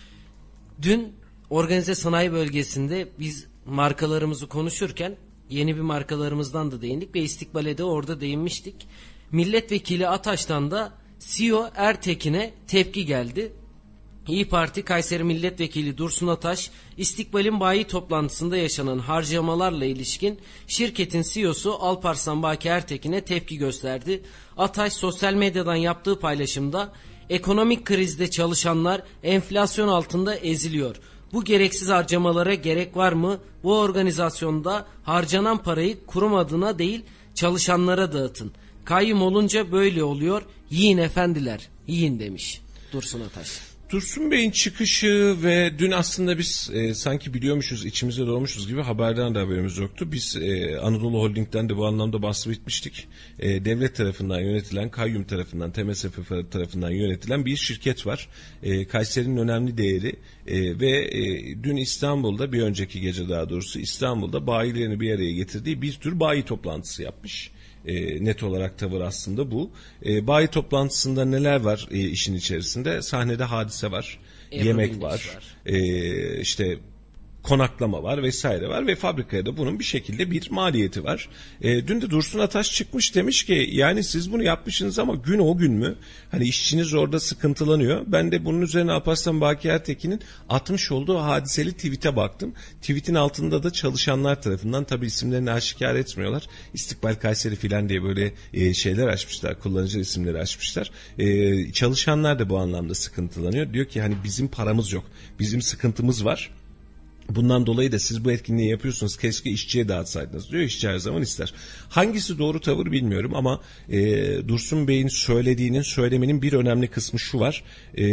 Dün organize sanayi bölgesinde biz markalarımızı konuşurken yeni bir markalarımızdan da değindik ve İstikbal'e de orada değinmiştik. Milletvekili Ataş'tan da CEO Ertekin'e tepki geldi. İYİ Parti Kayseri Milletvekili Dursun Ataş, İstikbal'in bayi toplantısında yaşanan harcamalarla ilişkin şirketin CEO'su Alparslan Baki Ertekin'e tepki gösterdi. Ataş sosyal medyadan yaptığı paylaşımda ekonomik krizde çalışanlar enflasyon altında eziliyor. Bu gereksiz harcamalara gerek var mı? Bu organizasyonda harcanan parayı kurum adına değil çalışanlara dağıtın. Kayyum olunca böyle oluyor. Yiyin efendiler, yiyin demiş Dursun Ataş. Dursun Bey'in çıkışı ve dün aslında biz sanki biliyormuşuz, içimize doğmuşuz gibi haberden de haberimiz yoktu. Biz Anadolu Holding'den de bu anlamda bahsi bitmiştik. Devlet tarafından yönetilen, kayyum tarafından, TMSF tarafından yönetilen bir şirket var. Kayseri'nin önemli değeri ve dün İstanbul'da, bir önceki gece daha doğrusu İstanbul'da bayilerini bir araya getirdiği bir tür bayi toplantısı yapmış. Net olarak tavır aslında bu. Bayi toplantısında neler var işin içerisinde? Sahnede hadise var, yemek var, işte konaklama var vesaire var ve fabrikaya da bunun bir şekilde bir maliyeti var. Dün de Dursun Ataş çıkmış, demiş ki yani siz bunu yapmışsınız ama gün o gün mü? Hani işçiniz orada sıkıntılanıyor. Ben de bunun üzerine Alparslan Baki Ertekin'in atmış olduğu hadiseli tweet'e baktım. Tweet'in altında da çalışanlar tarafından, tabii isimlerini aşikar etmiyorlar. İstikbal Kayseri filan diye böyle şeyler açmışlar, kullanıcı isimleri açmışlar. Çalışanlar da bu anlamda sıkıntılanıyor. Diyor ki hani bizim paramız yok, bizim sıkıntımız var. Bundan dolayı da siz bu etkinliği yapıyorsunuz, keşke işçiye dağıtsaydınız diyor. İşçi her zaman ister. Hangisi doğru tavır bilmiyorum ama Dursun Bey'in söylemenin bir önemli kısmı şu var.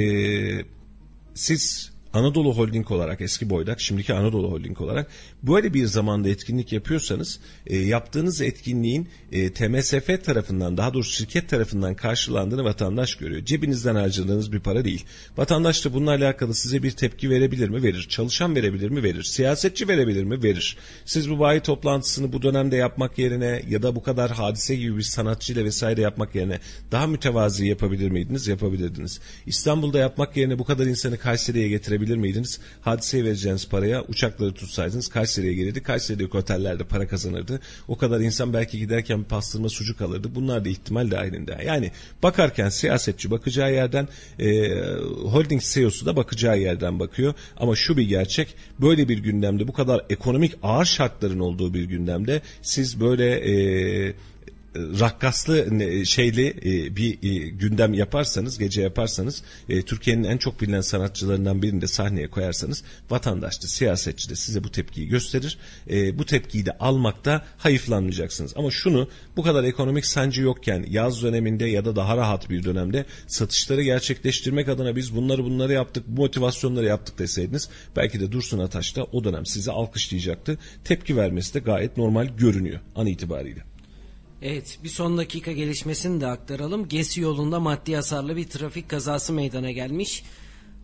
Siz Anadolu Holding olarak, eski Boydak, şimdiki Anadolu Holding olarak böyle bir zamanda etkinlik yapıyorsanız yaptığınız etkinliğin TMSF tarafından, daha doğrusu şirket tarafından karşılandığını vatandaş görüyor. Cebinizden harcadığınız bir para değil. Vatandaş da bununla alakalı size bir tepki verebilir mi? Verir. Çalışan verebilir mi? Verir. Siyasetçi verebilir mi? Verir. Siz bu bayi toplantısını bu dönemde yapmak yerine ya da bu kadar hadise gibi bir sanatçıyla vesaire yapmak yerine daha mütevazi yapabilir miydiniz? Yapabilirdiniz. İstanbul'da yapmak yerine bu kadar insanı Kayseri'ye getirebilir miydiniz? Hadiseye vereceğiniz paraya uçakları tutsaydınız Kayseri'ye gelirdi. Kayseri'deki otellerde para kazanırdı. O kadar insan belki giderken bir pastırma sucuk alırdı. Bunlar da ihtimal dahilinde. Yani bakarken siyasetçi bakacağı yerden, holding CEO'su da bakacağı yerden bakıyor. Ama şu bir gerçek, böyle bir gündemde, bu kadar ekonomik ağır şartların olduğu bir gündemde siz böyle rakkaslı bir gündem yaparsanız, gece yaparsanız, Türkiye'nin en çok bilinen sanatçılarından birini de sahneye koyarsanız, vatandaş da siyasetçi de size bu tepkiyi gösterir. Bu tepkiyi de almakta hayıflanmayacaksınız. Ama şunu, bu kadar ekonomik sancı yokken, yaz döneminde ya da daha rahat bir dönemde satışları gerçekleştirmek adına biz bunları yaptık, bu motivasyonları yaptık deseydiniz, belki de Dursun Ataş da o dönem sizi alkışlayacaktı. Tepki vermesi de gayet normal görünüyor an itibariyle. Evet, bir son dakika gelişmesini de aktaralım. Gezi yolunda maddi hasarlı bir trafik kazası meydana gelmiş.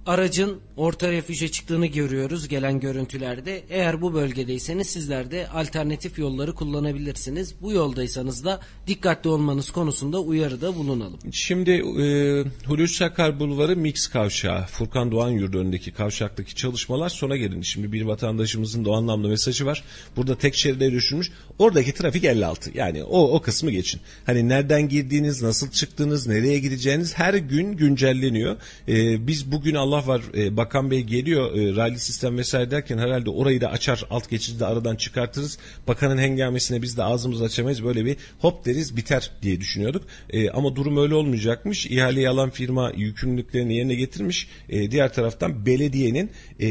aracın orta refüje çıktığını görüyoruz gelen görüntülerde. Eğer bu bölgedeyseniz sizler de alternatif yolları kullanabilirsiniz. Bu yoldaysanız da dikkatli olmanız konusunda uyarıda bulunalım. Şimdi Hulusi Akar Bulvarı Mix Kavşağı, Furkan Doğan Yurdu önündeki kavşaktaki çalışmalar sona geldi. Şimdi bir vatandaşımızın da o anlamda mesajı var. Burada tek şeride düşürmüş. Oradaki trafik 56. Yani o kısmı geçin. Hani nereden girdiğiniz, nasıl çıktığınız, nereye gideceğiniz her gün güncelleniyor. Biz bugün Allah var Bakan Bey geliyor raylı sistem vesaire derken herhalde orayı da açar, alt geçidi de aradan çıkartırız. Bakanın hengamesine biz de ağzımızı açamayız, böyle bir hop deriz biter diye düşünüyorduk. Ama durum öyle olmayacakmış. İhaleyi alan firma yükümlülüklerini yerine getirmiş. Diğer taraftan belediyenin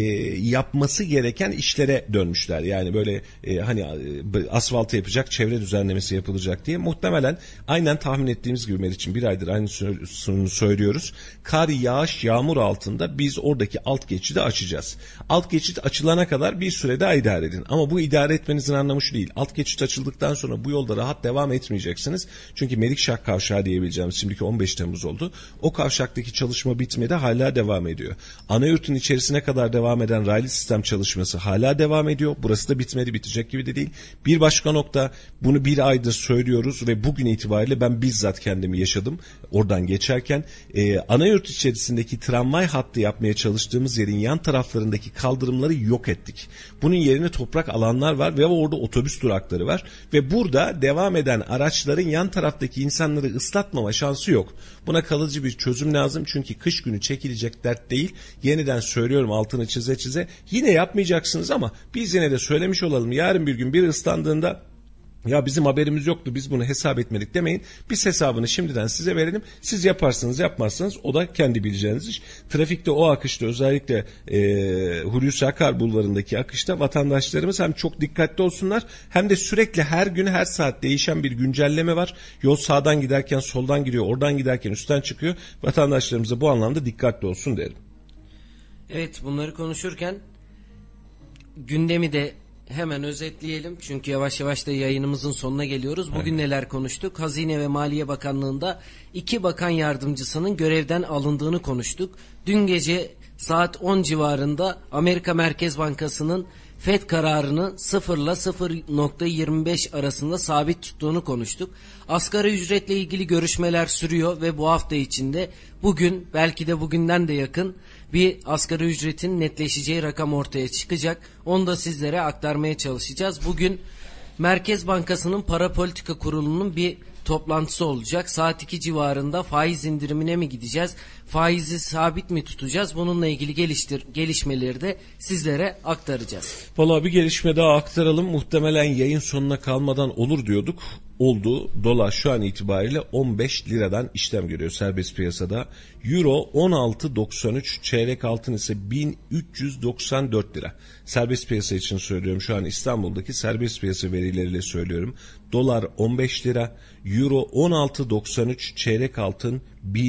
yapması gereken işlere dönmüşler. Yani böyle hani asfaltı yapacak, çevre düzenlemesi yapılacak diye. Muhtemelen aynen tahmin ettiğimiz gibi Meriç'in bir aydır aynısını söylüyoruz. Kar, yağış, yağmur altında biz oradaki alt geçidi açacağız. Alt geçit açılana kadar bir süre daha idare edin. Ama bu idare etmenizin anlamı şu değil. Alt geçit açıldıktan sonra bu yolda rahat devam etmeyeceksiniz. Çünkü Melikşah Kavşağı diyebileceğimiz şimdiki 15 Temmuz oldu. O kavşaktaki çalışma bitmedi, hala devam ediyor. Anayurt'un içerisine kadar devam eden raylı sistem çalışması hala devam ediyor. Burası da bitmedi, bitecek gibi de değil. Bir başka nokta, bunu bir aydır söylüyoruz ve bugün itibariyle ben bizzat kendimi yaşadım. Oradan geçerken Anayurt içerisindeki tramvay hattı yapmaya çalıştığımız yerin yan taraflarındaki kaldırımları yok ettik. Bunun yerine toprak alanlar var ve orada otobüs durakları var ve burada devam eden araçların yan taraftaki insanları ıslatmama şansı yok. Buna kalıcı bir çözüm lazım çünkü kış günü çekilecek dert değil. Yeniden söylüyorum, altını çize çize, yine yapmayacaksınız ama biz yine de söylemiş olalım. Yarın bir gün biri ıslandığında ya bizim haberimiz yoktu, biz bunu hesap etmedik demeyin. Biz hesabını şimdiden size verelim. Siz yaparsınız yapmazsınız, o da kendi bileceğiniz iş. Trafikte o akışta, özellikle Hulusi Akar Bulvarı'ndaki akışta vatandaşlarımız hem çok dikkatli olsunlar hem de sürekli her gün her saat değişen bir güncelleme var. Yol sağdan giderken soldan giriyor, oradan giderken üstten çıkıyor. Vatandaşlarımıza bu anlamda dikkatli olsun derim. Evet, bunları konuşurken gündemi de hemen özetleyelim çünkü yavaş yavaş da yayınımızın sonuna geliyoruz. Bugün neler konuştuk? Hazine ve Maliye Bakanlığı'nda 2 bakan yardımcısının görevden alındığını konuştuk. Dün gece saat 10 civarında Amerika Merkez Bankası'nın FED kararını 0 ile 0.25 arasında sabit tuttuğunu konuştuk. Asgari ücretle ilgili görüşmeler sürüyor ve bu hafta içinde bugün, belki de bugünden de yakın bir asgari ücretin netleşeceği rakam ortaya çıkacak. Onu da sizlere aktarmaya çalışacağız. Bugün Merkez Bankası'nın Para Politika Kurulu'nun bir toplantısı olacak. Saat 2 civarında faiz indirimine mi gideceğiz? Faizi sabit mi tutacağız? Bununla ilgili gelişmeleri de sizlere aktaracağız. Vallahi bir gelişme daha aktaralım. Muhtemelen yayın sonuna kalmadan olur diyorduk. Oldu. Dolar şu an itibariyle 15 liradan işlem görüyor serbest piyasada. Euro 16.93, çeyrek altın ise 1394 lira. Serbest piyasa için söylüyorum. Şu an İstanbul'daki serbest piyasa verileriyle söylüyorum. Dolar 15 lira, Euro 16.93, çeyrek altın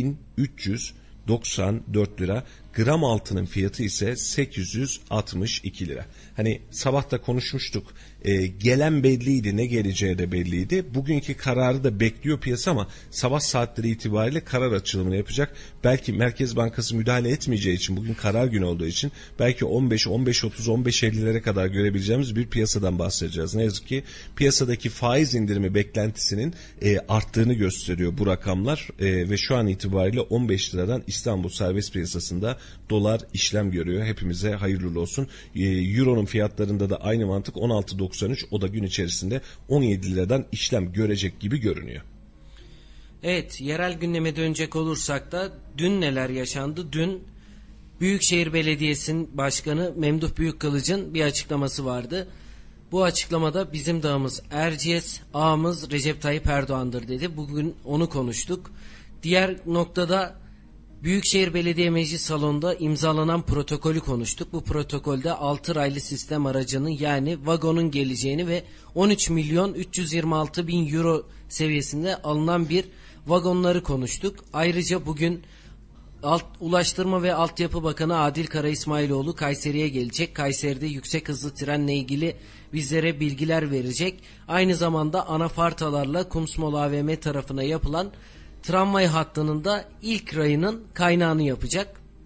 1394 lira. Gram altının fiyatı ise 862 lira. Hani sabah da konuşmuştuk. Gelen belliydi, ne geleceği de belliydi. Bugünkü kararı da bekliyor piyasa ama sabah saatleri itibariyle karar açılımını yapacak. Belki Merkez Bankası müdahale etmeyeceği için, bugün karar günü olduğu için belki 15, 15.30, 15.50'lere kadar görebileceğimiz bir piyasadan bahsedeceğiz. Ne yazık ki piyasadaki faiz indirimi beklentisinin arttığını gösteriyor bu rakamlar ve şu an itibariyle 15 liradan İstanbul serbest piyasasında dolar işlem görüyor. Hepimize hayırlı olsun. Euro'nun fiyatlarında da aynı mantık 16.93, o da gün içerisinde 17 liradan işlem görecek gibi görünüyor. Evet, yerel gündeme dönecek olursak da dün neler yaşandı? Dün Büyükşehir Belediyesi'nin Başkanı Memduh Büyükkılıç'ın bir açıklaması vardı. Bu açıklamada bizim dağımız Erciyes, ağamız Recep Tayyip Erdoğan'dır dedi. Bugün onu konuştuk. Diğer noktada Büyükşehir Belediye Meclis Salonu'nda imzalanan protokolü konuştuk. Bu protokolde 6 raylı sistem aracının, yani vagonun geleceğini ve 13 milyon 326 bin euro seviyesinde alınan bir vagonları konuştuk. Ayrıca bugün Ulaştırma ve Altyapı Bakanı Adil Kara İsmailoğlu Kayseri'ye gelecek. Kayseri'de yüksek hızlı trenle ilgili bizlere bilgiler verecek. Aynı zamanda anafartalarla Kumsmol AVM tarafına yapılan tramvay hattının da ilk rayının kaynağını yapacak.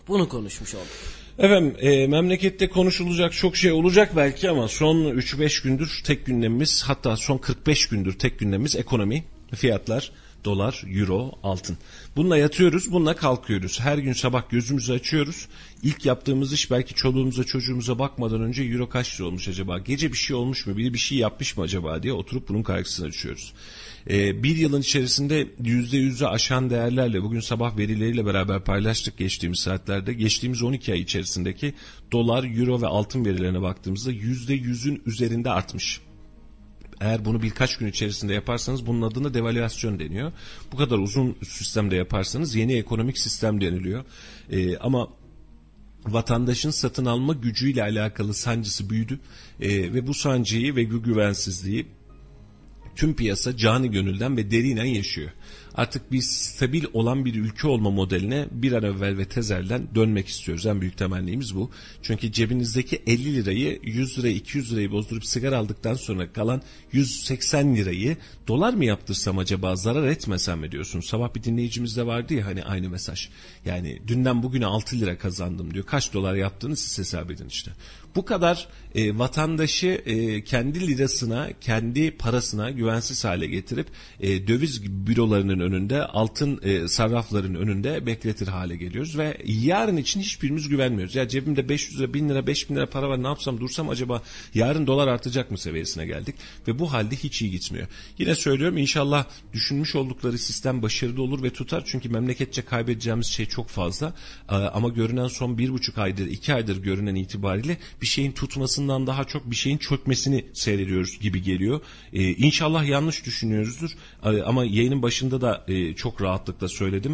Bunu konuşmuş olduk. Efendim memlekette konuşulacak çok şey olacak belki ama son 3-5 gündür tek gündemimiz, hatta son 45 gündür tek gündemimiz ekonomi, fiyatlar, dolar, euro, altın. Bununla yatıyoruz, bununla kalkıyoruz. Her gün sabah gözümüzü açıyoruz. İlk yaptığımız iş belki çoluğumuza çocuğumuza bakmadan önce euro kaç lira olmuş acaba? Gece bir şey olmuş mu? Biri bir şey yapmış mı acaba diye oturup bunun karşısına düşüyoruz. Bir yılın içerisinde %100'ü aşan değerlerle bugün sabah verileriyle beraber paylaştık geçtiğimiz saatlerde. Geçtiğimiz 12 ay içerisindeki dolar, euro ve altın verilerine baktığımızda %100'ün üzerinde artmış. Eğer bunu birkaç gün içerisinde yaparsanız bunun adına devalüasyon deniyor. Bu kadar uzun sistemde yaparsanız yeni ekonomik sistem deniliyor. Ama vatandaşın satın alma gücüyle alakalı sancısı büyüdü. Ve bu sancıyı ve güvensizliği tüm piyasa canı gönülden ve derinen yaşıyor. Artık biz stabil olan bir ülke olma modeline bir an evvel ve tezelden dönmek istiyoruz. En büyük temennimiz bu. Çünkü cebinizdeki 50 lirayı, 100 lirayı, 200 lirayı bozdurup sigara aldıktan sonra kalan 180 lirayı dolar mı yaptırsam acaba, zarar etmesem mi diyorsun? Sabah bir dinleyicimiz de vardı ya hani aynı mesaj. Yani dünden bugüne 6 lira kazandım diyor. Kaç dolar yaptığını siz hesap edin işte. Bu kadar vatandaşı kendi lirasına, kendi parasına güvensiz hale getirip döviz bürolarının önünde, altın sarrafların önünde bekletir hale geliyoruz ve yarın için hiçbirimiz güvenmiyoruz. Ya cebimde 500 lira, 1000 lira, 5000 lira para var, ne yapsam dursam acaba yarın dolar artacak mı seviyesine geldik ve bu halde hiç iyi gitmiyor. Yine söylüyorum, inşallah düşünmüş oldukları sistem başarılı olur ve tutar çünkü memleketçe kaybedeceğimiz şey çok fazla ama görünen son 1,5 aydır, 2 aydır görünen itibariyle bir şeyin tutmasından daha çok bir şeyin çökmesini seyrediyoruz gibi geliyor. İnşallah yanlış düşünüyoruzdur ama yayının başında da çok rahatlıkla söyledim.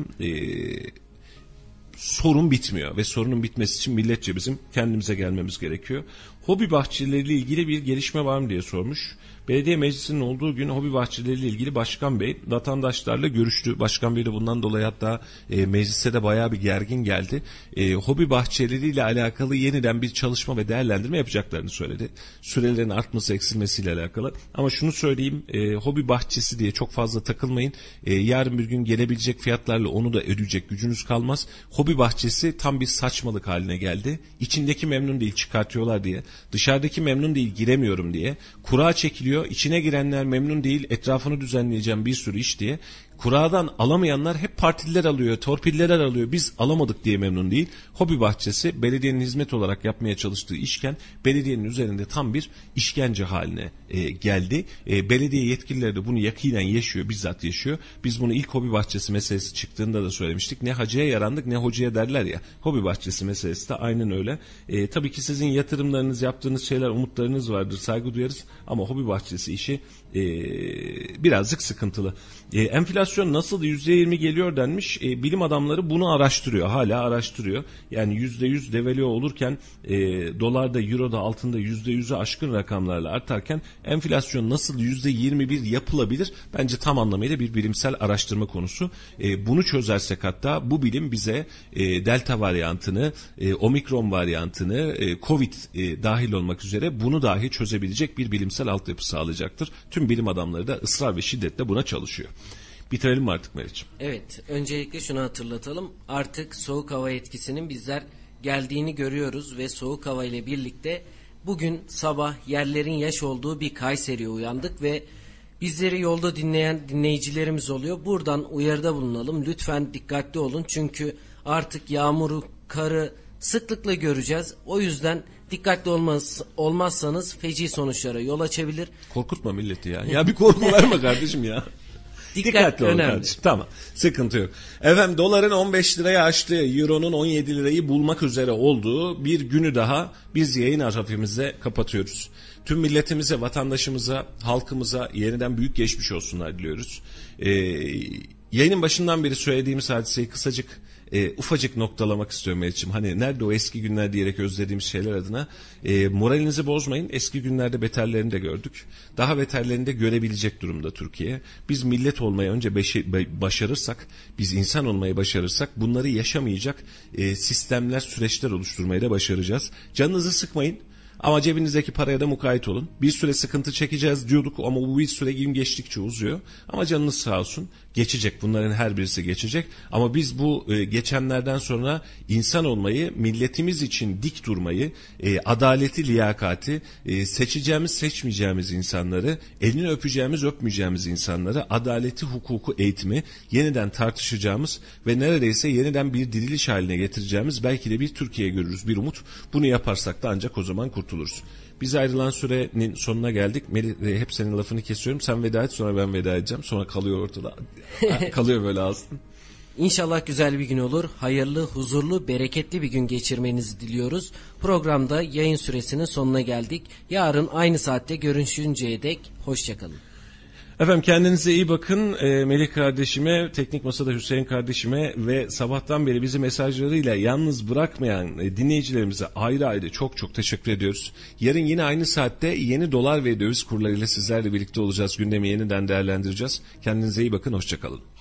Sorun bitmiyor ve sorunun bitmesi için milletçe bizim kendimize gelmemiz gerekiyor. Hobi bahçeleriyle ilgili bir gelişme var mı diye sormuş. Belediye meclisinin olduğu gün hobi bahçeleriyle ilgili Başkan Bey vatandaşlarla görüştü. Başkan Bey de bundan dolayı hatta meclise de bayağı bir gergin geldi. Hobi bahçeleriyle alakalı yeniden bir çalışma ve değerlendirme yapacaklarını söyledi. Sürelerin artması eksilmesiyle alakalı. Ama şunu söyleyeyim, hobi bahçesi diye çok fazla takılmayın. Yarın bir gün gelebilecek fiyatlarla onu da ödeyecek gücünüz kalmaz. Hobi bahçesi tam bir saçmalık haline geldi. İçindeki memnun değil, çıkartıyorlar diye. Dışarıdaki memnun değil, giremiyorum diye. Kura çekiliyor. İçine girenler memnun değil, etrafını düzenleyeceğim bir sürü iş diye. Kuradan alamayanlar hep partililer alıyor, torpiller alıyor. Biz alamadık diye memnun değil. Hobi bahçesi belediyenin hizmet olarak yapmaya çalıştığı işken belediyenin üzerinde tam bir işkence haline geldi. Belediye yetkilileri de bunu yakinen yaşıyor, bizzat yaşıyor. Biz bunu ilk hobi bahçesi meselesi çıktığında da söylemiştik. Ne hacıya yarandık ne hocaya derler ya. Hobi bahçesi meselesi de aynen öyle. Tabii ki sizin yatırımlarınız, yaptığınız şeyler, umutlarınız vardır, saygı duyarız. Ama hobi bahçesi işi birazcık sıkıntılı. Enflasyon nasıl %20 geliyor denmiş. Bilim adamları bunu araştırıyor. Hala araştırıyor. Yani %100 devalüe olurken dolarda, euroda, altında %100'ü aşkın rakamlarla artarken enflasyon nasıl %21 yapılabilir? Bence tam anlamıyla bir bilimsel araştırma konusu. Bunu çözersek hatta bu bilim bize delta varyantını, omikron varyantını, covid dahil olmak üzere bunu dahi çözebilecek bir bilimsel altyapı sağlayacaktır. Tüm bilim adamları da ısrar ve şiddetle buna çalışıyor. Bitirelim mi artık Meriç'im? Evet, öncelikle şunu hatırlatalım. Artık soğuk hava etkisinin bizler geldiğini görüyoruz ve soğuk hava ile birlikte bugün sabah yerlerin yaş olduğu bir Kayseri'ye uyandık ve bizleri yolda dinleyen dinleyicilerimiz oluyor. Buradan uyarıda bulunalım. Lütfen dikkatli olun çünkü artık yağmuru, karı sıklıkla göreceğiz. O yüzden dikkatli olmazsanız feci sonuçlara yol açabilir. Korkutma milleti ya. Ya bir korku verme kardeşim ya. Dikkatli olun kardeşim. Tamam. Sıkıntı yok. Efendim doların 15 liraya aştığı, euronun 17 lirayı bulmak üzere olduğu bir günü daha biz yayın arafemizde kapatıyoruz. Tüm milletimize, vatandaşımıza, halkımıza yeniden büyük geçmiş olsunlar diliyoruz. Yayının başından beri söylediğimiz hadiseyi kısacık ufacık noktalamak istiyorum Melih'ciğim. Hani nerede o eski günler diyerek özlediğimiz şeyler adına moralinizi bozmayın. Eski günlerde beterlerini de gördük. Daha beterlerini de görebilecek durumda Türkiye. Biz millet olmaya önce başarırsak, biz insan olmayı başarırsak bunları yaşamayacak sistemler, süreçler oluşturmayı da başaracağız. Canınızı sıkmayın. Ama cebinizdeki paraya da mukayyet olun. Bir süre sıkıntı çekeceğiz diyorduk ama bu bir süre gün geçtikçe uzuyor. Ama canınız sağ olsun. geçecek. Bunların her birisi geçecek. Ama biz bu geçenlerden sonra insan olmayı, milletimiz için dik durmayı, adaleti, liyakati, seçeceğimiz, seçmeyeceğimiz insanları, elini öpeceğimiz, öpmeyeceğimiz insanları, adaleti, hukuku, eğitimi yeniden tartışacağımız ve neredeyse yeniden bir diriliş haline getireceğimiz belki de bir Türkiye görürüz, bir umut. Bunu yaparsak da ancak o zaman kurtuluruz. Biz ayrılan sürenin sonuna geldik. Melih, hep senin lafını kesiyorum. Sen veda et, sonra ben veda edeceğim. Sonra kalıyor ortada. Kalıyor böyle ağzın. İnşallah güzel bir gün olur. Hayırlı, huzurlu, bereketli bir gün geçirmenizi diliyoruz. Programda yayın süresinin sonuna geldik. Yarın aynı saatte görüşünceye dek hoşçakalın. Efendim kendinize iyi bakın. Melih kardeşime, Teknik Masa'da Hüseyin kardeşime ve sabahtan beri bizi mesajlarıyla yalnız bırakmayan dinleyicilerimize ayrı ayrı çok çok teşekkür ediyoruz. Yarın yine aynı saatte yeni dolar ve döviz kurlarıyla sizlerle birlikte olacağız. Gündemi yeniden değerlendireceğiz. Kendinize iyi bakın, hoşçakalın.